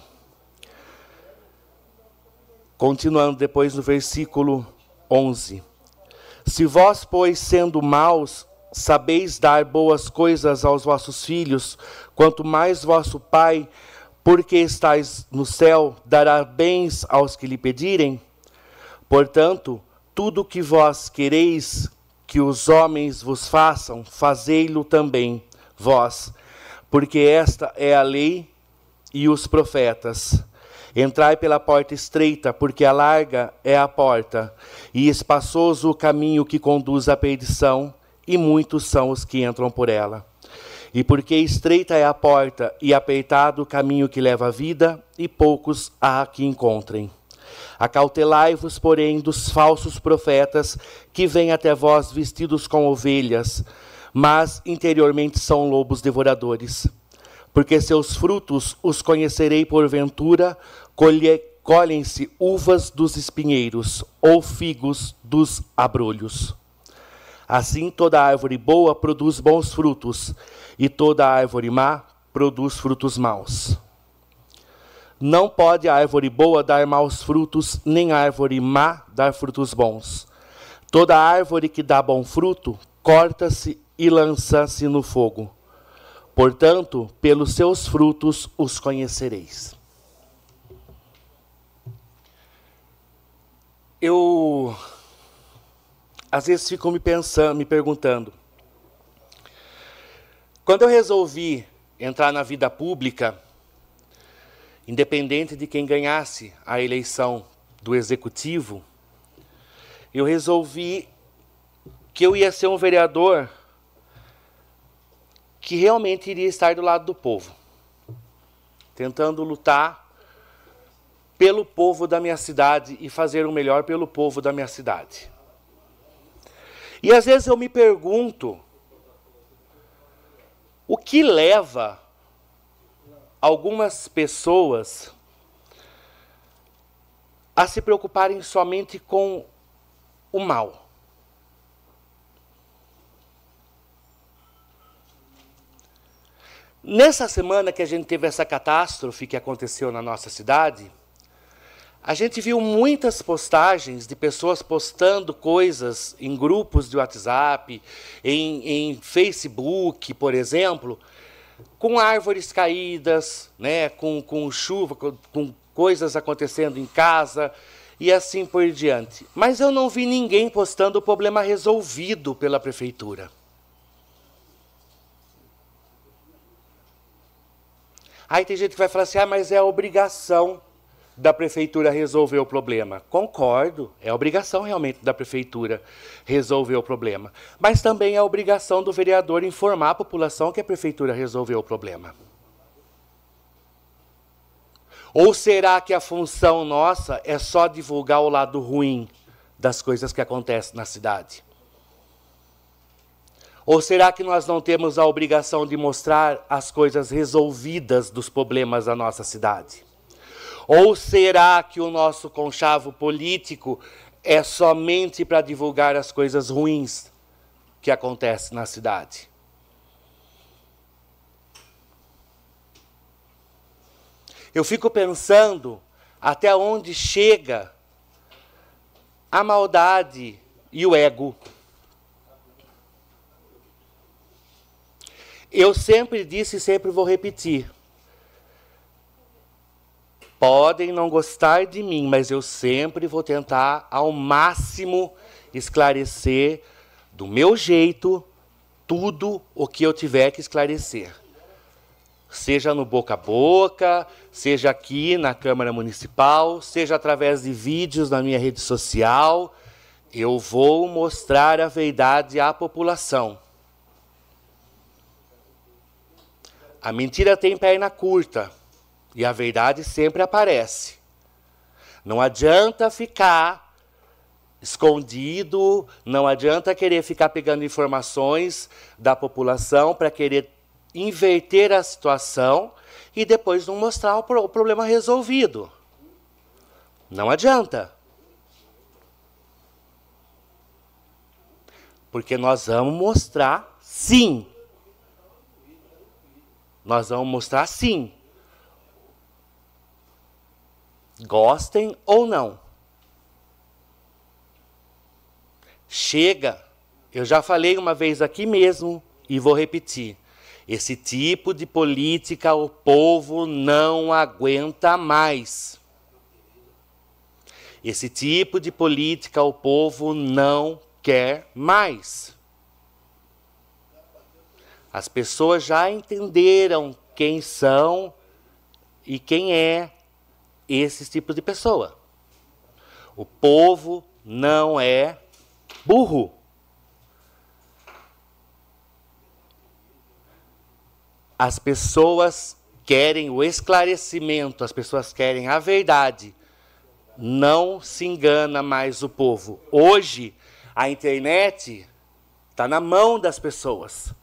Continuando depois no versículo 11. Se vós, pois, sendo maus, sabeis dar boas coisas aos vossos filhos, quanto mais vosso Pai, porque estáis no céu, dará bens aos que lhe pedirem? Portanto, tudo o que vós quereis que os homens vos façam, fazei-lo também vós, porque esta é a lei e os profetas. Entrai pela porta estreita, porque a larga é a porta, e espaçoso o caminho que conduz à perdição, e muitos são os que entram por ela. E porque estreita é a porta, e apertado o caminho que leva à vida, e poucos há que encontrem. Acautelai-vos, porém, dos falsos profetas, que vêm até vós vestidos com ovelhas, mas interiormente são lobos devoradores. Porque seus frutos os conhecerei porventura, colhem-se uvas dos espinheiros, ou figos dos abrolhos. Assim toda árvore boa produz bons frutos, e toda árvore má produz frutos maus. Não pode a árvore boa dar maus frutos, nem a árvore má dar frutos bons. Toda árvore que dá bom fruto, corta-se e lança-se no fogo. Portanto, pelos seus frutos os conhecereis. Eu, às vezes, fico me perguntando, quando eu resolvi entrar na vida pública, independente de quem ganhasse a eleição do executivo, eu resolvi que eu ia ser um vereador que realmente iria estar do lado do povo, tentando lutar pelo povo da minha cidade e fazer o melhor pelo povo da minha cidade. E às vezes eu me pergunto, o que leva algumas pessoas a se preocuparem somente com o mal? Nessa semana que a gente teve essa catástrofe que aconteceu na nossa cidade, a gente viu muitas postagens de pessoas postando coisas em grupos de WhatsApp, em Facebook, por exemplo, com árvores caídas, né, com chuva, com coisas acontecendo em casa e assim por diante. Mas eu não vi ninguém postando o problema resolvido pela prefeitura. Aí tem gente que vai falar assim, mas é a obrigação da prefeitura resolver o problema. Concordo, é a obrigação realmente da prefeitura resolver o problema. Mas também é a obrigação do vereador informar a população que a prefeitura resolveu o problema. Ou será que a função nossa é só divulgar o lado ruim das coisas que acontecem na cidade? Ou será que nós não temos a obrigação de mostrar as coisas resolvidas dos problemas da nossa cidade? Ou será que o nosso conchavo político é somente para divulgar as coisas ruins que acontecem na cidade? Eu fico pensando até onde chega a maldade e o ego. Eu sempre disse e sempre vou repetir. Podem não gostar de mim, mas eu sempre vou tentar ao máximo esclarecer do meu jeito tudo o que eu tiver que esclarecer. Seja no boca a boca, seja aqui na Câmara Municipal, seja através de vídeos na minha rede social, eu vou mostrar a verdade à população. A mentira tem perna curta e a verdade sempre aparece. Não adianta ficar escondido, não adianta querer ficar pegando informações da população para querer inverter a situação e depois não mostrar o problema resolvido. Não adianta. Porque nós vamos mostrar sim. Nós vamos mostrar sim. Gostem ou não. Chega. Eu já falei uma vez aqui mesmo e vou repetir. Esse tipo de política o povo não aguenta mais. Esse tipo de política o povo não quer mais. As pessoas já entenderam quem são e quem é esses tipos de pessoa. O povo não é burro. As pessoas querem o esclarecimento, as pessoas querem a verdade. Não se engana mais o povo. Hoje, a internet está na mão das pessoas.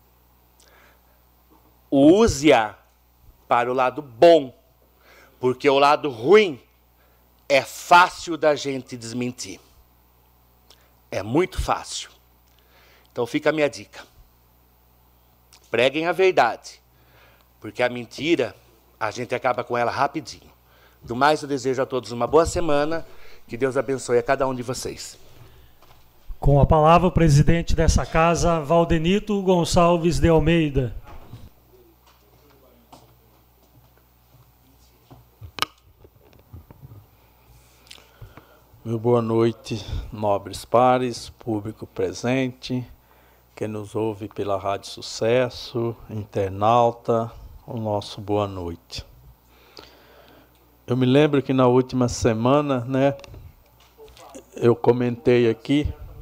Use-a para o lado bom, porque o lado ruim é fácil da gente desmentir. É muito fácil. Então fica a minha dica. Preguem a verdade, porque a mentira, a gente acaba com ela rapidinho. Do mais, eu desejo a todos uma boa semana, que Deus abençoe a cada um de vocês. Com a palavra, o presidente dessa casa, Valdenito Gonçalves de Almeida. Meu boa noite, nobres pares, público presente, quem nos ouve pela Rádio Sucesso, internauta, o nosso boa noite. Eu me lembro que na última semana, né, eu comentei aqui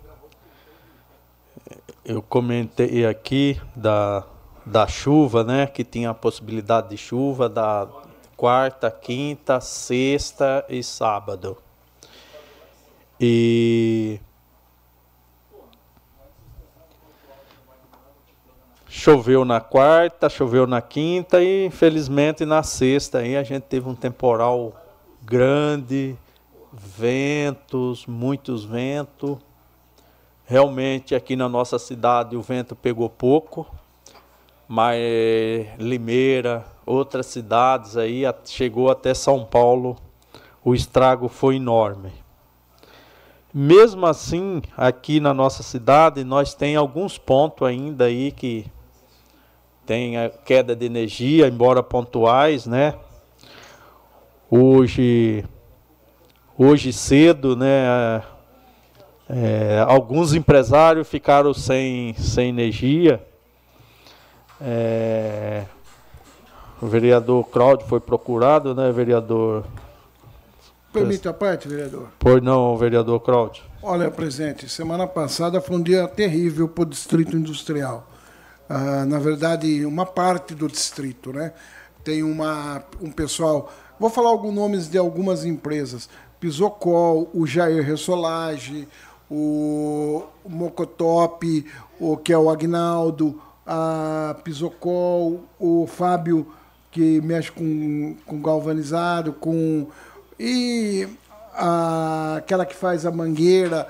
da chuva, né, que tinha a possibilidade de chuva da quarta, quinta, sexta e sábado. E choveu na quarta, choveu na quinta e infelizmente na sexta aí a gente teve um temporal grande, ventos, muitos ventos. Realmente aqui na nossa cidade o vento pegou pouco, mas Limeira, outras cidades aí, chegou até São Paulo, o estrago foi enorme. Mesmo assim, aqui na nossa cidade, nós tem alguns pontos ainda aí que tem a queda de energia, embora pontuais, né? Hoje cedo, né? Alguns empresários ficaram sem energia. O vereador Cláudio foi procurado, né, vereador? Permita a parte, vereador. Pois não, vereador Cláudio. Olha, presidente, semana passada foi um dia terrível para o Distrito Industrial. Na verdade, uma parte do distrito, né? Tem um pessoal... Vou falar alguns nomes de algumas empresas. Pisocol, o Jair Ressolage, o Mocotop, que é o Agnaldo, a Pisocol, o Fábio, que mexe com galvanizado, e aquela que faz a mangueira,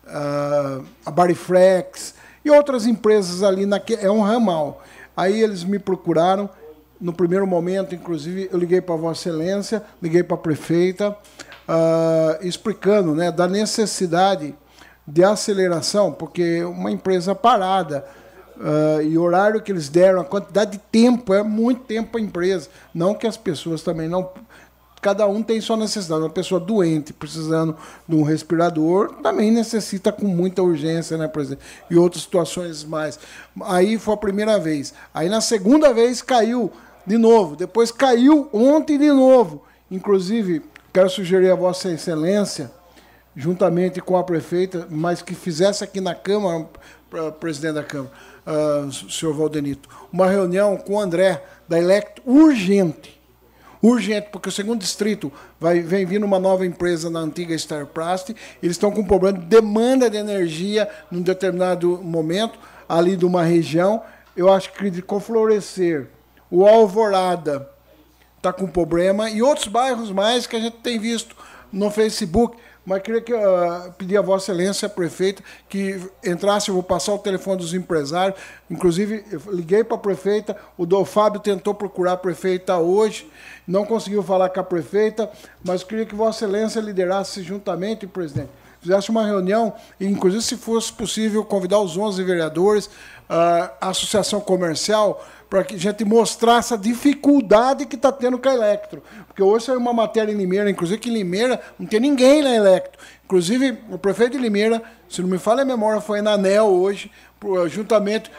a Bariflex, e outras empresas ali, é um ramal. Aí eles me procuraram, no primeiro momento, inclusive, eu liguei para Vossa Excelência, liguei para a prefeita, explicando, né, da necessidade de aceleração, porque uma empresa parada, e o horário que eles deram, a quantidade de tempo, é muito tempo para a empresa. Não que as pessoas também não... Cada um tem sua necessidade. Uma pessoa doente, precisando de um respirador, também necessita com muita urgência, né, presidente? E outras situações mais. Aí foi a primeira vez. Aí na segunda vez caiu de novo. Depois caiu ontem de novo. Inclusive, quero sugerir a Vossa Excelência, juntamente com a prefeita, mas que fizesse aqui na Câmara, presidente da Câmara, senhor Valdenito, uma reunião com o André, da Electro, urgente, porque o segundo distrito vem vindo uma nova empresa na antiga Starplast, eles estão com um problema de demanda de energia num determinado momento, ali de uma região. Eu acho que de Conflorescer, o Alvorada está com problema, e outros bairros mais que a gente tem visto no Facebook. Mas queria pedir a Vossa Excelência, a prefeita, que entrasse, eu vou passar o telefone dos empresários. Inclusive, eu liguei para a prefeita, o Dom Fábio tentou procurar a prefeita hoje, não conseguiu falar com a prefeita, mas eu queria que Vossa Excelência liderasse juntamente, presidente, fizesse uma reunião, e inclusive, se fosse possível, convidar os 11 vereadores, a associação comercial, para que a gente mostrasse a dificuldade que está tendo com a Electro. Porque hoje saiu uma matéria em Limeira, inclusive que em Limeira não tem ninguém na Electro. Inclusive, o prefeito de Limeira, se não me falha a memória, foi na ANEEL hoje, juntamente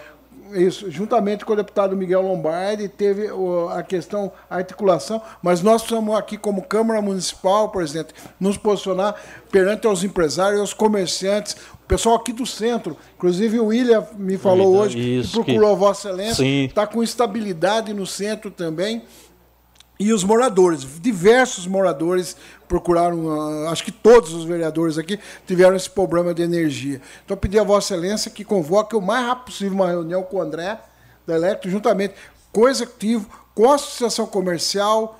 Isso, juntamente com o deputado Miguel Lombardi, teve a questão, a articulação, mas nós precisamos aqui, como Câmara Municipal, presidente, nos posicionar perante aos empresários, aos comerciantes, o pessoal aqui do centro. Inclusive o William me falou hoje que procurou a Vossa Excelência, está com instabilidade no centro também. E os moradores, diversos moradores procuraram, acho que todos os vereadores aqui tiveram esse problema de energia. Então, eu pedi a Vossa Excelência que convoque o mais rápido possível uma reunião com o André, da Eletro, juntamente com o Executivo, com a Associação Comercial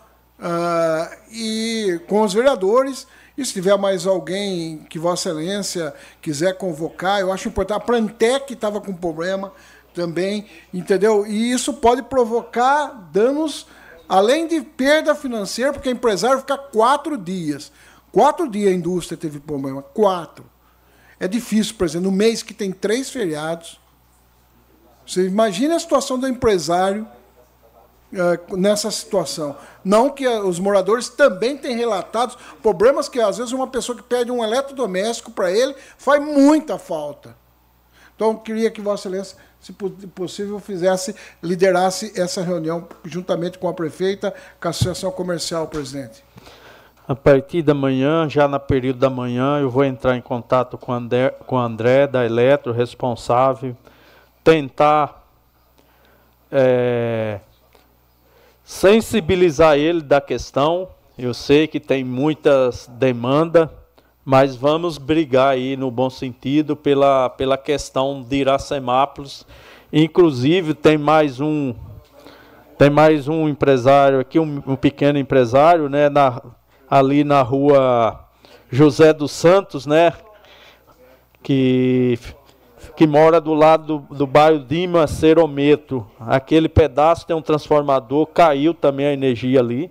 e com os vereadores. E se tiver mais alguém que Vossa Excelência quiser convocar, eu acho importante. A Plantec estava com problema também, entendeu? E isso pode provocar danos, além de perda financeira, porque o empresário fica 4 dias. 4 dias a indústria teve problema. 4. É difícil, por exemplo, no mês que tem 3 feriados. Você imagina a situação do empresário nessa situação. Não que os moradores também têm relatado problemas que, às vezes, uma pessoa que pede um eletrodoméstico para ele faz muita falta. Então, eu queria que Vossa Excelência, se possível, liderasse essa reunião juntamente com a prefeita, com a Associação Comercial, presidente. A partir da manhã, já no período da manhã, eu vou entrar em contato com o André da Eletro, responsável, tentar sensibilizar ele da questão. Eu sei que tem muitas demandas, mas vamos brigar aí no bom sentido pela questão de Iracemápolis. Inclusive tem mais um empresário aqui, um pequeno empresário, né, ali na rua José dos Santos, né, que mora do lado do bairro Dima Cerometo. Aquele pedaço tem um transformador, caiu também a energia ali,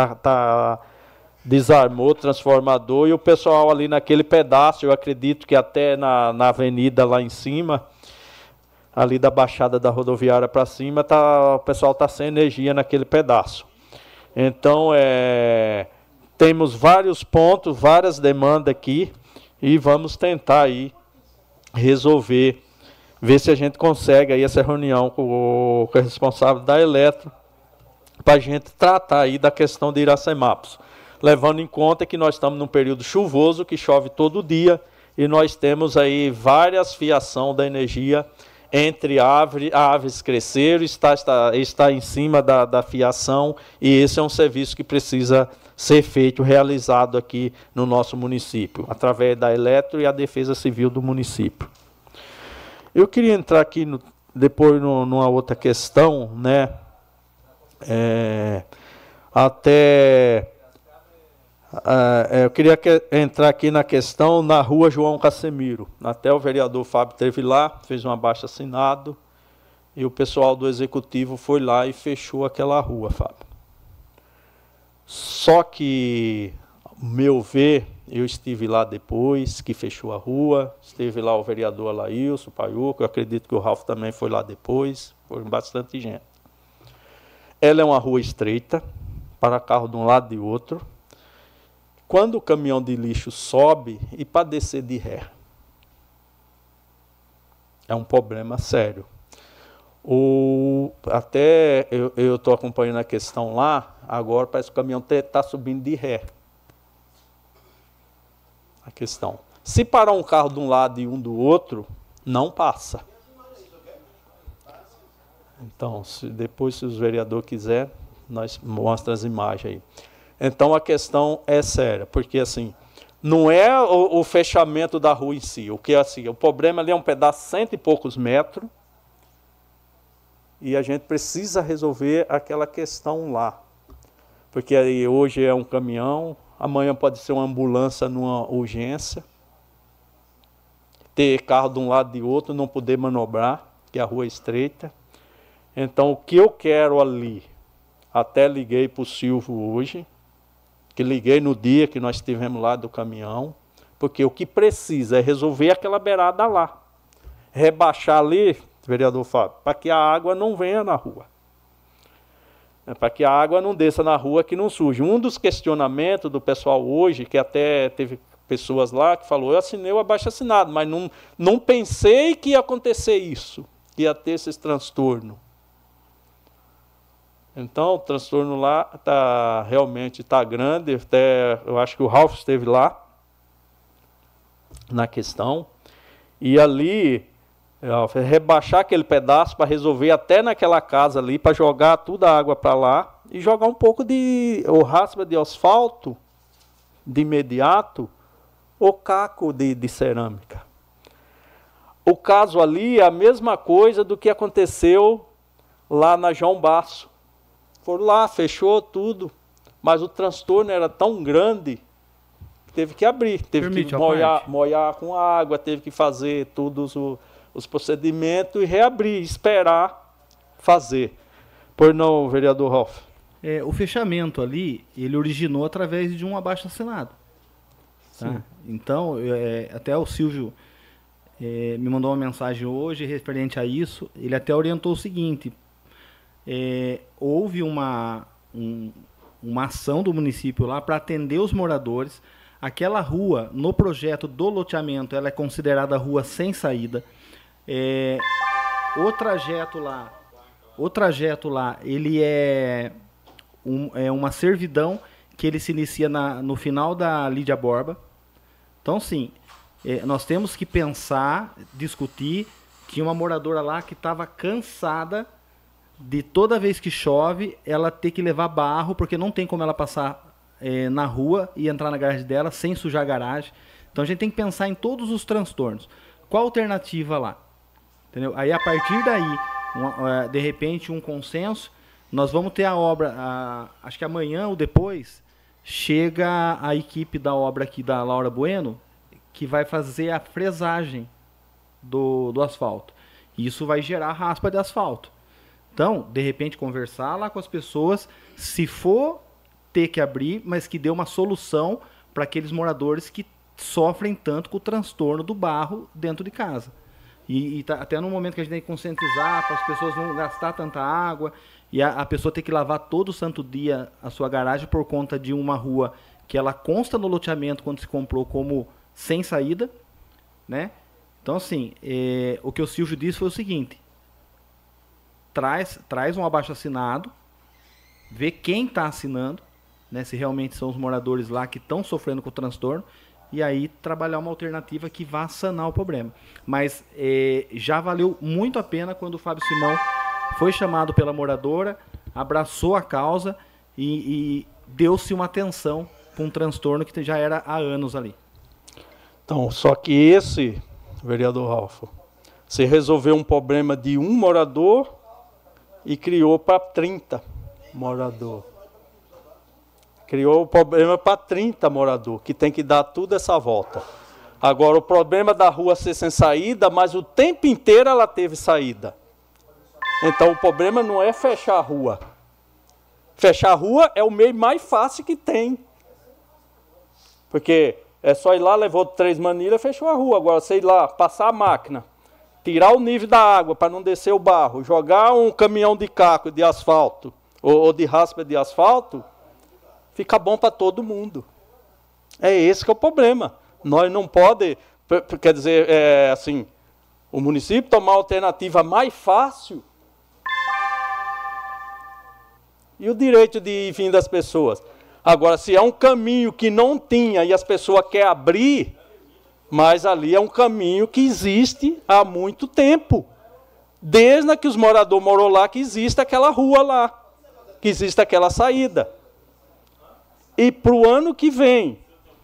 desarmou o transformador, e o pessoal ali naquele pedaço, eu acredito que até na avenida lá em cima, ali da Baixada da Rodoviária para cima, o pessoal está sem energia naquele pedaço. Então, temos vários pontos, várias demandas aqui, e vamos tentar aí resolver, ver se a gente consegue aí essa reunião com o responsável da Eletro, para a gente tratar aí da questão de Iracemápolis, levando em conta que nós estamos num período chuvoso, que chove todo dia, e nós temos aí várias fiação da energia entre aves cresceram, está em cima da fiação, e esse é um serviço que precisa ser feito, realizado aqui no nosso município, através da Eletro e a Defesa Civil do município. Eu queria entrar aqui depois numa outra questão, né? Eu queria entrar aqui na questão na rua João Casemiro. Até o vereador Fábio esteve lá, fez um abaixo-assinado, e o pessoal do Executivo foi lá e fechou aquela rua, Fábio. Só que, ao meu ver, eu estive lá depois que fechou a rua, esteve lá o vereador Alailson, o Paiuca, eu acredito que o Ralf também foi lá depois, foi bastante gente. Ela é uma rua estreita, para carro de um lado e de outro. Quando o caminhão de lixo sobe, e para descer de ré, é um problema sério. Até eu estou acompanhando a questão lá, agora parece que o caminhão está subindo de ré. A questão. Se parar um carro de um lado e um do outro, não passa. Então, depois, se os vereadores quiserem, nós mostramos as imagens aí. Então, a questão é séria, porque assim, não é o fechamento da rua em si, o que é assim, o problema ali é um pedaço de 100 e poucos metros, e a gente precisa resolver aquela questão lá. Porque aí hoje é um caminhão, amanhã pode ser uma ambulância numa urgência, ter carro de um lado e de outro, não poder manobrar, que a rua é estreita. Então, o que eu quero ali, até liguei para o Silvio hoje, que liguei no dia que nós estivemos lá do caminhão, porque o que precisa é resolver aquela beirada lá. Rebaixar ali, vereador Fábio, para que a água não venha na rua. Para que a água não desça na rua, que não suje. Um dos questionamentos do pessoal hoje, que até teve pessoas lá que falou, eu assinei o abaixo-assinado, mas não pensei que ia acontecer isso. que ia ter esse transtorno. Então, o transtorno lá realmente está grande. Até, eu acho que o Ralph esteve lá na questão. E ali, rebaixar aquele pedaço para resolver até naquela casa ali, para jogar toda a água para lá e jogar um pouco de raspa de asfalto de imediato, ou caco de cerâmica. O caso ali é a mesma coisa do que aconteceu lá na João Basso. Foram lá, fechou tudo, mas o transtorno era tão grande que teve que abrir, teve que molhar com água, teve que fazer todos os procedimentos e reabrir, esperar fazer. Pois não, vereador Ralph? O fechamento ali, ele originou através de um abaixo-assinado. Tá? Então, até o Silvio me mandou uma mensagem hoje referente a isso, ele até orientou o seguinte: houve uma ação do município lá para atender os moradores. Aquela rua, no projeto do loteamento, ela é considerada rua sem saída. O trajeto lá, ele é uma servidão que ele se inicia no final da Lídia Borba. Então, sim, nós temos que pensar, discutir. Tinha uma moradora lá que estava cansada de toda vez que chove, ela ter que levar barro, porque não tem como ela passar na rua e entrar na garagem dela sem sujar a garagem. Então a gente tem que pensar em todos os transtornos. Qual a alternativa lá? Entendeu? Aí a partir daí, de repente, um consenso, nós vamos ter a obra, acho que amanhã ou depois, chega a equipe da obra aqui da Laura Bueno, que vai fazer a fresagem do asfalto. E isso vai gerar raspa de asfalto. Então, de repente, conversar lá com as pessoas, se for ter que abrir, mas que dê uma solução para aqueles moradores que sofrem tanto com o transtorno do barro dentro de casa. E até no momento que a gente tem que conscientizar para as pessoas não gastar tanta água e a pessoa ter que lavar todo santo dia a sua garagem por conta de uma rua que ela consta no loteamento quando se comprou como sem saída, né? Então, assim, o que o Silvio disse foi o seguinte: traz um abaixo-assinado, vê quem está assinando, né, se realmente são os moradores lá que estão sofrendo com o transtorno, e aí trabalhar uma alternativa que vá sanar o problema. Mas já valeu muito a pena quando o Fábio Simão foi chamado pela moradora, abraçou a causa e deu-se uma atenção para um transtorno que já era há anos ali. Então, só que esse, vereador Ralph, você resolveu um problema de um morador e criou para 30 moradores. Criou o problema para 30 moradores, que tem que dar tudo essa volta. Agora, o problema da rua ser sem saída, mas o tempo inteiro ela teve saída. Então, o problema não é fechar a rua. Fechar a rua é o meio mais fácil que tem. Porque é só ir lá, levou 3 manilhas, fechou a rua. Agora, sei lá, passar a máquina, tirar o nível da água para não descer o barro, jogar um caminhão de caco de asfalto ou de raspa de asfalto, fica bom para todo mundo. É esse que é o problema. Nós não podemos, quer dizer, assim, o município tomar a alternativa mais fácil e o direito de ir e vir das pessoas. Agora, se é um caminho que não tinha e as pessoas querem abrir, mas ali é um caminho que existe há muito tempo. Desde que os moradores moram lá, que existe aquela rua lá, que existe aquela saída. E para o ano que vem,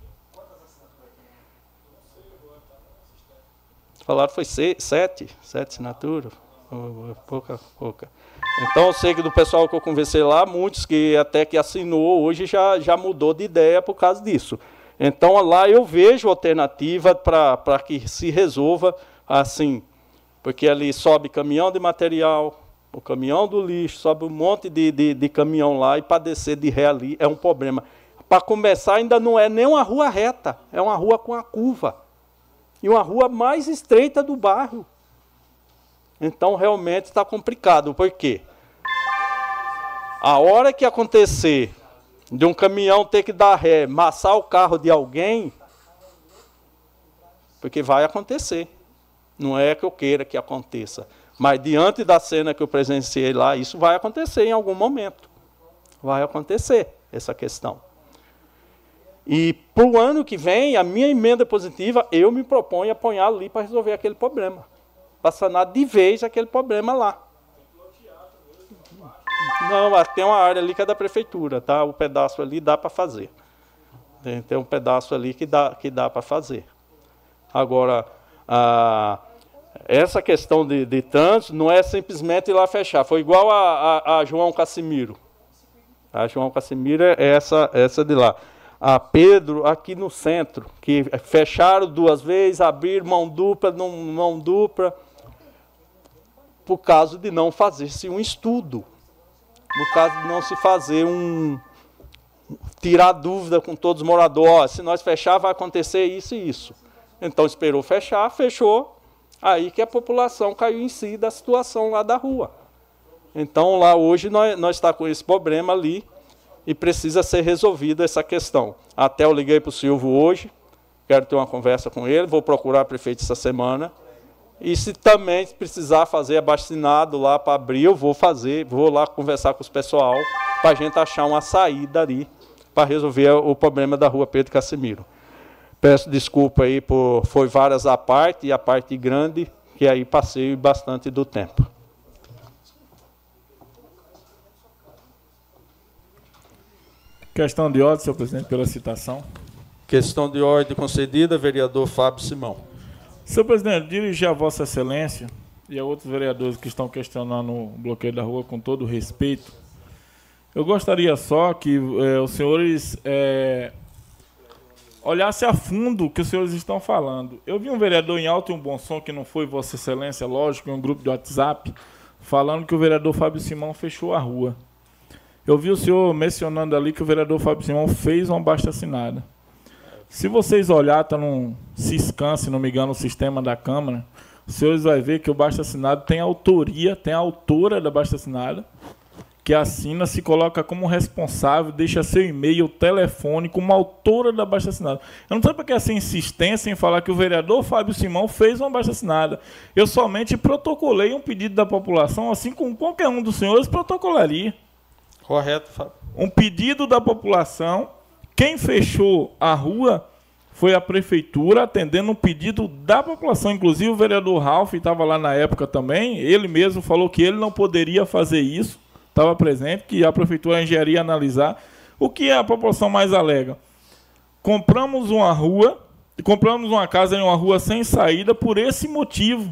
falaram que foi 7 assinaturas, pouca. Então eu sei que do pessoal que eu conversei lá, muitos que até que assinou, hoje já mudou de ideia por causa disso. Então lá eu vejo alternativa para que se resolva assim, porque ali sobe caminhão de material, o caminhão do lixo, sobe um monte de caminhão lá, e para descer de ré ali é um problema. Para começar, ainda não é nem uma rua reta, é uma rua com a curva. E uma rua mais estreita do bairro. Então, realmente está complicado. Por quê? A hora que acontecer de um caminhão ter que dar ré, amassar o carro de alguém, porque vai acontecer. Não é que eu queira que aconteça. Mas diante da cena que eu presenciei lá, isso vai acontecer em algum momento. Vai acontecer essa questão. E para o ano que vem, a minha emenda positiva, eu me proponho apoiar ali para resolver aquele problema. Para sanar de vez aquele problema lá. Não, tem uma área ali que é da prefeitura, tá? O pedaço ali dá para fazer. Tem um pedaço ali que dá para fazer. Agora, essa questão de trânsito não é simplesmente ir lá fechar. Foi igual a João Casimiro. A João Casimiro é essa de lá. A Pedro, aqui no centro, que fecharam 2 vezes, abriram mão dupla, por causa de não fazer-se um estudo. No caso de não se fazer tirar dúvida com todos os moradores, se nós fechar vai acontecer isso e isso. Então esperou fechar, fechou, aí que a população caiu em si da situação lá da rua. Então lá hoje nós está com esse problema ali e precisa ser resolvida essa questão. Até eu liguei para o Silvio hoje, quero ter uma conversa com ele, vou procurar o prefeito essa semana. E se também precisar fazer abaixo-assinado lá para abrir, eu vou fazer, vou lá conversar com os pessoal para a gente achar uma saída ali para resolver o problema da rua Pedro Casimiro. Peço desculpa aí foi várias a parte, e a parte grande, que aí passei bastante do tempo. Questão de ordem, senhor presidente, pela citação. Questão de ordem concedida, vereador Fábio Simão. Senhor presidente, dirigir a Vossa Excelência e a outros vereadores que estão questionando o bloqueio da rua com todo o respeito, eu gostaria só que os senhores olhassem a fundo o que os senhores estão falando. Eu vi um vereador em alto e um bom som, que não foi Vossa Excelência, lógico, em um grupo de WhatsApp, falando que o vereador Fábio Simão fechou a rua. Eu vi o senhor mencionando ali que o vereador Fábio Simão fez uma abaixo-assinada. Se vocês olharem, está num Siscam, se não me engano, no sistema da Câmara, os senhores vão ver que o abaixo-assinado tem autoria, tem a autora da abaixo-assinada, que assina, se coloca como responsável, deixa seu e-mail, telefone, como autora da abaixo-assinada. Eu não sei para que essa insistência em falar que o vereador Fábio Simão fez uma abaixo-assinada. Eu somente protocolei um pedido da população, assim como qualquer um dos senhores protocolaria. Correto, Fábio. Um pedido da população. Quem fechou a rua foi a prefeitura, atendendo um pedido da população. Inclusive, o vereador Ralf estava lá na época também. Ele mesmo falou que ele não poderia fazer isso. Estava presente, que a prefeitura engenharia analisar. O que a população mais alega? Compramos uma rua, compramos uma casa em uma rua sem saída por esse motivo.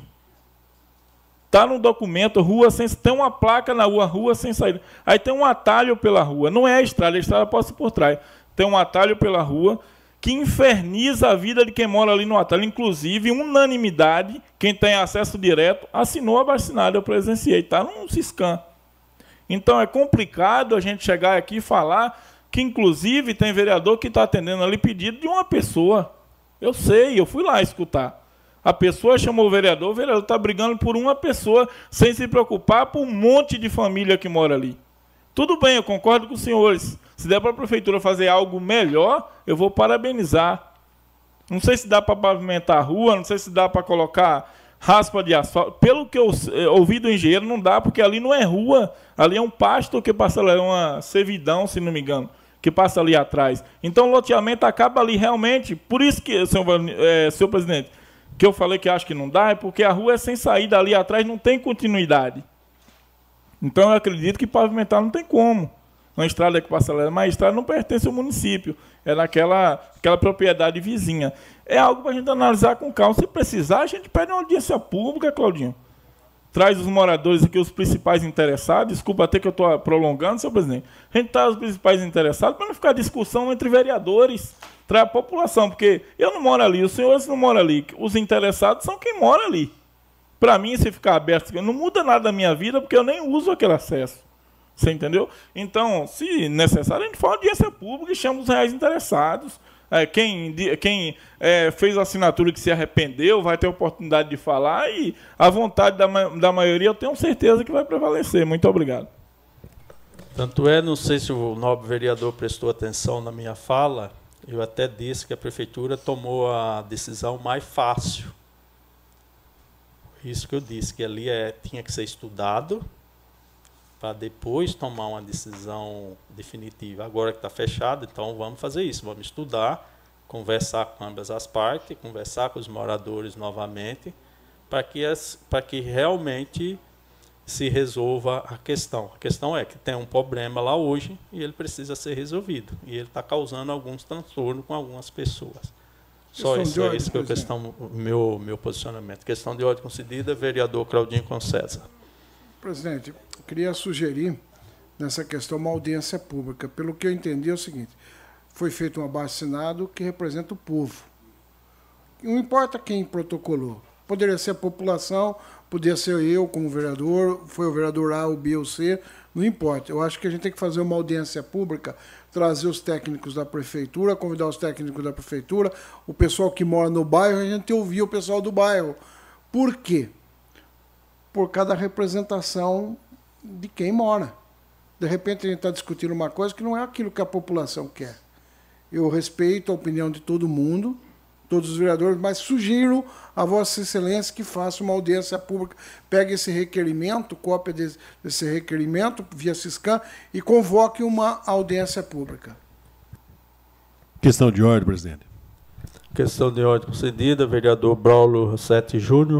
Está no documento, rua sem, tem uma placa na rua sem saída. Aí tem um atalho pela rua. Não é a estrada passa por trás. Tem um atalho pela rua que inferniza a vida de quem mora ali no atalho. Inclusive, unanimidade, quem tem acesso direto, assinou a abaixo-assinada. Eu presenciei, está no Siscam. Então é complicado a gente chegar aqui e falar que, inclusive, tem vereador que está atendendo ali pedido de uma pessoa. Eu sei, eu fui lá escutar. A pessoa chamou o vereador está brigando por uma pessoa, sem se preocupar por um monte de família que mora ali. Tudo bem, eu concordo com os senhores. Se der para a prefeitura fazer algo melhor, eu vou parabenizar. Não sei se dá para pavimentar a rua, não sei se dá para colocar raspa de asfalto. Pelo que eu ouvi do engenheiro, não dá, porque ali não é rua, ali é um pasto que passa lá, é uma servidão, se não me engano, que passa ali atrás. Então o loteamento acaba ali realmente. Por isso que, senhor presidente, que eu falei que acho que não dá, é porque a rua é sem saída ali atrás, não tem continuidade. Então eu acredito que pavimentar não tem como. Uma estrada que passa lá, mas a estrada não pertence ao município, é naquela propriedade vizinha. É algo para a gente analisar com calma. Se precisar, a gente pede uma audiência pública, Claudinho. Traz os moradores aqui, os principais interessados. Desculpa até que eu estou prolongando, senhor presidente. A gente traz os principais interessados para não ficar discussão entre vereadores. Traz a população, porque eu não moro ali, os senhores não moram ali. Os interessados são quem mora ali. Para mim, se ficar aberto, não muda nada da minha vida, porque eu nem uso aquele acesso. Você entendeu? Então, se necessário, a gente faz audiência pública e chama os reais interessados. Quem fez a assinatura que se arrependeu vai ter a oportunidade de falar e a vontade da maioria eu tenho certeza que vai prevalecer. Muito obrigado. Tanto não sei se o nobre vereador prestou atenção na minha fala, eu até disse que a prefeitura tomou a decisão mais fácil. Isso que eu disse, que ali tinha que ser estudado para depois tomar uma decisão definitiva. Agora que está fechado, então vamos fazer isso, vamos estudar, conversar com ambas as partes, conversar com os moradores novamente, para que realmente se resolva a questão. A questão é que tem um problema lá hoje e ele precisa ser resolvido. E ele está causando alguns transtornos com algumas pessoas. Só isso é isso que é meu posicionamento. Questão de ordem concedida, vereador Claudinho Concesa. Presidente, eu queria sugerir nessa questão uma audiência pública. Pelo que eu entendi é o seguinte, foi feito um abaixo-assinado que representa o povo. Não importa quem protocolou. Poderia ser a população, poderia ser eu como vereador, foi o vereador A, o B ou C, não importa. Eu acho que a gente tem que fazer uma audiência pública, trazer os técnicos da prefeitura, convidar os técnicos da prefeitura, o pessoal que mora no bairro, a gente ouvir o pessoal do bairro. Por quê? Por cada representação de quem mora. De repente a gente está discutindo uma coisa que não é aquilo que a população quer. Eu respeito a opinião de todo mundo, todos os vereadores, mas sugiro a Vossa Excelência que faça uma audiência pública, pegue esse requerimento, cópia desse requerimento via Siscam e convoque uma audiência pública. Questão de ordem, presidente. Questão de ordem concedida, vereador Braulio Rossetti Júnior.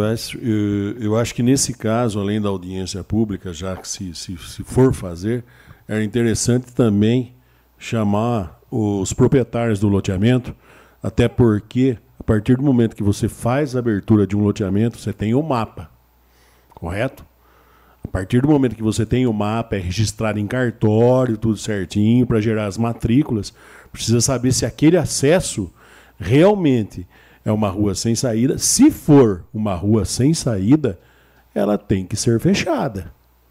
Eu acho que nesse caso, além da audiência pública, já que se for fazer, é interessante também chamar os proprietários do loteamento, até porque, a partir do momento que você faz a abertura de um loteamento, você tem o mapa, correto? A partir do momento que você tem o mapa, é registrado em cartório, tudo certinho, para gerar as matrículas, precisa saber se aquele acesso realmente é uma rua sem saída. Se for uma rua sem saída, ela tem que ser fechada.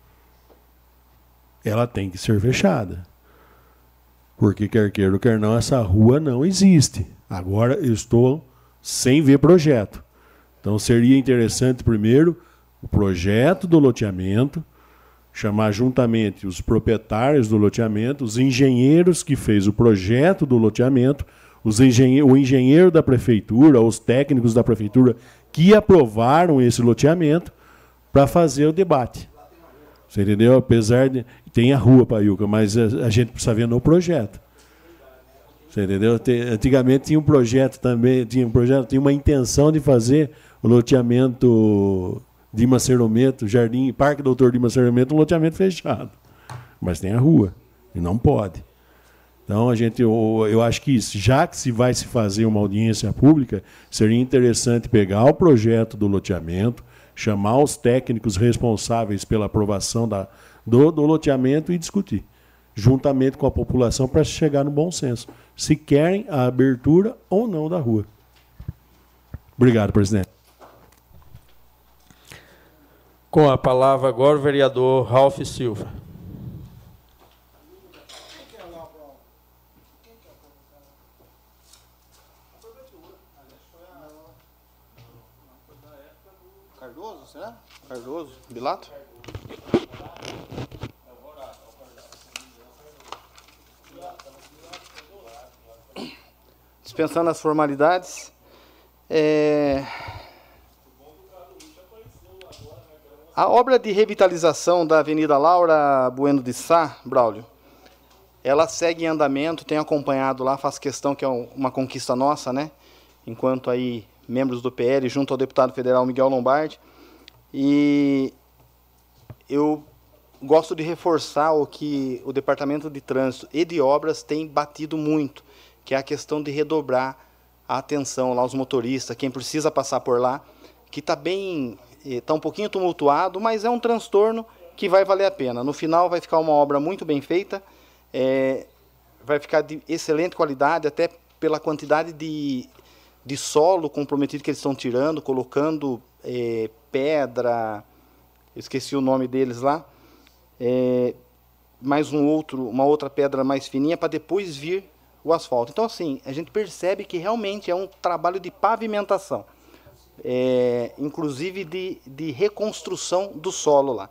Ela tem que ser fechada. Porque quer queira ou quer não, essa rua não existe. Agora eu estou sem ver projeto. Então seria interessante primeiro o projeto do loteamento, chamar juntamente os proprietários do loteamento, os engenheiros que fez o projeto do loteamento, o engenheiro da prefeitura, os técnicos da prefeitura que aprovaram esse loteamento para fazer o debate. Você entendeu? Apesar de... Tem a rua, Paiuca, mas a gente precisa ver no projeto. Você entendeu? Antigamente tinha um projeto também, tinha uma intenção de fazer o loteamento de Maceromento, Jardim, Parque Doutor de Maceromento, um loteamento fechado. Mas tem a rua, e não pode. Então, eu acho que já que vai se fazer uma audiência pública, seria interessante pegar o projeto do loteamento, chamar os técnicos responsáveis pela aprovação do loteamento e discutir, juntamente com a população, para chegar no bom senso, se querem a abertura ou não da rua. Obrigado, presidente. Com a palavra agora o vereador Ralph Silva. Cardoso, será? Cardoso, Bilato? Dispensando as formalidades, a obra de revitalização da Avenida Laura Bueno de Sá, Braulio, ela segue em andamento, tenho acompanhado lá, faço questão que é uma conquista nossa, né? Enquanto aí membros do PL, junto ao deputado federal Miguel Lombardi, e eu gosto de reforçar o que o Departamento de Trânsito e de Obras tem batido muito, que é a questão de redobrar a atenção lá aos motoristas, quem precisa passar por lá, que está um pouquinho tumultuado, mas é um transtorno que vai valer a pena. No final vai ficar uma obra muito bem feita, vai ficar de excelente qualidade, até pela quantidade de solo comprometido que eles estão tirando, colocando pedra, eu esqueci o nome deles lá, mais uma outra pedra mais fininha para depois vir o asfalto. Então, assim, a gente percebe que realmente é um trabalho de pavimentação, inclusive de reconstrução do solo lá.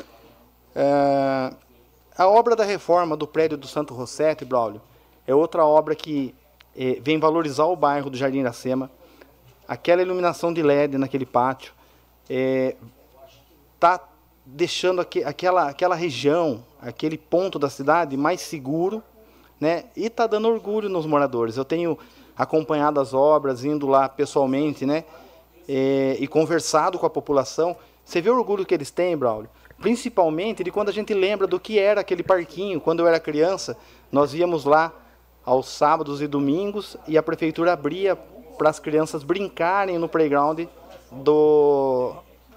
A obra da reforma do prédio do Santo Rossetti, Braulio, é outra obra que vem valorizar o bairro do Jardim Iracema, aquela iluminação de LED naquele pátio, está deixando aquela região, aquele ponto da cidade mais seguro, né? E está dando orgulho nos moradores. Eu tenho acompanhado as obras, indo lá pessoalmente, né? E conversado com a população. Você vê o orgulho que eles têm, Braulio? Principalmente de quando a gente lembra do que era aquele parquinho. Quando eu era criança, nós íamos lá aos sábados e domingos e a prefeitura abria para as crianças brincarem no playground do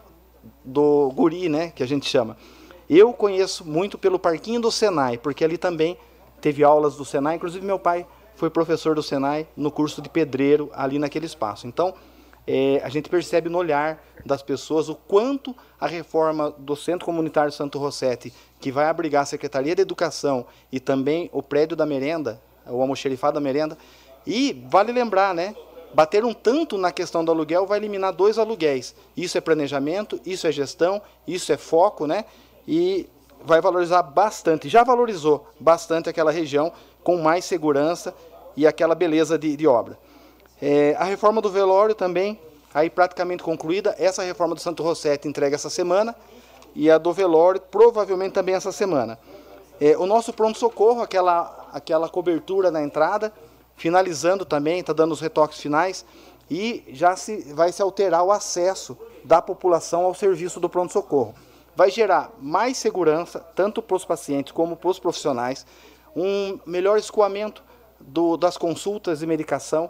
Guri, né, que a gente chama. Eu conheço muito pelo parquinho do Senai, porque ali também teve aulas do Senai, inclusive meu pai foi professor do Senai no curso de pedreiro ali naquele espaço. Então, a gente percebe no olhar das pessoas o quanto a reforma do Centro Comunitário Santo Rossetti, que vai abrigar a Secretaria de Educação e também o prédio da merenda, o almoxerifado da merenda, e vale lembrar, né, bateram tanto na questão do aluguel, vai eliminar 2 aluguéis. Isso é planejamento, isso é gestão, isso é foco, né, e vai valorizar bastante, já valorizou bastante aquela região com mais segurança e aquela beleza de obra. A reforma do velório também, aí praticamente concluída. Essa reforma do Santo Rossetti entrega essa semana e a do velório provavelmente também essa semana. O nosso pronto-socorro, aquela cobertura na entrada, finalizando também, está dando os retoques finais e já vai se alterar o acesso da população ao serviço do pronto-socorro. Vai gerar mais segurança, tanto para os pacientes como para os profissionais, um melhor escoamento das consultas e medicação,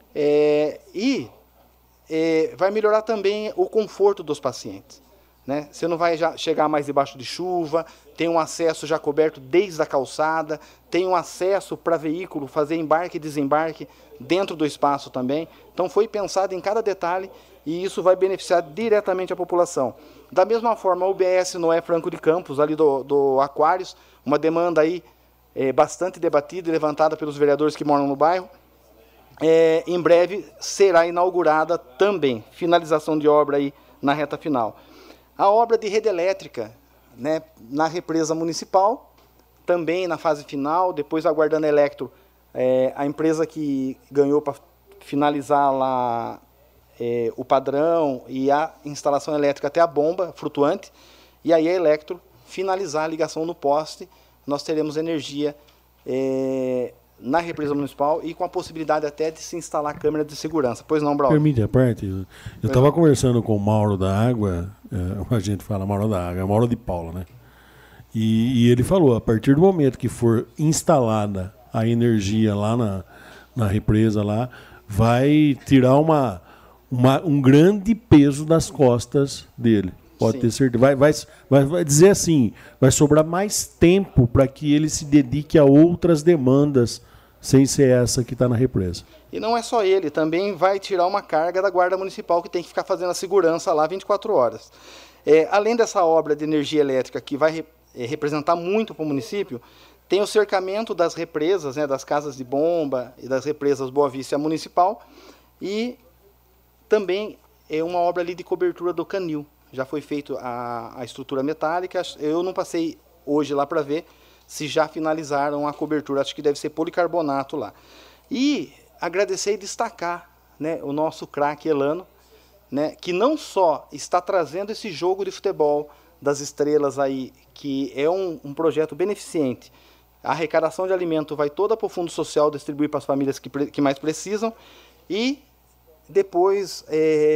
e vai melhorar também o conforto dos pacientes, né? Você não vai já chegar mais debaixo de chuva, tem um acesso já coberto desde a calçada, tem um acesso para veículo fazer embarque e desembarque dentro do espaço também. Então foi pensado em cada detalhe e isso vai beneficiar diretamente a população. Da mesma forma, a UBS Noé Franco de Campos, ali do Aquários, uma demanda aí bastante debatida e levantada pelos vereadores que moram no bairro, em breve será inaugurada também, finalização de obra aí na reta final. A obra de rede elétrica, né, na represa municipal, também na fase final, depois aguardando a Electro, a empresa que ganhou para finalizar lá o padrão e a instalação elétrica até a bomba flutuante, e aí a Electro finalizar a ligação no poste, nós teremos energia na represa municipal e com a possibilidade até de se instalar câmera de segurança. Pois não, Braulio? Permite a parte? Eu estava conversando com o Mauro da Água, a gente fala Mauro da Água, é Mauro de Paula, né? E ele falou, a partir do momento que for instalada a energia lá na represa, lá, vai tirar um grande peso das costas dele. Pode ter certeza. Vai dizer assim, vai sobrar mais tempo para que ele se dedique a outras demandas, sem ser essa que está na represa. E não é só ele, também vai tirar uma carga da Guarda Municipal, que tem que ficar fazendo a segurança lá 24 horas. Além dessa obra de energia elétrica, que vai representar muito para o município, tem o cercamento das represas, né, das casas de bomba e das represas Boa Vista Municipal, e também uma obra ali de cobertura do canil. Já foi feita a estrutura metálica, eu não passei hoje lá para ver se já finalizaram a cobertura, acho que deve ser policarbonato lá. E agradecer e destacar, né, o nosso craque Elano, né, que não só está trazendo esse jogo de futebol das estrelas aí, que é um projeto beneficente. A arrecadação de alimento vai toda para o Fundo Social distribuir para as famílias que mais precisam, e depois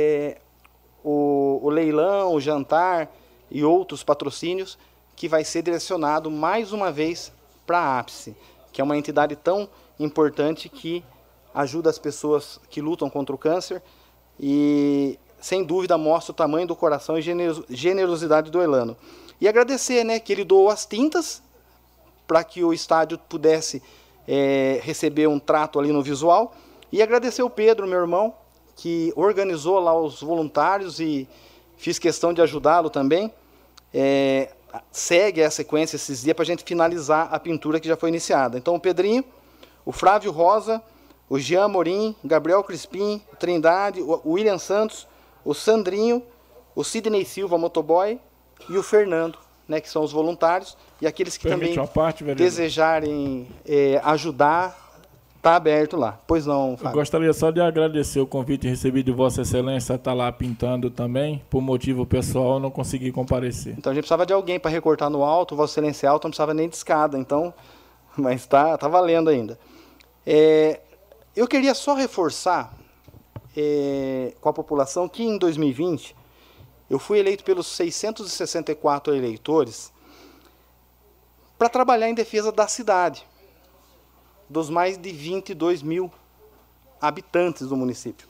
o leilão, o jantar e outros patrocínios que vai ser direcionado mais uma vez para a APSE, que é uma entidade tão importante que ajuda as pessoas que lutam contra o câncer e, sem dúvida, mostra o tamanho do coração e generosidade do Elano. E agradecer, né, que ele doou as tintas para que o estádio pudesse receber um trato ali no visual, e agradecer o Pedro, meu irmão, que organizou lá os voluntários e fiz questão de ajudá-lo também. Segue a sequência esses dias para a gente finalizar a pintura que já foi iniciada. Então o Pedrinho, o Flávio Rosa, o Jean Morim, Gabriel Crispim, Trindade, o William Santos, o Sandrinho, o Sidney Silva, motoboy, e o Fernando, né, que são os voluntários, e aqueles que também desejarem ajudar, Está aberto lá. Pois não, Fábio? Eu gostaria só de agradecer o convite recebido de Vossa Excelência, estar lá pintando também. Por motivo pessoal, eu não consegui comparecer. Então a gente precisava de alguém para recortar no alto, Vossa Excelência alto, não precisava nem de escada, então, mas tá valendo ainda. Eu queria só reforçar com a população que em 2020 eu fui eleito pelos 664 eleitores para trabalhar em defesa da cidade, dos mais de 22 mil habitantes do município.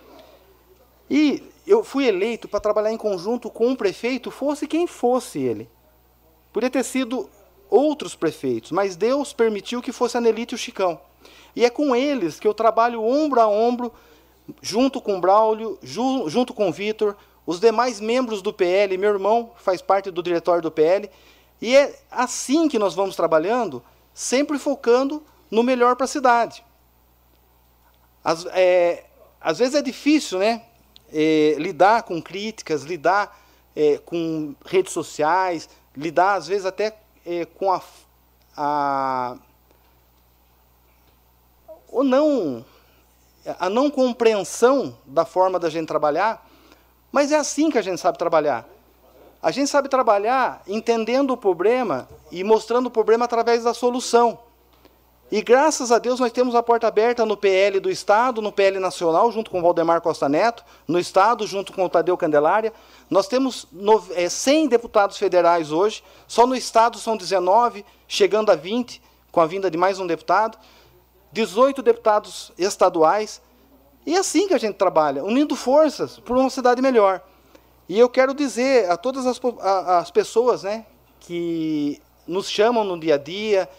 E eu fui eleito para trabalhar em conjunto com um prefeito, fosse quem fosse ele. Podia ter sido outros prefeitos, mas Deus permitiu que fosse a Nelite e o Chicão. E é com eles que eu trabalho ombro a ombro, junto com o Braulio, junto com o Vitor, os demais membros do PL, meu irmão faz parte do diretório do PL, e é assim que nós vamos trabalhando, sempre focando no melhor para a cidade. Às vezes é difícil, né, lidar com críticas, lidar com redes sociais, lidar às vezes até com a não compreensão da forma da gente trabalhar, mas é assim que a gente sabe trabalhar. A gente sabe trabalhar entendendo o problema e mostrando o problema através da solução. E graças a Deus nós temos a porta aberta no PL do Estado, no PL Nacional, junto com o Valdemar Costa Neto, no Estado, junto com o Tadeu Candelária. Nós temos 100 deputados federais hoje, só no Estado são 19, chegando a 20, com a vinda de mais um deputado, 18 deputados estaduais. E é assim que a gente trabalha, unindo forças por uma cidade melhor. E eu quero dizer a todas as pessoas, né, que nos chamam no dia a dia,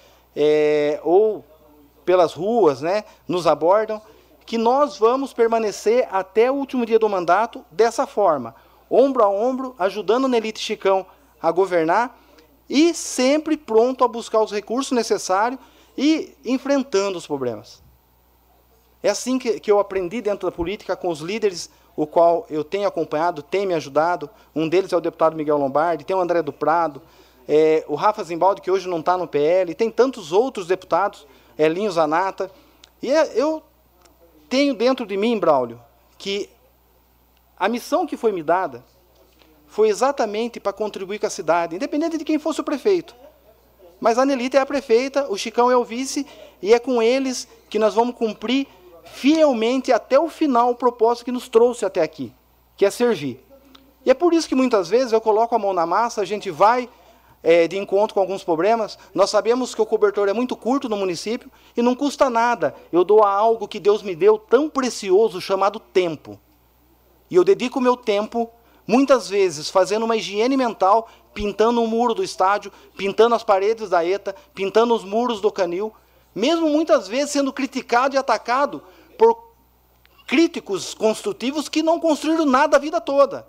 ou pelas ruas, né, nos abordam, que nós vamos permanecer até o último dia do mandato dessa forma, ombro a ombro, ajudando Nelite e Chicão a governar e sempre pronto a buscar os recursos necessários e enfrentando os problemas. É assim que eu aprendi dentro da política com os líderes, o qual eu tenho acompanhado, tem me ajudado. Um deles é o deputado Miguel Lombardi, tem o André do Prado, o Rafa Zimbaldi, que hoje não está no PL, tem tantos outros deputados, Linho Zanata. E eu tenho dentro de mim, Braulio, que a missão que foi me dada foi exatamente para contribuir com a cidade, independente de quem fosse o prefeito. Mas a Nelite é a prefeita, o Chicão é o vice, e é com eles que nós vamos cumprir fielmente até o final o propósito que nos trouxe até aqui, que é servir. E é por isso que muitas vezes eu coloco a mão na massa, a gente vai de encontro com alguns problemas. Nós sabemos que o cobertor é muito curto no município e não custa nada. Eu dou a algo que Deus me deu tão precioso, chamado tempo. E eu dedico o meu tempo, muitas vezes, fazendo uma higiene mental, pintando o muro do estádio, pintando as paredes da ETA, pintando os muros do Canil, mesmo muitas vezes sendo criticado e atacado por críticos construtivos que não construíram nada a vida toda.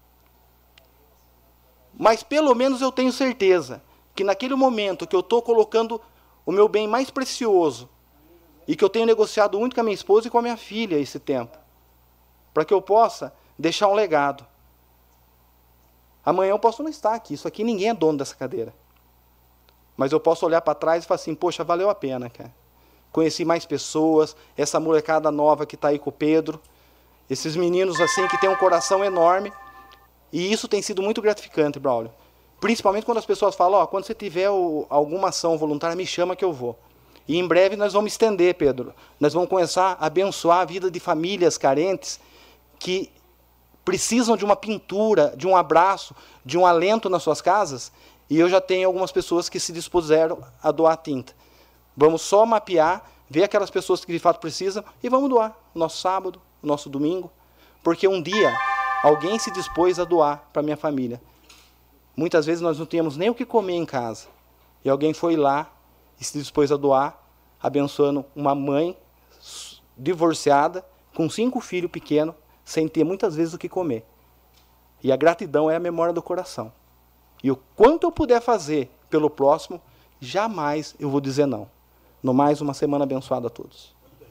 Mas pelo menos eu tenho certeza que naquele momento que eu estou colocando o meu bem mais precioso e que eu tenho negociado muito com a minha esposa e com a minha filha esse tempo, para que eu possa deixar um legado. Amanhã eu posso não estar aqui, isso aqui ninguém é dono dessa cadeira. Mas eu posso olhar para trás e falar assim, poxa, valeu a pena, cara. Conheci mais pessoas, essa molecada nova que está aí com o Pedro, esses meninos assim que têm um coração enorme. E isso tem sido muito gratificante, Braulio. Principalmente quando as pessoas falam, quando você tiver alguma ação voluntária, me chama que eu vou. E em breve nós vamos estender, Pedro. Nós vamos começar a abençoar a vida de famílias carentes que precisam de uma pintura, de um abraço, de um alento nas suas casas. E eu já tenho algumas pessoas que se dispuseram a doar tinta. Vamos só mapear, ver aquelas pessoas que de fato precisam e vamos doar o nosso sábado, o nosso domingo. Porque um dia alguém se dispôs a doar para a minha família. Muitas vezes nós não tínhamos nem o que comer em casa. E alguém foi lá e se dispôs a doar, abençoando uma mãe divorciada, com 5 filhos pequenos, sem ter muitas vezes o que comer. E a gratidão é a memória do coração. E o quanto eu puder fazer pelo próximo, jamais eu vou dizer não. No mais, uma semana abençoada a todos.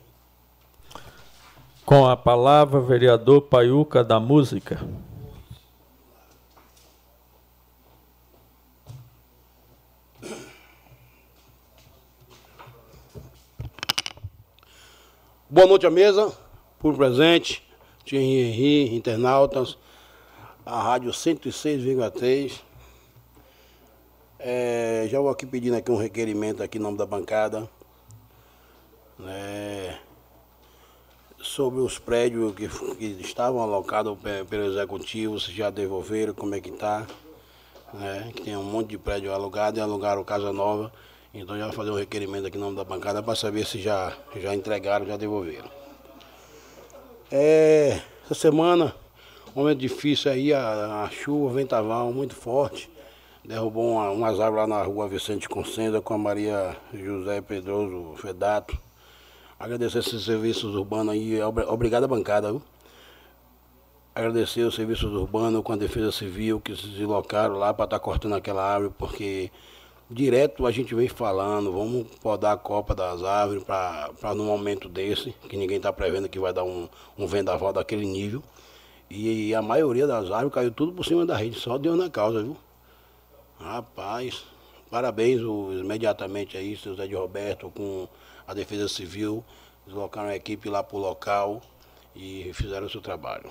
Com a palavra, vereador Paiuca da Música. Boa noite à mesa, por presente, Thierry Henry, internautas, a Rádio 106,3. Já vou aqui pedindo aqui um requerimento aqui em nome da bancada, né, sobre os prédios que estavam alocados pelo executivo, se já devolveram, como é que está, né, que tem um monte de prédio alugado e alugaram Casa Nova, então já vou fazer um requerimento aqui em nome da bancada para saber se já entregaram, já devolveram. Essa semana, um momento difícil aí, a chuva, vendaval muito forte, derrubou umas árvores lá na rua Vicente Concenda com a Maria José Pedroso Fedato. Agradecer esses serviços urbanos aí, obrigado à bancada, viu? Agradecer os serviços urbanos com a Defesa Civil que se deslocaram lá para estar cortando aquela árvore, porque direto a gente vem falando, vamos podar a copa das árvores para num momento desse, que ninguém está prevendo que vai dar um vendaval daquele nível. E a maioria das árvores caiu tudo por cima da rede, só Deus na causa, viu? Rapaz, parabéns imediatamente aí, seu Zé de Roberto, com a Defesa Civil, deslocaram a equipe lá para o local e fizeram o seu trabalho.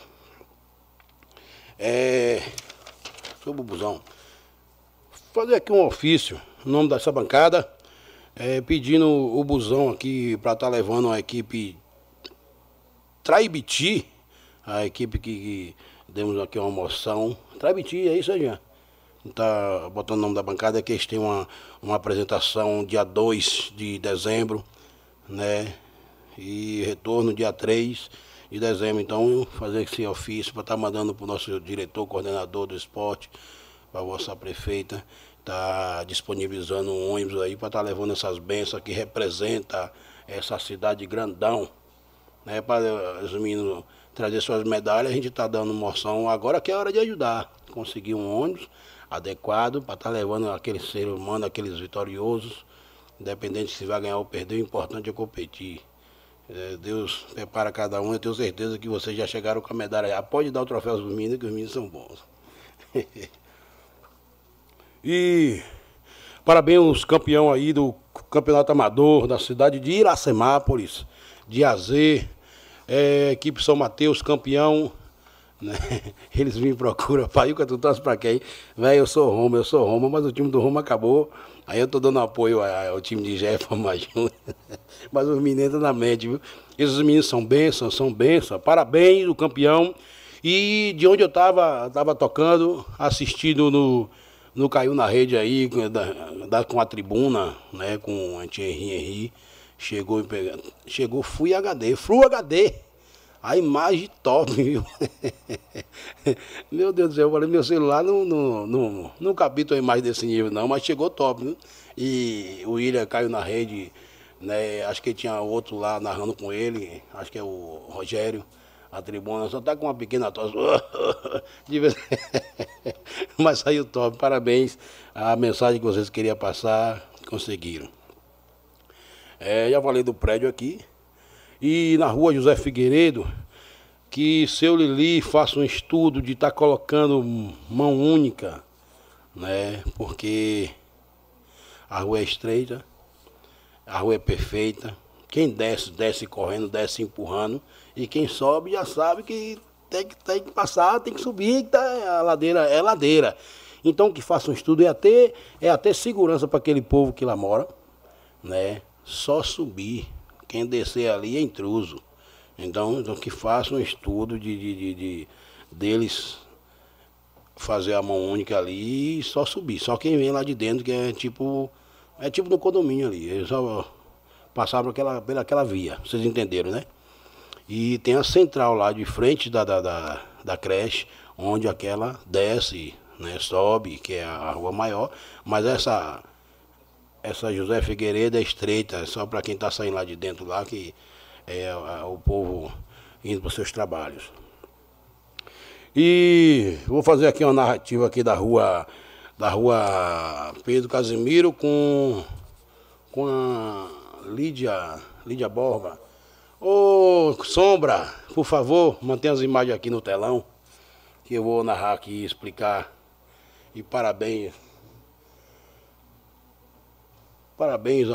Sobre o busão, fazer aqui um ofício, em nome dessa bancada, pedindo o busão aqui para estar levando a equipe Traibiti, a equipe que demos aqui uma moção. Traibiti, é isso aí, já. Está botando o nome da bancada, que eles têm uma apresentação dia 2 de dezembro, né? E retorno dia 3 de dezembro. Então, fazer esse ofício para estar mandando para o nosso diretor, coordenador do esporte, para a vossa prefeita, está disponibilizando um ônibus aí para estar levando essas bênçãos que representa essa cidade grandão, né? Para os meninos trazer suas medalhas, a gente está dando moção agora que é hora de ajudar, conseguir um ônibus adequado para estar levando aquele ser humano, aqueles vitoriosos, independente se vai ganhar ou perder, o importante é competir. Deus prepara cada um, eu tenho certeza que vocês já chegaram com a medalha. Já pode dar o troféu aos meninos, que os meninos são bons. E parabéns aos campeões aí do Campeonato Amador da cidade de Iracemápolis, de AZ, equipe São Mateus, campeão. Né? Eles me procuram, Paiuca, tu torce pra quem? Velho, eu sou Roma, mas o time do Roma acabou. Aí eu tô dando apoio ao time de Jefferson Júnior. Mas os meninos estão na mente, viu? Esses meninos são bênçãos. Parabéns, o campeão. E de onde eu tava tocando, assistindo no Caiu na Rede aí, com a tribuna, né? Com a Thierry Henry. Chegou Full HD. A imagem top, viu? Meu Deus do céu, eu falei, meu celular não captou a imagem desse nível não, mas chegou top, viu? E o William caiu na rede, né? Acho que tinha outro lá narrando com ele, acho que é o Rogério, a tribuna, só tá com uma pequena tosse. Mas saiu top, parabéns. A mensagem que vocês queriam passar, conseguiram. Já falei do prédio aqui. E na rua José Figueiredo, que seu Lili faça um estudo de estar colocando mão única, né? Porque a rua é estreita, a rua é perfeita. Quem desce correndo, desce empurrando. E quem sobe já sabe que tem que passar, tem que subir, que a ladeira é ladeira. Então que faça um estudo, é até segurança para aquele povo que lá mora, né? Só subir. Quem descer ali é intruso. Então que faça um estudo deles fazer a mão única ali e só subir. Só quem vem lá de dentro, que é tipo no condomínio ali. Eles só passaram pelaquela via, vocês entenderam, né? E tem a central lá de frente da creche, onde aquela desce, né, sobe, que é a rua maior, mas essa José Figueiredo é estreita, é só para quem está saindo lá de dentro lá, que é o povo indo para os seus trabalhos. E vou fazer aqui uma narrativa aqui da rua Pedro Casimiro com a Lídia Borba. Ô, Sombra, por favor, mantenha as imagens aqui no telão, que eu vou narrar aqui e explicar. E parabéns. Parabéns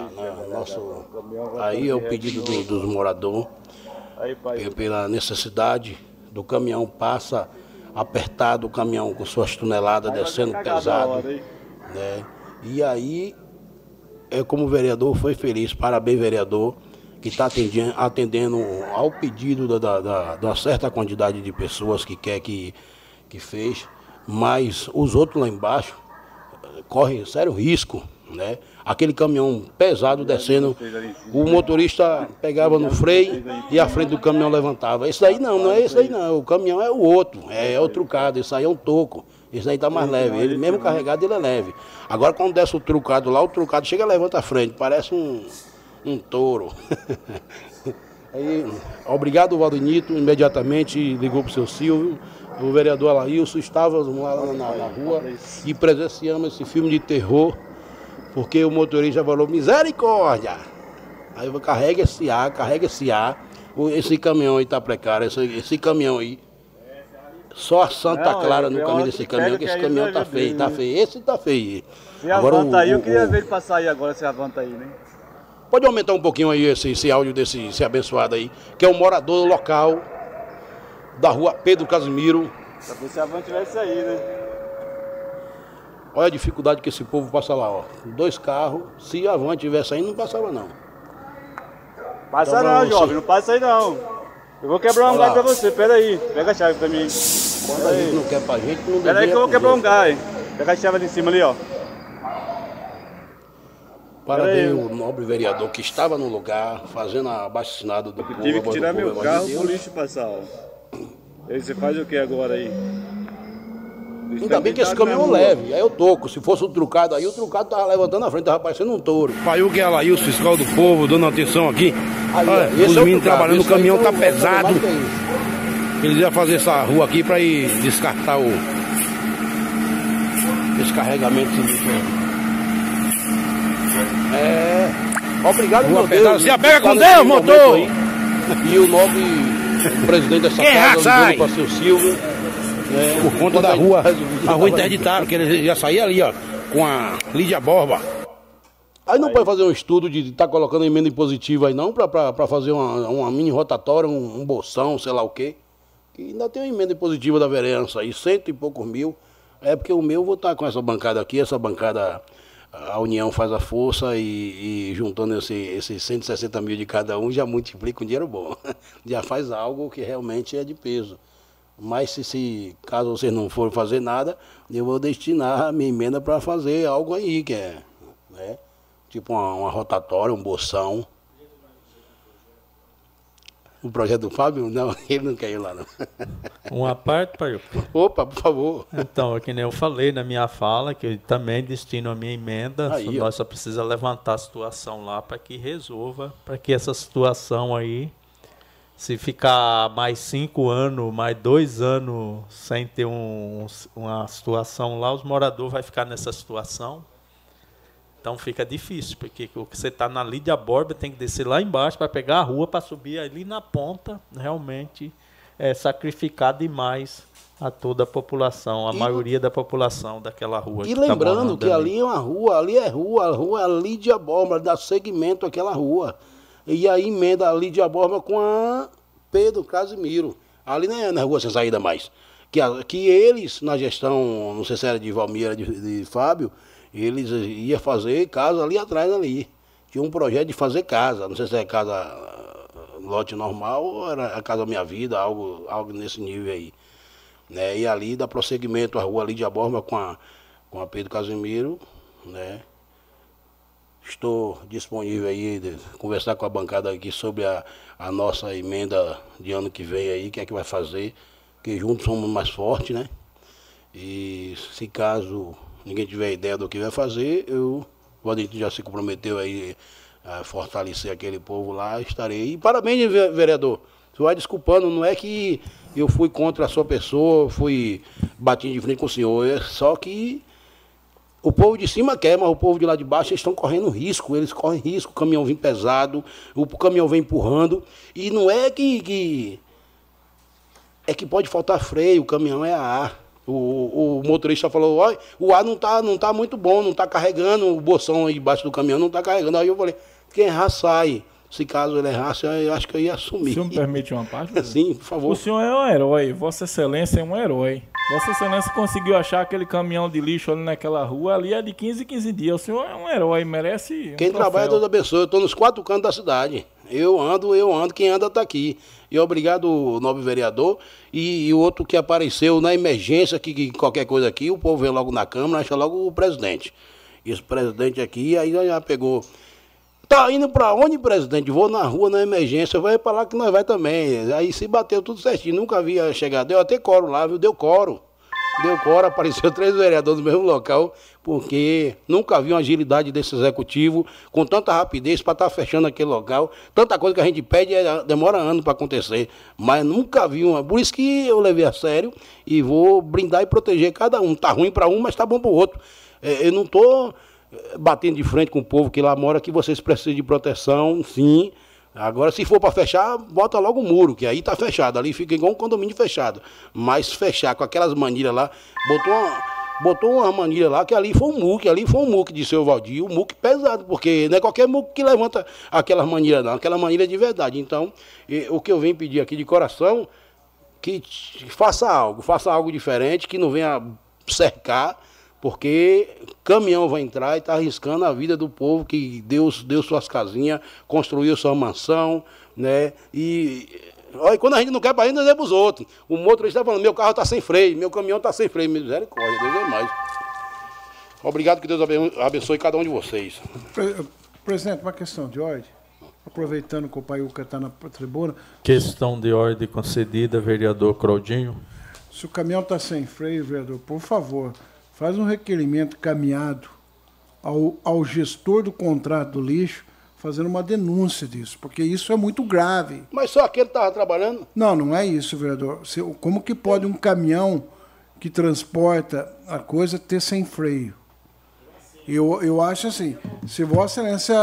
aí é o pedido dos moradores, pela necessidade do caminhão passa apertado, o caminhão com suas toneladas descendo pesado, né? E aí, como vereador, foi feliz, parabéns vereador, que está atendendo ao pedido da uma certa quantidade de pessoas que quer que fez, mas os outros lá embaixo correm sério risco, né? Aquele caminhão pesado descendo, o motorista pegava no freio e a frente do caminhão levantava. Esse aí não é esse aí não, o caminhão é o outro, é o trucado, esse aí é um toco, esse aí tá mais leve, ele mesmo carregado ele é leve. Agora quando desce o trucado lá, o trucado chega e levanta a frente, parece um touro. Aí, obrigado Valdenito, imediatamente ligou para o seu Silvio, o vereador Alailson, estávamos lá na rua e presenciamos esse filme de terror, porque o motorista falou, misericórdia! Aí eu carrega esse ar, esse caminhão aí tá precário, esse caminhão aí, só a Santa Clara no caminho desse caminhão, que esse caminhão tá feio, esse tá feio. Se avanta aí, eu queria ver ele passar aí agora, se avanta aí, né? Pode aumentar um pouquinho aí esse áudio desse abençoado aí, que é um morador local da rua Pedro Casimiro. Talvez se avante tivesse aí, né? Olha a dificuldade que esse povo passa lá, ó. 2 carros, se a van tivesse aí, não passava não. Passa então, não, jovem, não passa aí não. Eu vou quebrar um galho pra você, pera aí. Pega a chave pra mim. Quando a gente não quer pra gente, não pera aí que eu vou quebrar um galho. Pega a chave ali em cima ali, ó. Parabéns ao nobre vereador que estava no lugar, fazendo a abaixo-assinado do povo. Eu tive que tirar meu carro pro lixo passar, ó. E aí você faz o que agora aí? Ainda bem que esse caminhão é leve, aí eu toco. Se fosse o trucado aí, o trucado tava levantando a frente, tava parecendo um touro. Paiu que é Alailson, fiscal do povo, dando atenção aqui. Aí, olha, os meninos trabalhando, o caminhão tá pesado. Eles iam fazer essa rua aqui pra ir descartar o descarregamento de lixo. Obrigado, meu Deus. Se apega com Deus, motor! E o nobre presidente dessa casa, o seu Silvio. Por conta da rua, a rua interditaram, que ele já saía ali, ó, com a Lídia Borba. Aí não pode fazer um estudo de estar colocando emenda impositiva aí não, pra fazer uma mini rotatória, um bolsão, sei lá o quê. E ainda tem uma emenda impositiva da vereança aí, 100 e poucos mil. É porque o meu vou estar com essa bancada aqui, essa bancada, a União faz a força e juntando esses 160 mil de cada um já multiplica um dinheiro bom. Já faz algo que realmente é de peso. Mas caso vocês não forem fazer nada, eu vou destinar a minha emenda para fazer algo aí, que é, né, tipo uma rotatória, um bolsão. O projeto do Fábio? Não, ele não quer ir lá, não. Uma parte, pai. Opa, por favor. Então, é que nem eu falei na minha fala, que eu também destino a minha emenda, aí, nós só precisamos levantar a situação lá para que resolva, para que essa situação aí, se ficar mais 5 anos, mais 2 anos sem ter uma situação lá, os moradores vão ficar nessa situação. Então fica difícil, porque o que você está na Lídia Borba tem que descer lá embaixo para pegar a rua, para subir ali na ponta, realmente é sacrificar demais a toda a população, a maioria da população daquela rua. E lembrando que ali é uma rua, a rua Lídia Borba, dá segmento àquela rua. E aí emenda a Lídia Borba com a Pedro Casimiro. Ali não é na rua sem saída mais. Que eles, na gestão, não sei se era de Valmir, de Fábio, eles iam fazer casa ali atrás ali. Tinha um projeto de fazer casa, não sei se é casa lote normal ou era a Casa Minha Vida, algo nesse nível aí. Né? E ali dá prosseguimento a rua Lídia Borba com a Pedro Casimiro, né? Estou disponível aí de conversar com a bancada aqui sobre a nossa emenda de ano que vem aí, que é que vai fazer, que juntos somos mais fortes, né? E se caso ninguém tiver ideia do que vai fazer, o Valdenito já se comprometeu aí a fortalecer aquele povo lá, estarei. E parabéns, vereador. Você vai desculpando, não é que eu fui contra a sua pessoa, fui batido de frente com o senhor, é só que o povo de cima quer, mas o povo de lá de baixo eles estão correndo risco, eles correm risco, o caminhão vem pesado, o caminhão vem empurrando, e não é que pode faltar freio, o caminhão é a ar. O motorista falou, olha, o ar não tá muito bom, não está carregando, o bolsão aí embaixo do caminhão não está carregando. Aí eu falei, quem errar sai. Se caso ele errasse, eu acho que eu ia assumir. O senhor me permite uma parte? Sim, por favor. O senhor é um herói, Vossa Excelência é um herói. Vossa Excelência conseguiu achar aquele caminhão de lixo ali naquela rua, ali é de 15 em 15 dias. O senhor é um herói, merece Quem trabalha, Deus abençoe. Eu estou nos 4 cantos da cidade. Eu ando, quem anda está aqui. E obrigado, nobre vereador. E o outro que apareceu na emergência, que qualquer coisa aqui, o povo vê logo na Câmara, acha logo o presidente. E esse presidente aqui, aí já pegou... Tá indo pra onde, presidente? Vou na rua, na emergência, vai pra lá que nós vai também. Aí se bateu tudo certinho, nunca havia chegado. Deu até coro lá, viu? Deu coro, apareceu 3 vereadores no mesmo local, porque nunca vi uma agilidade desse executivo, com tanta rapidez para estar fechando aquele local. Tanta coisa que a gente pede, demora anos para acontecer, mas nunca vi uma. Por isso que eu levei a sério e vou brindar e proteger cada um. Tá ruim para um, mas tá bom para o outro. Eu não tô batendo de frente com o povo que lá mora, que vocês precisam de proteção, sim. Agora, se for para fechar, bota logo o muro, que aí tá fechado. Ali fica igual um condomínio fechado. Mas fechar com aquelas manilhas lá, botou uma manilha lá, que ali foi um muque de seu Valdir, um muque pesado, porque não é qualquer muque que levanta aquelas manilhas não, aquela manilha de verdade. Então, o que eu venho pedir aqui de coração, que faça algo diferente, que não venha cercar, porque caminhão vai entrar e está arriscando a vida do povo que deu suas casinhas, construiu sua mansão, né? E olha, quando a gente não quer para a gente, nós é para os outros. O motorista está falando, meu carro está sem freio, meu caminhão está sem freio. Misericórdia, Deus é mais. Obrigado, que Deus abençoe cada um de vocês. Presidente, uma questão de ordem. Aproveitando que o Paiuca está na tribuna. Questão de ordem concedida, vereador Claudinho. Se o caminhão está sem freio, vereador, por favor, faz um requerimento caminhado ao gestor do contrato do lixo, fazendo uma denúncia disso, porque isso é muito grave. Mas só aquele estava trabalhando? Não, não é isso, vereador. Como que pode um caminhão que transporta a coisa ter sem freio? Eu acho assim, se Vossa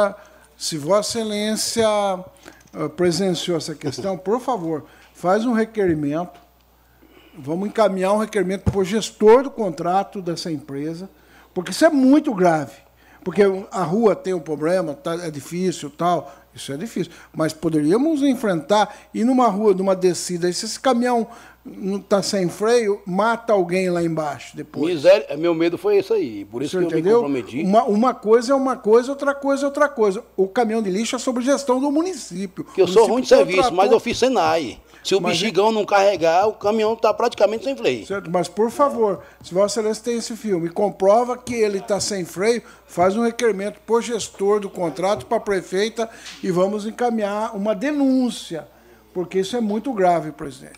Excelência presenciou essa questão, por favor, faz um requerimento. Vamos encaminhar um requerimento para o gestor do contrato dessa empresa, porque isso é muito grave. Porque a rua tem um problema, é difícil, tal, isso é difícil. Mas poderíamos enfrentar, ir numa rua, numa descida, e se esse caminhão não está sem freio, mata alguém lá embaixo depois. Miséria, meu medo foi isso aí, por isso que eu me comprometi. Uma coisa é uma coisa, outra coisa é outra coisa. O caminhão de lixo é sobre gestão do município. Que eu sou ruim de serviço, mas eu fiz Senai. Se o bexigão não carregar, o caminhão está praticamente sem freio. Certo, mas por favor, se Vossa Excelência tem esse filme e comprova que ele está sem freio, faz um requerimento por gestor do contrato para a prefeita e vamos encaminhar uma denúncia, porque isso é muito grave, presidente.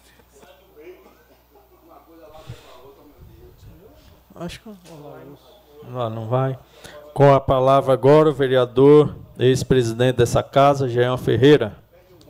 Acho que não vai. Com a palavra agora o vereador, ex-presidente dessa casa, Jean Ferreira.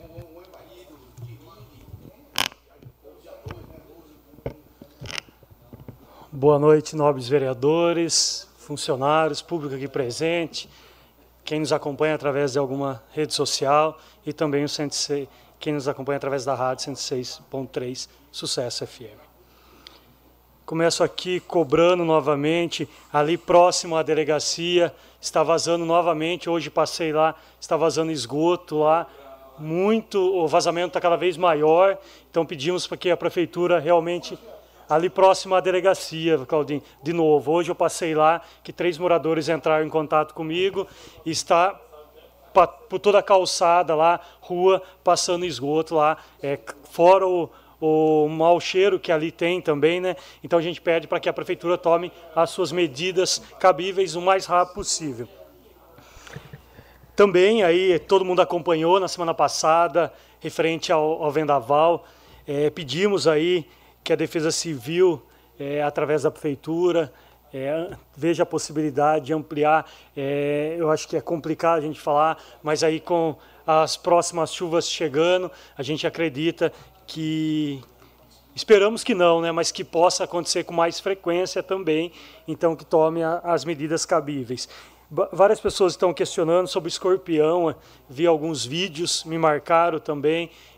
Boa noite, nobres vereadores, funcionários, público aqui presente, quem nos acompanha através de alguma rede social e também quem nos acompanha através da rádio 106.3 Sucesso FM. Começo aqui cobrando novamente, ali próximo à delegacia, está vazando novamente, hoje passei lá, está vazando esgoto lá, o vazamento está cada vez maior, então pedimos para que a prefeitura realmente... Ali próximo à delegacia, Claudinho, de novo. Hoje eu passei lá, que 3 moradores entraram em contato comigo, e está por toda a calçada lá, rua, passando esgoto lá, fora o mau cheiro que ali tem também, né? Então a gente pede para que a prefeitura tome as suas medidas cabíveis o mais rápido possível. Também aí todo mundo acompanhou na semana passada, referente ao vendaval, pedimos aí que a Defesa Civil, através da Prefeitura, veja a possibilidade de ampliar. Eu acho que é complicado a gente falar, mas aí com as próximas chuvas chegando, a gente acredita que, esperamos que não, né, mas que possa acontecer com mais frequência também, então que tome as medidas cabíveis. Várias pessoas estão questionando sobre escorpião, vi alguns vídeos, me marcaram também,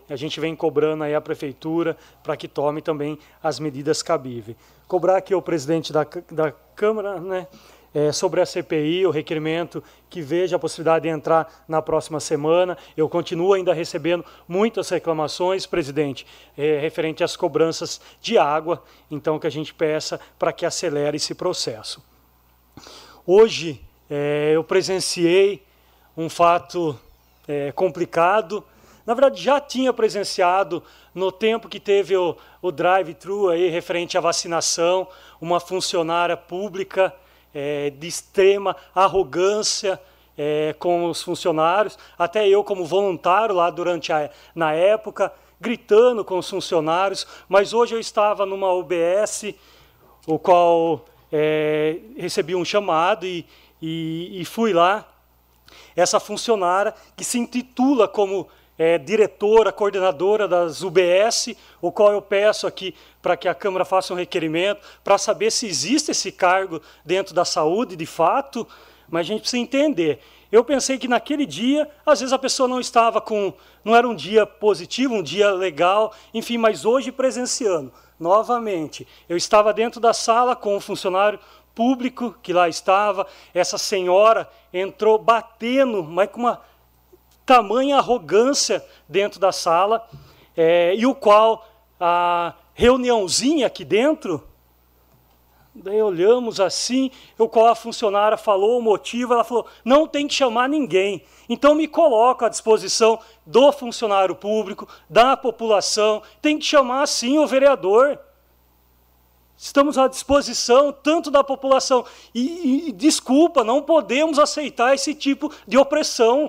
a gente vem cobrando aí a Prefeitura para que tome também as medidas cabíveis. Cobrar aqui o presidente da Câmara, né, sobre a CPI, o requerimento que veja a possibilidade de entrar na próxima semana. Eu continuo ainda recebendo muitas reclamações, presidente, referente às cobranças de água, então que a gente peça para que acelere esse processo. Hoje eu presenciei um fato complicado. Na verdade, já tinha presenciado no tempo que teve o drive-thru aí referente à vacinação, uma funcionária pública de extrema arrogância com os funcionários, até eu como voluntário lá na época, gritando com os funcionários, mas hoje eu estava numa UBS, o qual recebi um chamado e fui lá. Essa funcionária que se intitula como diretora, coordenadora das UBS, o qual eu peço aqui para que a Câmara faça um requerimento para saber se existe esse cargo dentro da saúde, de fato, mas a gente precisa entender. Eu pensei que naquele dia, às vezes a pessoa não era um dia positivo, um dia legal, enfim, mas hoje presenciando, novamente, eu estava dentro da sala com um funcionário público que lá estava, essa senhora entrou batendo, mas com uma tamanha arrogância dentro da sala, e o qual a reuniãozinha aqui dentro, daí olhamos assim, o qual a funcionária falou o motivo, ela falou, não tem que chamar ninguém, então me coloco à disposição do funcionário público, da população, tem que chamar sim o vereador. Estamos à disposição tanto da população, e desculpa, não podemos aceitar esse tipo de opressão.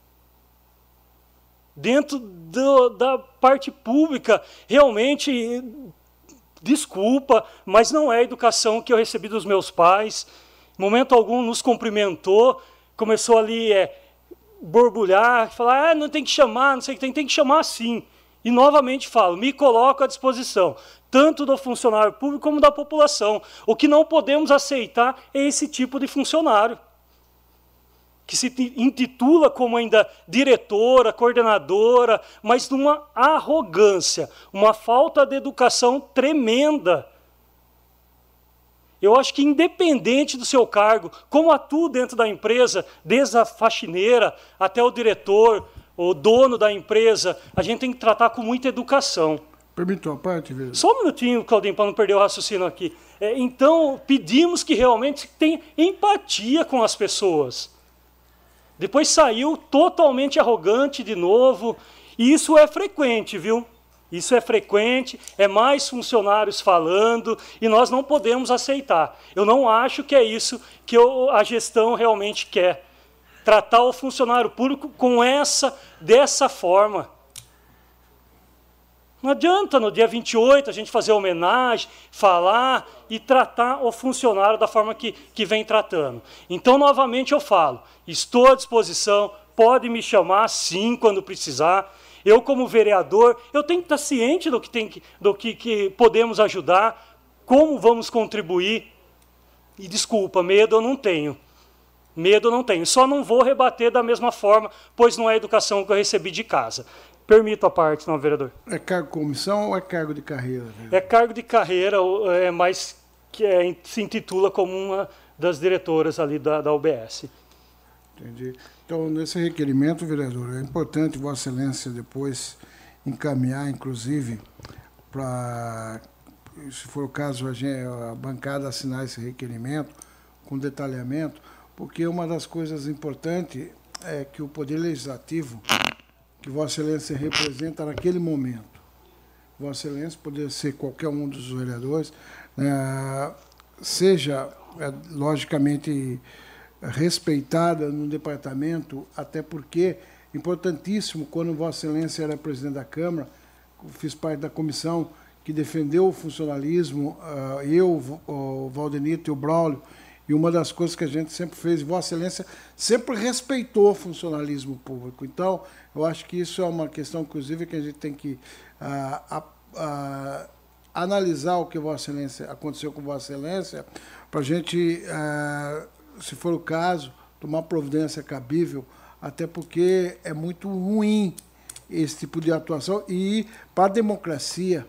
Dentro da parte pública, realmente, desculpa, mas não é a educação que eu recebi dos meus pais. Em momento algum nos cumprimentou, começou ali borbulhar, falar, não tem que chamar, não sei o que tem que chamar sim. E novamente falo, me coloco à disposição, tanto do funcionário público como da população. O que não podemos aceitar é esse tipo de funcionário, que se intitula como ainda diretora, coordenadora, mas numa arrogância, uma falta de educação tremenda. Eu acho que independente do seu cargo, como atua dentro da empresa, desde a faxineira até o diretor, o dono da empresa, a gente tem que tratar com muita educação. Permite uma parte, vereador? Só um minutinho, Claudinho, para não perder o raciocínio aqui. Então, pedimos que realmente tenha empatia com as pessoas. Depois saiu totalmente arrogante de novo, e isso é frequente, viu? Isso é frequente, é mais funcionários falando, e nós não podemos aceitar. Eu não acho que é isso que a gestão realmente quer. Tratar o funcionário público dessa forma. Não adianta no dia 28 a gente fazer homenagem, falar e tratar o funcionário da forma que vem tratando. Então, novamente eu falo, estou à disposição, pode me chamar sim quando precisar. Eu, como vereador, eu tenho que estar ciente do que podemos ajudar, como vamos contribuir. E desculpa, medo eu não tenho. Medo eu não tenho. Só não vou rebater da mesma forma, pois não é a educação que eu recebi de casa. Permito a parte, não, vereador. É cargo de comissão ou é cargo de carreira? Vereador? É cargo de carreira, mas que se intitula como uma das diretoras ali da UBS. Entendi. Então, nesse requerimento, vereador, é importante Vossa Excelência depois encaminhar, inclusive, para, se for o caso, a bancada assinar esse requerimento com detalhamento, porque uma das coisas importantes é que o Poder Legislativo, que Vossa Excelência representa naquele momento, Vossa Excelência, poderia ser qualquer um dos vereadores, seja, logicamente, respeitada no departamento, até porque, importantíssimo, quando Vossa Excelência era presidente da Câmara, fiz parte da comissão que defendeu o funcionalismo, eu, o Valdenito e o Braulio, e uma das coisas que a gente sempre fez, Vossa Excelência sempre respeitou o funcionalismo público. Então, eu acho que isso é uma questão, inclusive, que a gente tem que analisar o que Vossa Excelência aconteceu com Vossa Excelência, para a gente, se for o caso, tomar providência cabível, até porque é muito ruim esse tipo de atuação. E para a democracia,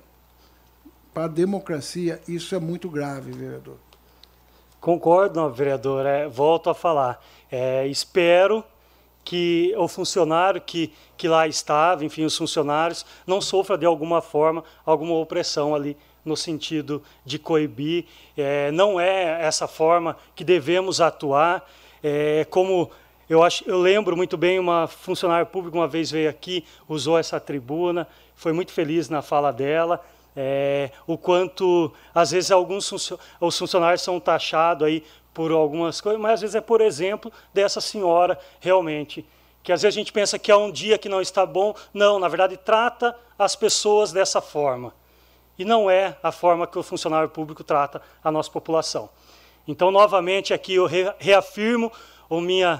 isso é muito grave, vereador. Concordo, não, vereador. Volto a falar. Espero que o funcionário que lá estava, enfim, os funcionários, não sofra de alguma forma, alguma opressão ali no sentido de coibir. Não é essa forma que devemos atuar. Como eu lembro muito bem, uma funcionária pública uma vez veio aqui, usou essa tribuna, foi muito feliz na fala dela. O quanto, às vezes, os funcionários são taxados aí por algumas coisas, mas às vezes é por exemplo dessa senhora realmente, que às vezes a gente pensa que é um dia que não está bom, não, na verdade trata as pessoas dessa forma, e não é a forma que o funcionário público trata a nossa população. Então, novamente, aqui eu reafirmo o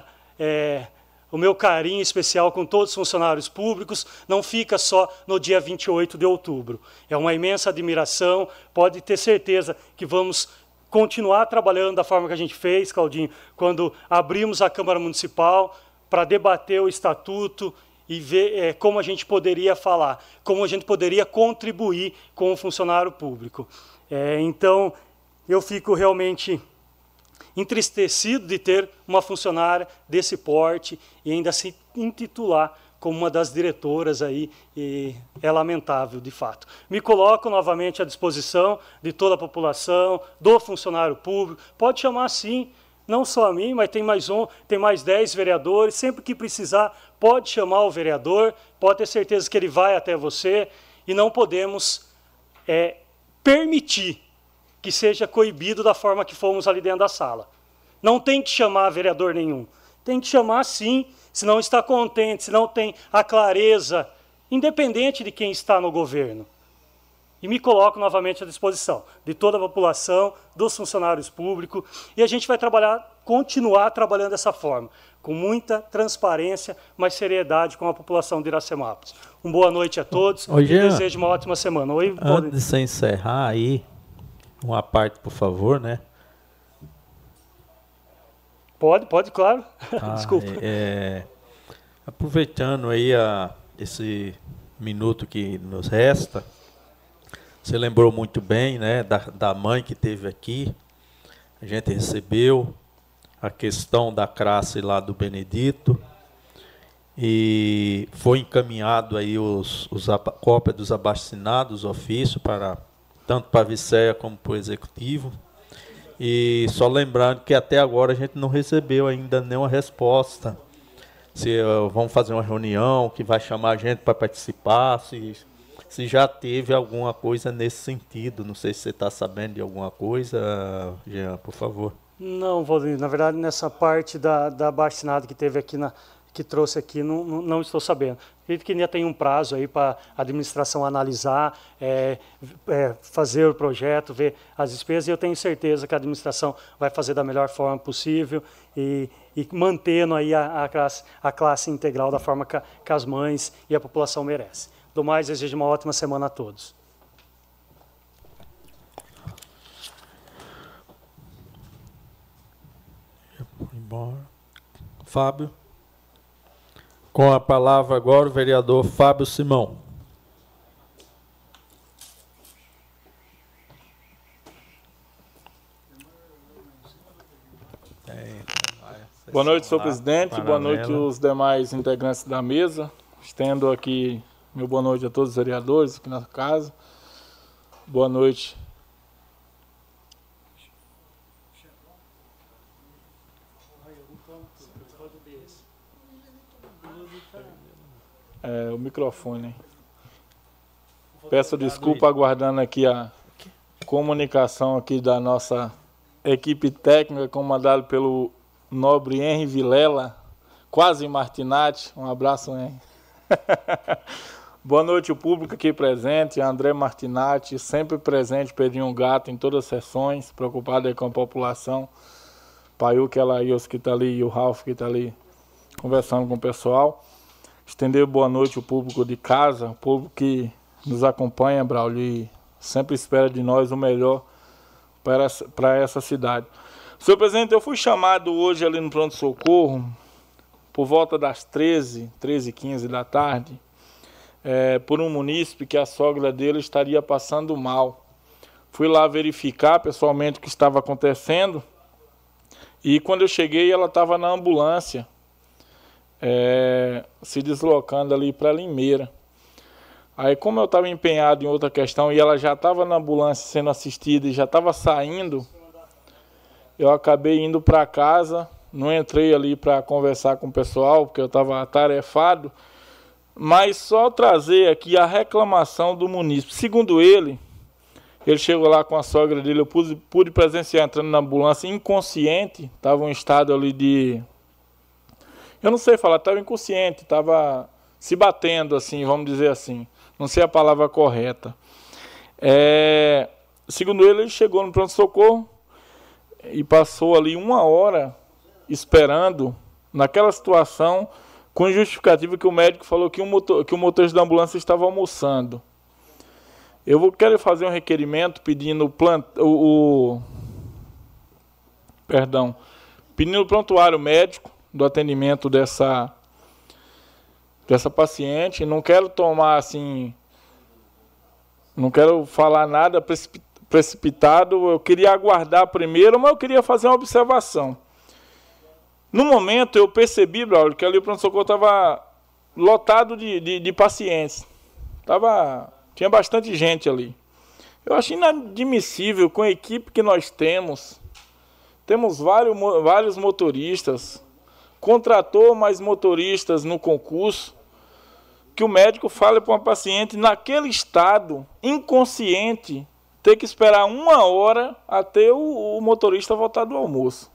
meu carinho especial com todos os funcionários públicos, não fica só no dia 28 de outubro. É uma imensa admiração, pode ter certeza que vamos continuar trabalhando da forma que a gente fez, Claudinho, quando abrimos a Câmara Municipal para debater o Estatuto e ver como a gente poderia falar, como a gente poderia contribuir com o funcionário público. Então, eu fico realmente entristecido de ter uma funcionária desse porte e ainda se intitular como uma das diretoras aí, e é lamentável, de fato. Me coloco novamente à disposição de toda a população, do funcionário público, pode chamar sim, não só a mim, mas tem mais 10 vereadores, sempre que precisar, pode chamar o vereador, pode ter certeza que ele vai até você, e não podemos permitir que seja coibido da forma que fomos ali dentro da sala. Não tem que chamar vereador nenhum. Tem que chamar sim, se não está contente, se não tem a clareza, independente de quem está no governo. E me coloco novamente à disposição de toda a população, dos funcionários públicos, e a gente vai continuar trabalhando dessa forma, com muita transparência, mas seriedade com a população de Iracemápolis. Uma boa noite a todos e desejo uma ótima semana. Antes de você encerrar aí, uma parte, por favor, né? Pode, claro. Desculpa. Aproveitando aí esse minuto que nos resta, você lembrou muito bem, né, da mãe que teve aqui. A gente recebeu a questão da classe lá do Benedito e foi encaminhado aí a cópia dos abastinados, ofício, tanto para a Vicéia como para o Executivo. E só lembrando que até agora a gente não recebeu ainda nenhuma resposta. Se vão fazer uma reunião, que vai chamar a gente para participar, se já teve alguma coisa nesse sentido. Não sei se você está sabendo de alguma coisa, Jean, por favor. Não, Valdir, na verdade, nessa parte da abastinada que teve aqui, que trouxe aqui, não estou sabendo. Acredito que ainda tem um prazo aí para a administração analisar, fazer o projeto, ver as despesas, e eu tenho certeza que a administração vai fazer da melhor forma possível e mantendo aí a classe integral da forma que as mães e a população merecem. Do mais, desejo uma ótima semana a todos. Fábio. Com a palavra agora o vereador Fábio Simão. Boa noite, senhor presidente. Boa noite aos demais integrantes da mesa. Estendo aqui meu boa noite a todos os vereadores aqui na casa. Boa noite. O microfone. Hein? Peço desculpa aguardando aqui a comunicação aqui da nossa equipe técnica, comandada pelo nobre Henry Vilela, quase Martinati. Um abraço, Henry. Boa noite ao público aqui presente, André Martinati, sempre presente, Pedrinho Gato em todas as sessões, preocupado aí com a população. Paiuque Elaios que está ali e o Ralf que está ali conversando com o pessoal. Estender boa noite ao público de casa, o público que nos acompanha, Braulio, e sempre espera de nós o melhor para essa cidade. Senhor presidente, eu fui chamado hoje ali no pronto-socorro, por volta das 13h15 da tarde, por um munícipe que a sogra dele estaria passando mal. Fui lá verificar pessoalmente o que estava acontecendo e quando eu cheguei ela estava na ambulância, se deslocando ali para Limeira. Aí como eu estava empenhado em outra questão e ela já estava na ambulância sendo assistida e já estava saindo, eu acabei indo para casa, não entrei ali para conversar com o pessoal, porque eu estava atarefado, mas só trazer aqui a reclamação do munícipe. Segundo ele chegou lá com a sogra dele, eu pude presenciar entrando na ambulância inconsciente, estava em um estado ali de... Eu não sei falar, estava inconsciente, estava se batendo, assim, vamos dizer assim. Não sei a palavra correta. Segundo ele chegou no pronto-socorro e passou ali 1 hora esperando, naquela situação, com justificativa que o médico falou que o motorista da ambulância estava almoçando. Eu quero fazer um requerimento pedindo pedindo o prontuário médico do atendimento dessa paciente. Não quero tomar assim, não quero falar nada precipitado. Eu queria aguardar primeiro, mas eu queria fazer uma observação. No momento eu percebi, Braulio, que ali o pronto-socorro estava lotado de pacientes. Tinha bastante gente ali. Eu acho inadmissível com a equipe que nós temos. Temos vários motoristas. Contratou mais motoristas no concurso. Que o médico fale para uma paciente naquele estado, inconsciente, ter que esperar 1 hora até o motorista voltar do almoço.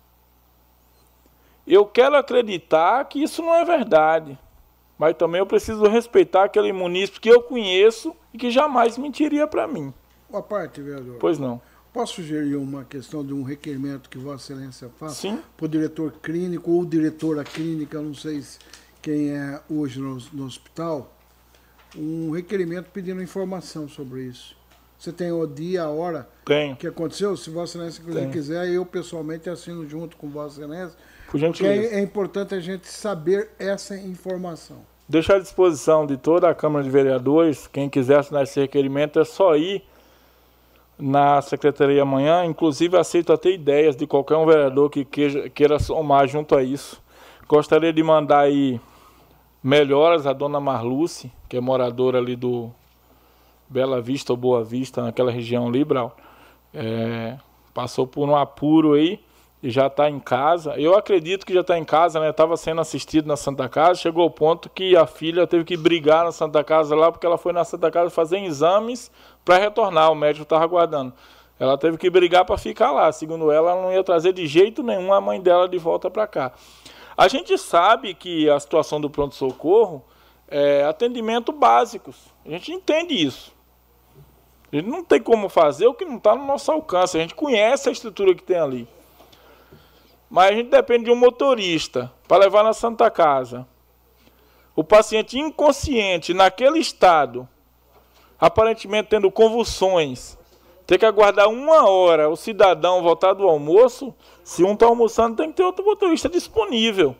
Eu quero acreditar que isso não é verdade. Mas também eu preciso respeitar aquele munícipe que eu conheço e que jamais mentiria para mim. Uma parte, vereador. Pois não. Posso sugerir uma questão de um requerimento que Vossa Excelência faça? Sim. Para o diretor clínico ou diretora clínica, não sei quem é hoje no hospital, um requerimento pedindo informação sobre isso. Você tem o dia, a hora que aconteceu? Se Vossa Excelência quiser, eu pessoalmente assino junto com Vossa Excelência. Porque é importante a gente saber essa informação. Deixo à disposição de toda a Câmara de Vereadores, quem quiser assinar esse requerimento é só ir na Secretaria amanhã. Inclusive aceito até ideias de qualquer um vereador que queira somar junto a isso. Gostaria de mandar aí melhoras à dona Marluce, que é moradora ali do Bela Vista ou Boa Vista, naquela região liberal. Passou por um apuro aí e já está em casa. Eu acredito que já está em casa, né? Estava sendo assistido na Santa Casa. Chegou ao ponto que a filha teve que brigar na Santa Casa lá, porque ela foi na Santa Casa fazer exames para retornar. O médico estava aguardando. Ela teve que brigar para ficar lá. Segundo ela não ia trazer de jeito nenhum a mãe dela de volta para cá. A gente sabe que a situação do pronto-socorro é atendimento básicos. A gente entende isso. A gente não tem como fazer o que não está no nosso alcance. A gente conhece a estrutura que tem ali. Mas a gente depende de um motorista para levar na Santa Casa. O paciente inconsciente, naquele estado, aparentemente tendo convulsões, ter que aguardar 1 hora o cidadão voltar do almoço. Se um está almoçando, tem que ter outro motorista disponível.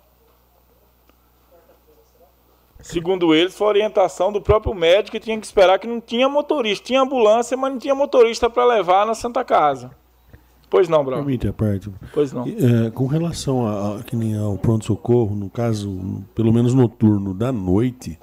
Segundo eles, foi a orientação do próprio médico que tinha que esperar, que não tinha motorista. Tinha ambulância, mas não tinha motorista para levar na Santa Casa. Pois não, Bruno. Permite a parte. Pois não. Com relação ao pronto-socorro, no caso, pelo menos noturno, da noite,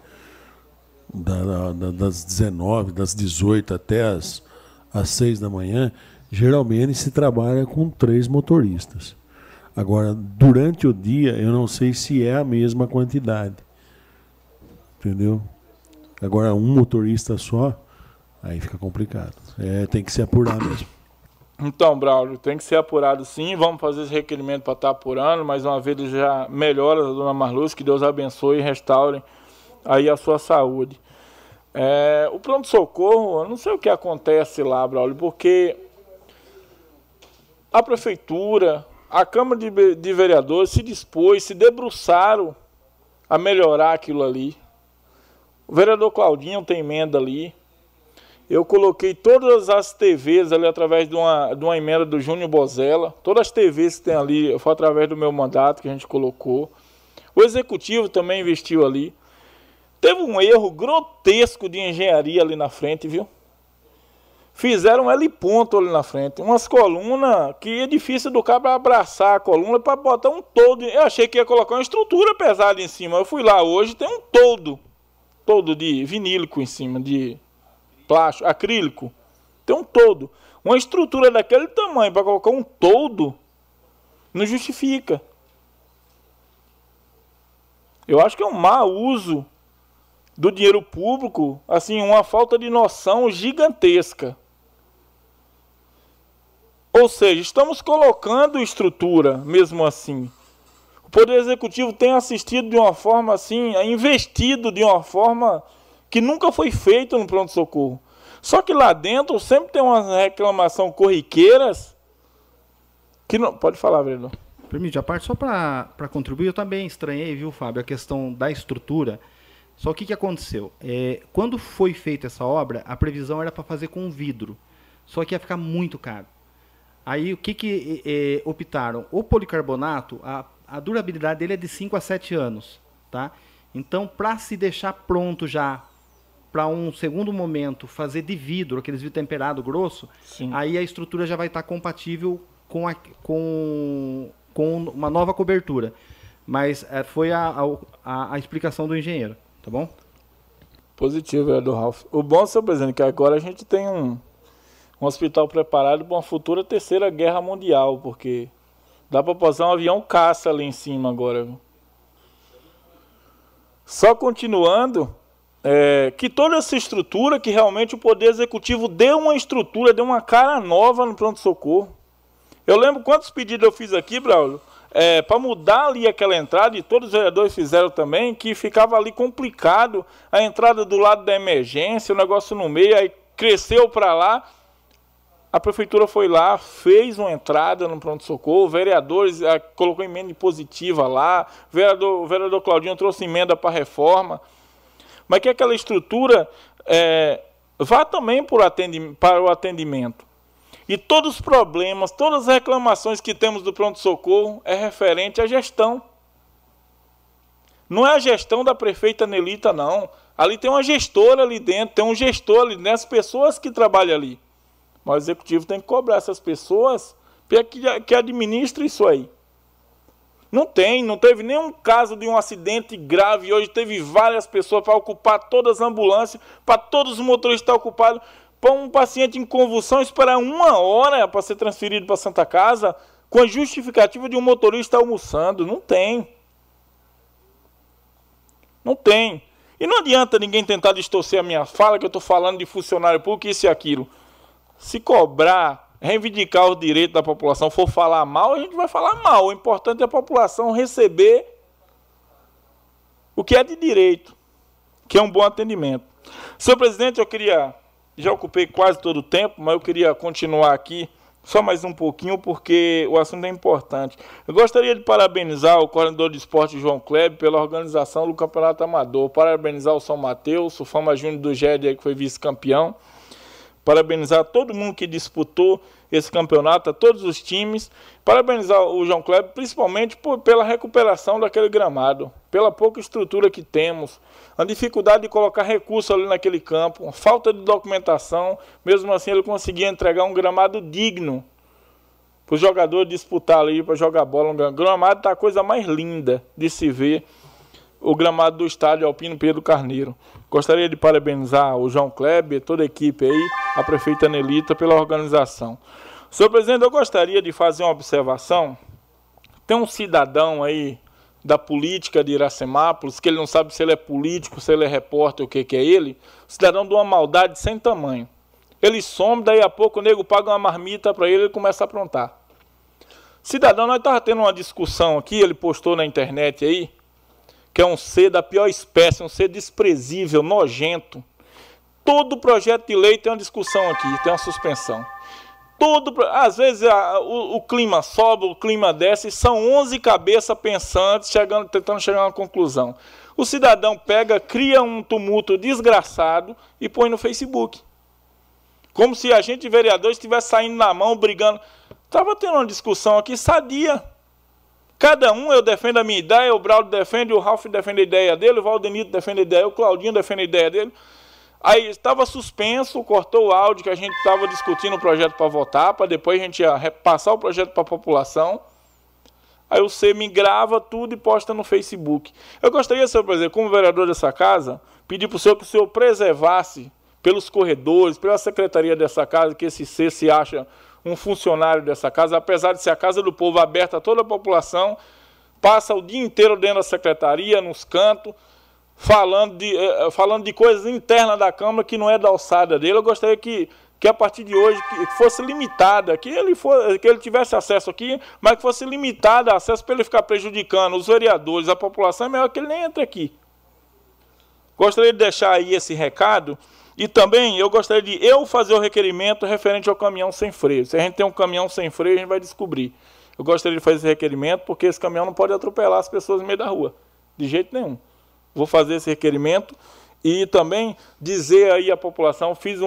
das 19, das 18 até às 6 da manhã, geralmente se trabalha com 3 motoristas. Agora, durante o dia, eu não sei se é a mesma quantidade. Entendeu? Agora, um motorista só, aí fica complicado. Tem que se apurar mesmo. Então, Braulio, tem que ser apurado sim. Vamos fazer esse requerimento para estar apurando. Mais uma vez, já melhora a dona Marluce, que Deus abençoe e restaure aí a sua saúde. O pronto-socorro, eu não sei o que acontece lá, Braulio, porque a prefeitura, a Câmara de Vereadores se dispôs, se debruçaram a melhorar aquilo ali. O vereador Claudinho tem emenda ali. Eu coloquei todas as TVs ali através de uma emenda do Júnior Bozella. Todas as TVs que tem ali foi através do meu mandato que a gente colocou. O executivo também investiu ali. Teve um erro grotesco de engenharia ali na frente, viu? Fizeram um L-ponto ali na frente. Umas colunas que é difícil do cara abraçar a coluna para botar um toldo. Eu achei que ia colocar uma estrutura pesada em cima. Eu fui lá hoje, tem um toldo de vinílico em cima, de plástico, acrílico. Tem um toldo. Uma estrutura daquele tamanho para colocar um toldo não justifica. Eu acho que é um mau uso do dinheiro público, assim, uma falta de noção gigantesca. Ou seja, estamos colocando estrutura, mesmo assim. O Poder Executivo tem assistido de uma forma assim, investido de uma forma que nunca foi feita no pronto-socorro. Só que lá dentro sempre tem umas reclamações corriqueiras que não... Pode falar, vereador. Permite, a parte só para contribuir, eu também estranhei, viu, Fábio, a questão da estrutura. Só o que aconteceu? Quando foi feita essa obra, a previsão era para fazer com vidro. Só que ia ficar muito caro. Aí o que optaram? O policarbonato, a durabilidade dele é de 5 a 7 anos. Tá? Então, para se deixar pronto já, para um segundo momento, fazer de vidro, aqueles vidro temperado grosso, sim, aí a estrutura já vai estar compatível com uma nova cobertura. Mas foi a explicação do engenheiro. Tá bom? Positivo, vereador Ralf. O bom, senhor presidente, é que agora a gente tem um hospital preparado para uma futura terceira guerra mundial, porque dá para posar um avião caça ali em cima agora. Só continuando, que toda essa estrutura, que realmente o Poder Executivo deu uma estrutura, deu uma cara nova no pronto-socorro. Eu lembro quantos pedidos eu fiz aqui, Braulio, para mudar ali aquela entrada, e todos os vereadores fizeram também, que ficava ali complicado a entrada do lado da emergência, o negócio no meio, aí cresceu para lá. A prefeitura foi lá, fez uma entrada no pronto-socorro, vereadores colocou emenda positiva lá, o vereador Claudinho trouxe emenda para reforma, mas que aquela estrutura vá também para o atendimento. E todos os problemas, todas as reclamações que temos do pronto-socorro é referente à gestão. Não é a gestão da prefeita Nelita, não. Ali tem uma gestora ali dentro, tem um gestor ali dentro, as pessoas que trabalham ali. Mas o executivo tem que cobrar essas pessoas que administram isso aí. Não teve nenhum caso de um acidente grave. Hoje teve várias pessoas para ocupar todas as ambulâncias, para todos os motoristas estar ocupados. Para um paciente em convulsão esperar 1 hora para ser transferido para a Santa Casa, com a justificativa de um motorista almoçando. Não tem. Não tem. E não adianta ninguém tentar distorcer a minha fala, que eu estou falando de funcionário público, isso e aquilo. Se cobrar, reivindicar os direitos da população, for falar mal, a gente vai falar mal. O importante é a população receber o que é de direito, que é um bom atendimento. Senhor presidente, já ocupei quase todo o tempo, mas eu queria continuar aqui só mais um pouquinho, porque o assunto é importante. Eu gostaria de parabenizar o coordenador de esporte João Kleber pela organização do Campeonato Amador, parabenizar o São Mateus, o Fama Júnior do GED, que foi vice-campeão, parabenizar todo mundo que disputou esse campeonato, a todos os times, parabenizar o João Kleber, principalmente pela recuperação daquele gramado, pela pouca estrutura que temos, a dificuldade de colocar recurso ali naquele campo, a falta de documentação, mesmo assim ele conseguia entregar um gramado digno para os jogadores disputar ali, para jogar bola. O gramado está a coisa mais linda de se ver, o gramado do estádio Alpino Pedro Carneiro. Gostaria de parabenizar o João Kleber, toda a equipe aí, a prefeita Nelita pela organização. Senhor presidente, eu gostaria de fazer uma observação. Tem um cidadão aí da política de Iracemápolis, que ele não sabe se ele é político, se ele é repórter, o que é ele, cidadão de uma maldade sem tamanho. Ele some, daí a pouco o nego paga uma marmita para ele e começa a aprontar. Cidadão, nós estávamos tendo uma discussão aqui, ele postou na internet aí, que é um ser da pior espécie, um ser desprezível, nojento. Todo projeto de lei tem uma discussão aqui, tem uma suspensão. Às vezes o clima sobe, o clima desce, e são 11 cabeças pensantes tentando chegar a uma conclusão. O cidadão cria um tumulto desgraçado e põe no Facebook. Como se a gente, vereador, estivesse saindo na mão, brigando. Estava tendo uma discussão aqui sadia. Cada um, eu defendo a minha ideia, o Braulio defende, o Ralf defende a ideia dele, o Valdenito defende a ideia, o Claudinho defende a ideia dele. Aí estava suspenso, cortou o áudio que a gente estava discutindo o projeto para votar, para depois a gente ia repassar o projeto para a população. Aí você me grava tudo e posta no Facebook. Eu gostaria, senhor presidente, como vereador dessa casa, pedir para o senhor que o senhor preservasse pelos corredores, pela secretaria dessa casa, que esse ser se acha um funcionário dessa casa, apesar de ser a casa do povo aberta a toda a população, passa o dia inteiro dentro da secretaria, nos cantos, falando de coisas internas da Câmara que não é da alçada dele. Eu gostaria que a partir de hoje que fosse limitada, que ele tivesse acesso aqui, mas que fosse limitada acesso para ele ficar prejudicando os vereadores, a população. É melhor que ele nem entre aqui. Gostaria de deixar aí esse recado. E também eu gostaria de fazer o requerimento referente ao caminhão sem freio. Se a gente tem um caminhão sem freio, a gente vai descobrir. Eu gostaria de fazer esse requerimento porque esse caminhão não pode atropelar as pessoas no meio da rua. De jeito nenhum. Vou fazer esse requerimento e também dizer aí à população, fiz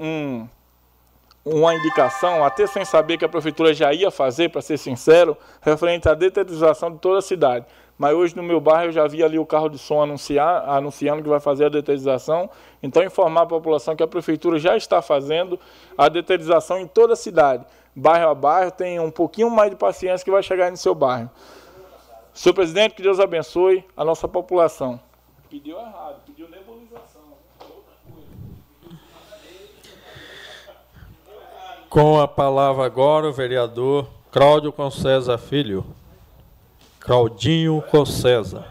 uma indicação, até sem saber que a prefeitura já ia fazer, para ser sincero, referente à detetização de toda a cidade. Mas hoje no meu bairro eu já vi ali o carro de som anunciando que vai fazer a detetização. Então informar a população que a prefeitura já está fazendo a detetização em toda a cidade. Bairro a bairro, tem um pouquinho mais de paciência que vai chegar no seu bairro. Senhor presidente, que Deus abençoe a nossa população. Pediu errado, pediu nebulização. Com a palavra agora o vereador Cláudio Concesa Filho. Claudinho Concesa.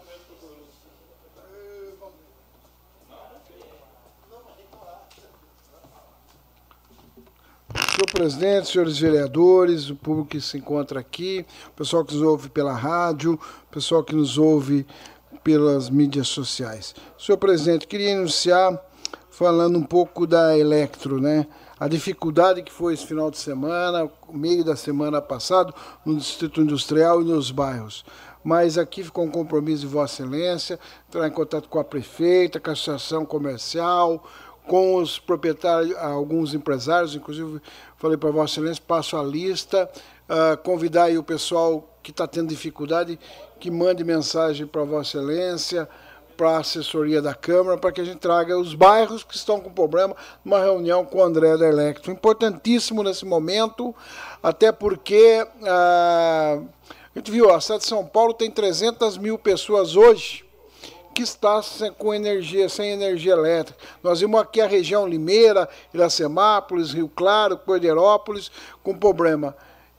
Senhor presidente, senhores vereadores, o público que se encontra aqui, o pessoal que nos ouve pela rádio, o pessoal que nos ouve pelas mídias sociais. Senhor presidente, queria iniciar falando um pouco da Elektro, né? A dificuldade que foi esse final de semana, meio da semana passado, no Distrito Industrial e nos bairros. Mas aqui ficou um compromisso de Vossa Excelência, entrar em contato com a prefeita, com a associação comercial, com os proprietários, alguns empresários, inclusive falei para Vossa Excelência, passo a lista, convidar aí o pessoal que está tendo dificuldade, que mande mensagem para Vossa Excelência, para a assessoria da Câmara, para que a gente traga os bairros que estão com problema numa reunião com o André da Elektro. Importantíssimo nesse momento, até porque a gente viu, a cidade de São Paulo tem 300 mil pessoas hoje que está com energia, sem energia elétrica. Nós vimos aqui a região Limeira, Iracemápolis, Rio Claro, Corderópolis, com problema.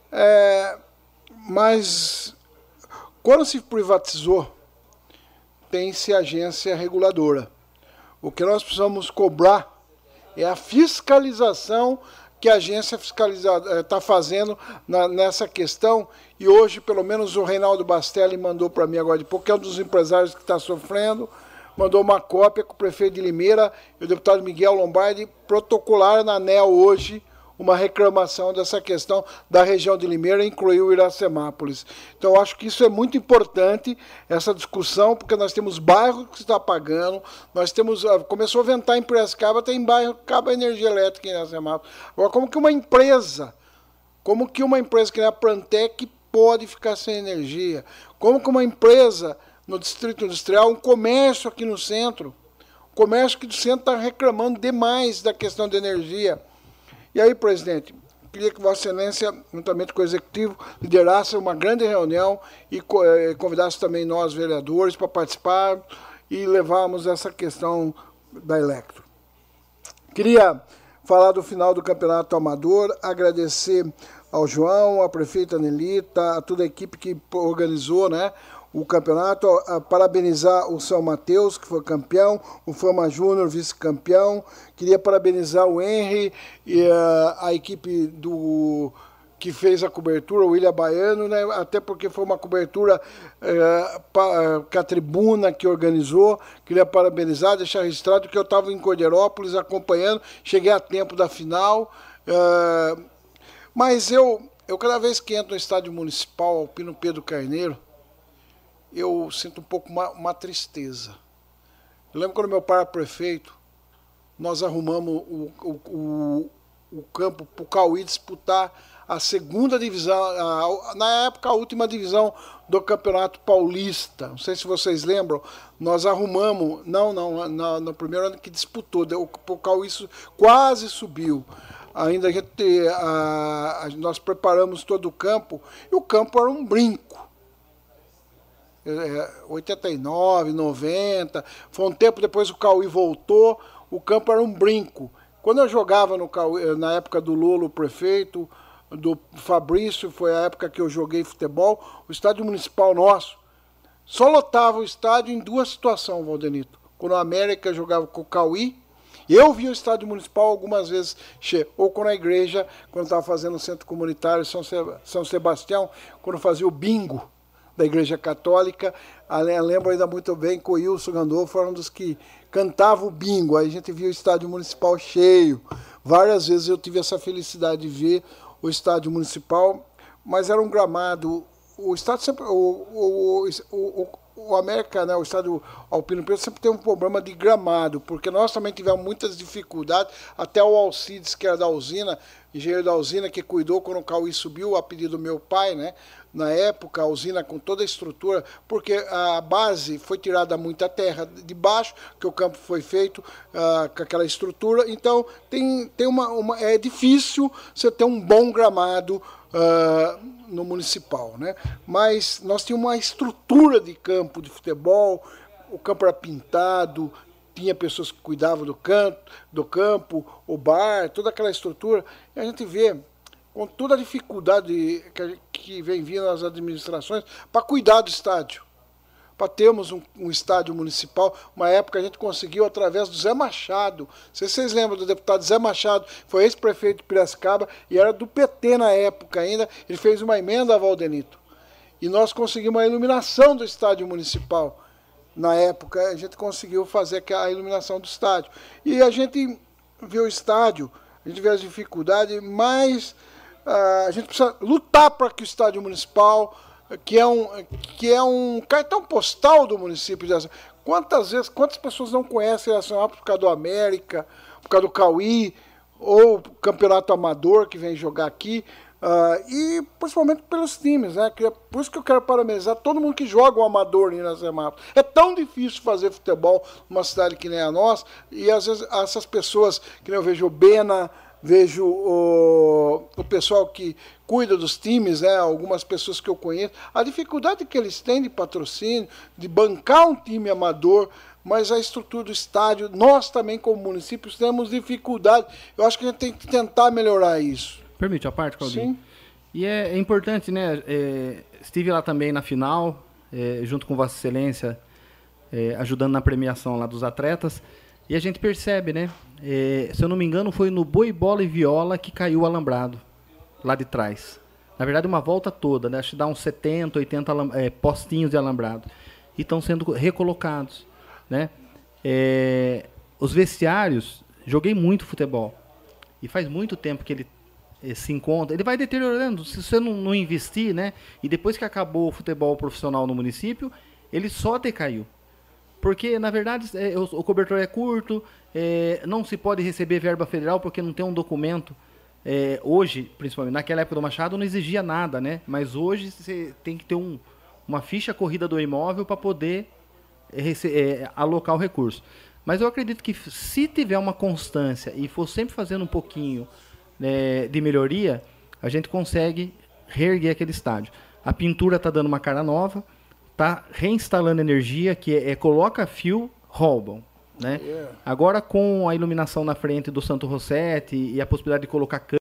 Mas quando se privatizou, tem-se agência reguladora. O que nós precisamos cobrar é a fiscalização que a agência fiscalizada está fazendo nessa questão. E hoje, pelo menos, o Reinaldo Bastelli mandou para mim agora de pouco, que é um dos empresários que está sofrendo, mandou uma cópia com o prefeito de Limeira e o deputado Miguel Lombardi protocolaram na ANEEL hoje uma reclamação dessa questão da região de Limeira, incluiu Iracemápolis. Então, acho que isso é muito importante, essa discussão, porque nós temos bairros que estão pagando, nós temos, começou a ventar em Piracicaba, tem bairro que acaba a energia elétrica em Iracemápolis. Agora, como que uma empresa que nem a Plantec pode ficar sem energia? Como que uma empresa no Distrito Industrial, um comércio aqui no centro, o comércio aqui do centro está reclamando demais da questão de energia. E aí, presidente, queria que Vossa Excelência, juntamente com o Executivo, liderasse uma grande reunião e convidasse também nós, vereadores, para participar e levarmos essa questão da Elektro. Queria falar do final do Campeonato Amador, agradecer ao João, à prefeita Nelita, a toda a equipe que organizou, né, o campeonato, parabenizar o São Mateus, que foi campeão, o Fama Júnior, vice-campeão. Queria parabenizar o Henry e a equipe que fez a cobertura, o William Baiano, né? Até porque foi uma cobertura que a tribuna que organizou. Queria parabenizar, deixar registrado que eu estava em Corderópolis acompanhando, cheguei a tempo da final. Mas eu cada vez que entro no estádio municipal, Alpino Pedro Carneiro, eu sinto um pouco uma tristeza. Eu lembro quando meu pai era prefeito, nós arrumamos o campo para o Cauí disputar a segunda divisão, na época a última divisão do Campeonato Paulista. Não sei se vocês lembram, nós arrumamos, no primeiro ano que disputou, o Cauí quase subiu. Ainda nós preparamos todo o campo, e o campo era um brinco. 89, 90, foi um tempo depois o Cauí voltou, o campo era um brinco. Quando eu jogava no Cauí, na época do Lolo, prefeito, do Fabrício, foi a época que eu joguei futebol, o estádio municipal nosso só lotava o estádio em duas situações, Valdenito. Quando o América jogava com o Cauí, eu vi o estádio municipal algumas vezes cheio, ou quando a igreja, quando estava fazendo o centro comunitário São Sebastião, quando fazia o bingo da Igreja Católica, lembro ainda muito bem que o Wilson Gandolfo foi um dos que cantava o bingo, aí a gente via o estádio municipal cheio. Várias vezes eu tive essa felicidade de ver o estádio municipal, mas era um gramado, o estádio sempre, o América, né, o estádio Alpino Preto sempre tem um problema de gramado, porque nós também tivemos muitas dificuldades, até o Alcides, que era da usina, engenheiro da usina, que cuidou quando o Cauí subiu, a pedido do meu pai, né, na época, a usina com toda a estrutura, porque a base foi tirada muita terra de baixo, que o campo foi feito com aquela estrutura, então é difícil você ter um bom gramado no municipal, né? Mas nós tínhamos uma estrutura de campo de futebol, o campo era pintado, tinha pessoas que cuidavam do campo, o bar, toda aquela estrutura, e a gente vê com toda a dificuldade que vem vindo nas administrações para cuidar do estádio, para termos um estádio municipal. Uma época a gente conseguiu através do Zé Machado. Não sei se vocês lembram do deputado Zé Machado, foi ex-prefeito de Piracicaba e era do PT na época ainda. Ele fez uma emenda a Valdenito. E nós conseguimos a iluminação do estádio municipal. Na época a gente conseguiu fazer a iluminação do estádio. E a gente vê o estádio, a gente vê as dificuldades, mas a gente precisa lutar para que o estádio municipal, que é um cartão postal do município de Iracemápolis. Quantas pessoas não conhecem Iracemápolis por causa do América, por causa do Cauí, ou o campeonato amador que vem jogar aqui, e principalmente pelos times, né? Por isso que eu quero parabenizar todo mundo que joga o amador em Iracemápolis. É tão difícil fazer futebol numa cidade que nem a nossa, e às vezes essas pessoas, que eu vejo o Bena, vejo o pessoal que cuida dos times, né, algumas pessoas que eu conheço, a dificuldade que eles têm de patrocínio, de bancar um time amador, mas a estrutura do estádio, nós também como municípios temos dificuldade. Eu acho que a gente tem que tentar melhorar isso. Permite a parte, Claudinho? Sim. E é importante, né, estive lá também na final, junto com Vossa Excelência, ajudando na premiação lá dos atletas, e a gente percebe, né, se eu não me engano, foi no Boi, Bola e Viola que caiu o alambrado, lá de trás. Na verdade, uma volta toda, né, acho que dá uns 70, 80 postinhos de alambrado. E estão sendo recolocados, né. Os vestiários, joguei muito futebol. E faz muito tempo que ele se encontra. Ele vai deteriorando, se você não investir, né, e depois que acabou o futebol profissional no município, ele só decaiu. Porque, na verdade, o cobertor é curto, não se pode receber verba federal porque não tem um documento. Hoje, principalmente, naquela época do Machado, não exigia nada, né? Mas hoje você tem que ter uma ficha corrida do imóvel para poder alocar o recurso. Mas eu acredito que se tiver uma constância e for sempre fazendo um pouquinho de melhoria, a gente consegue reerguer aquele estádio. A pintura está dando uma cara nova, está reinstalando energia, que coloca fio, roubam, né? Agora com a iluminação na frente do Santo Rossetti e a possibilidade de colocar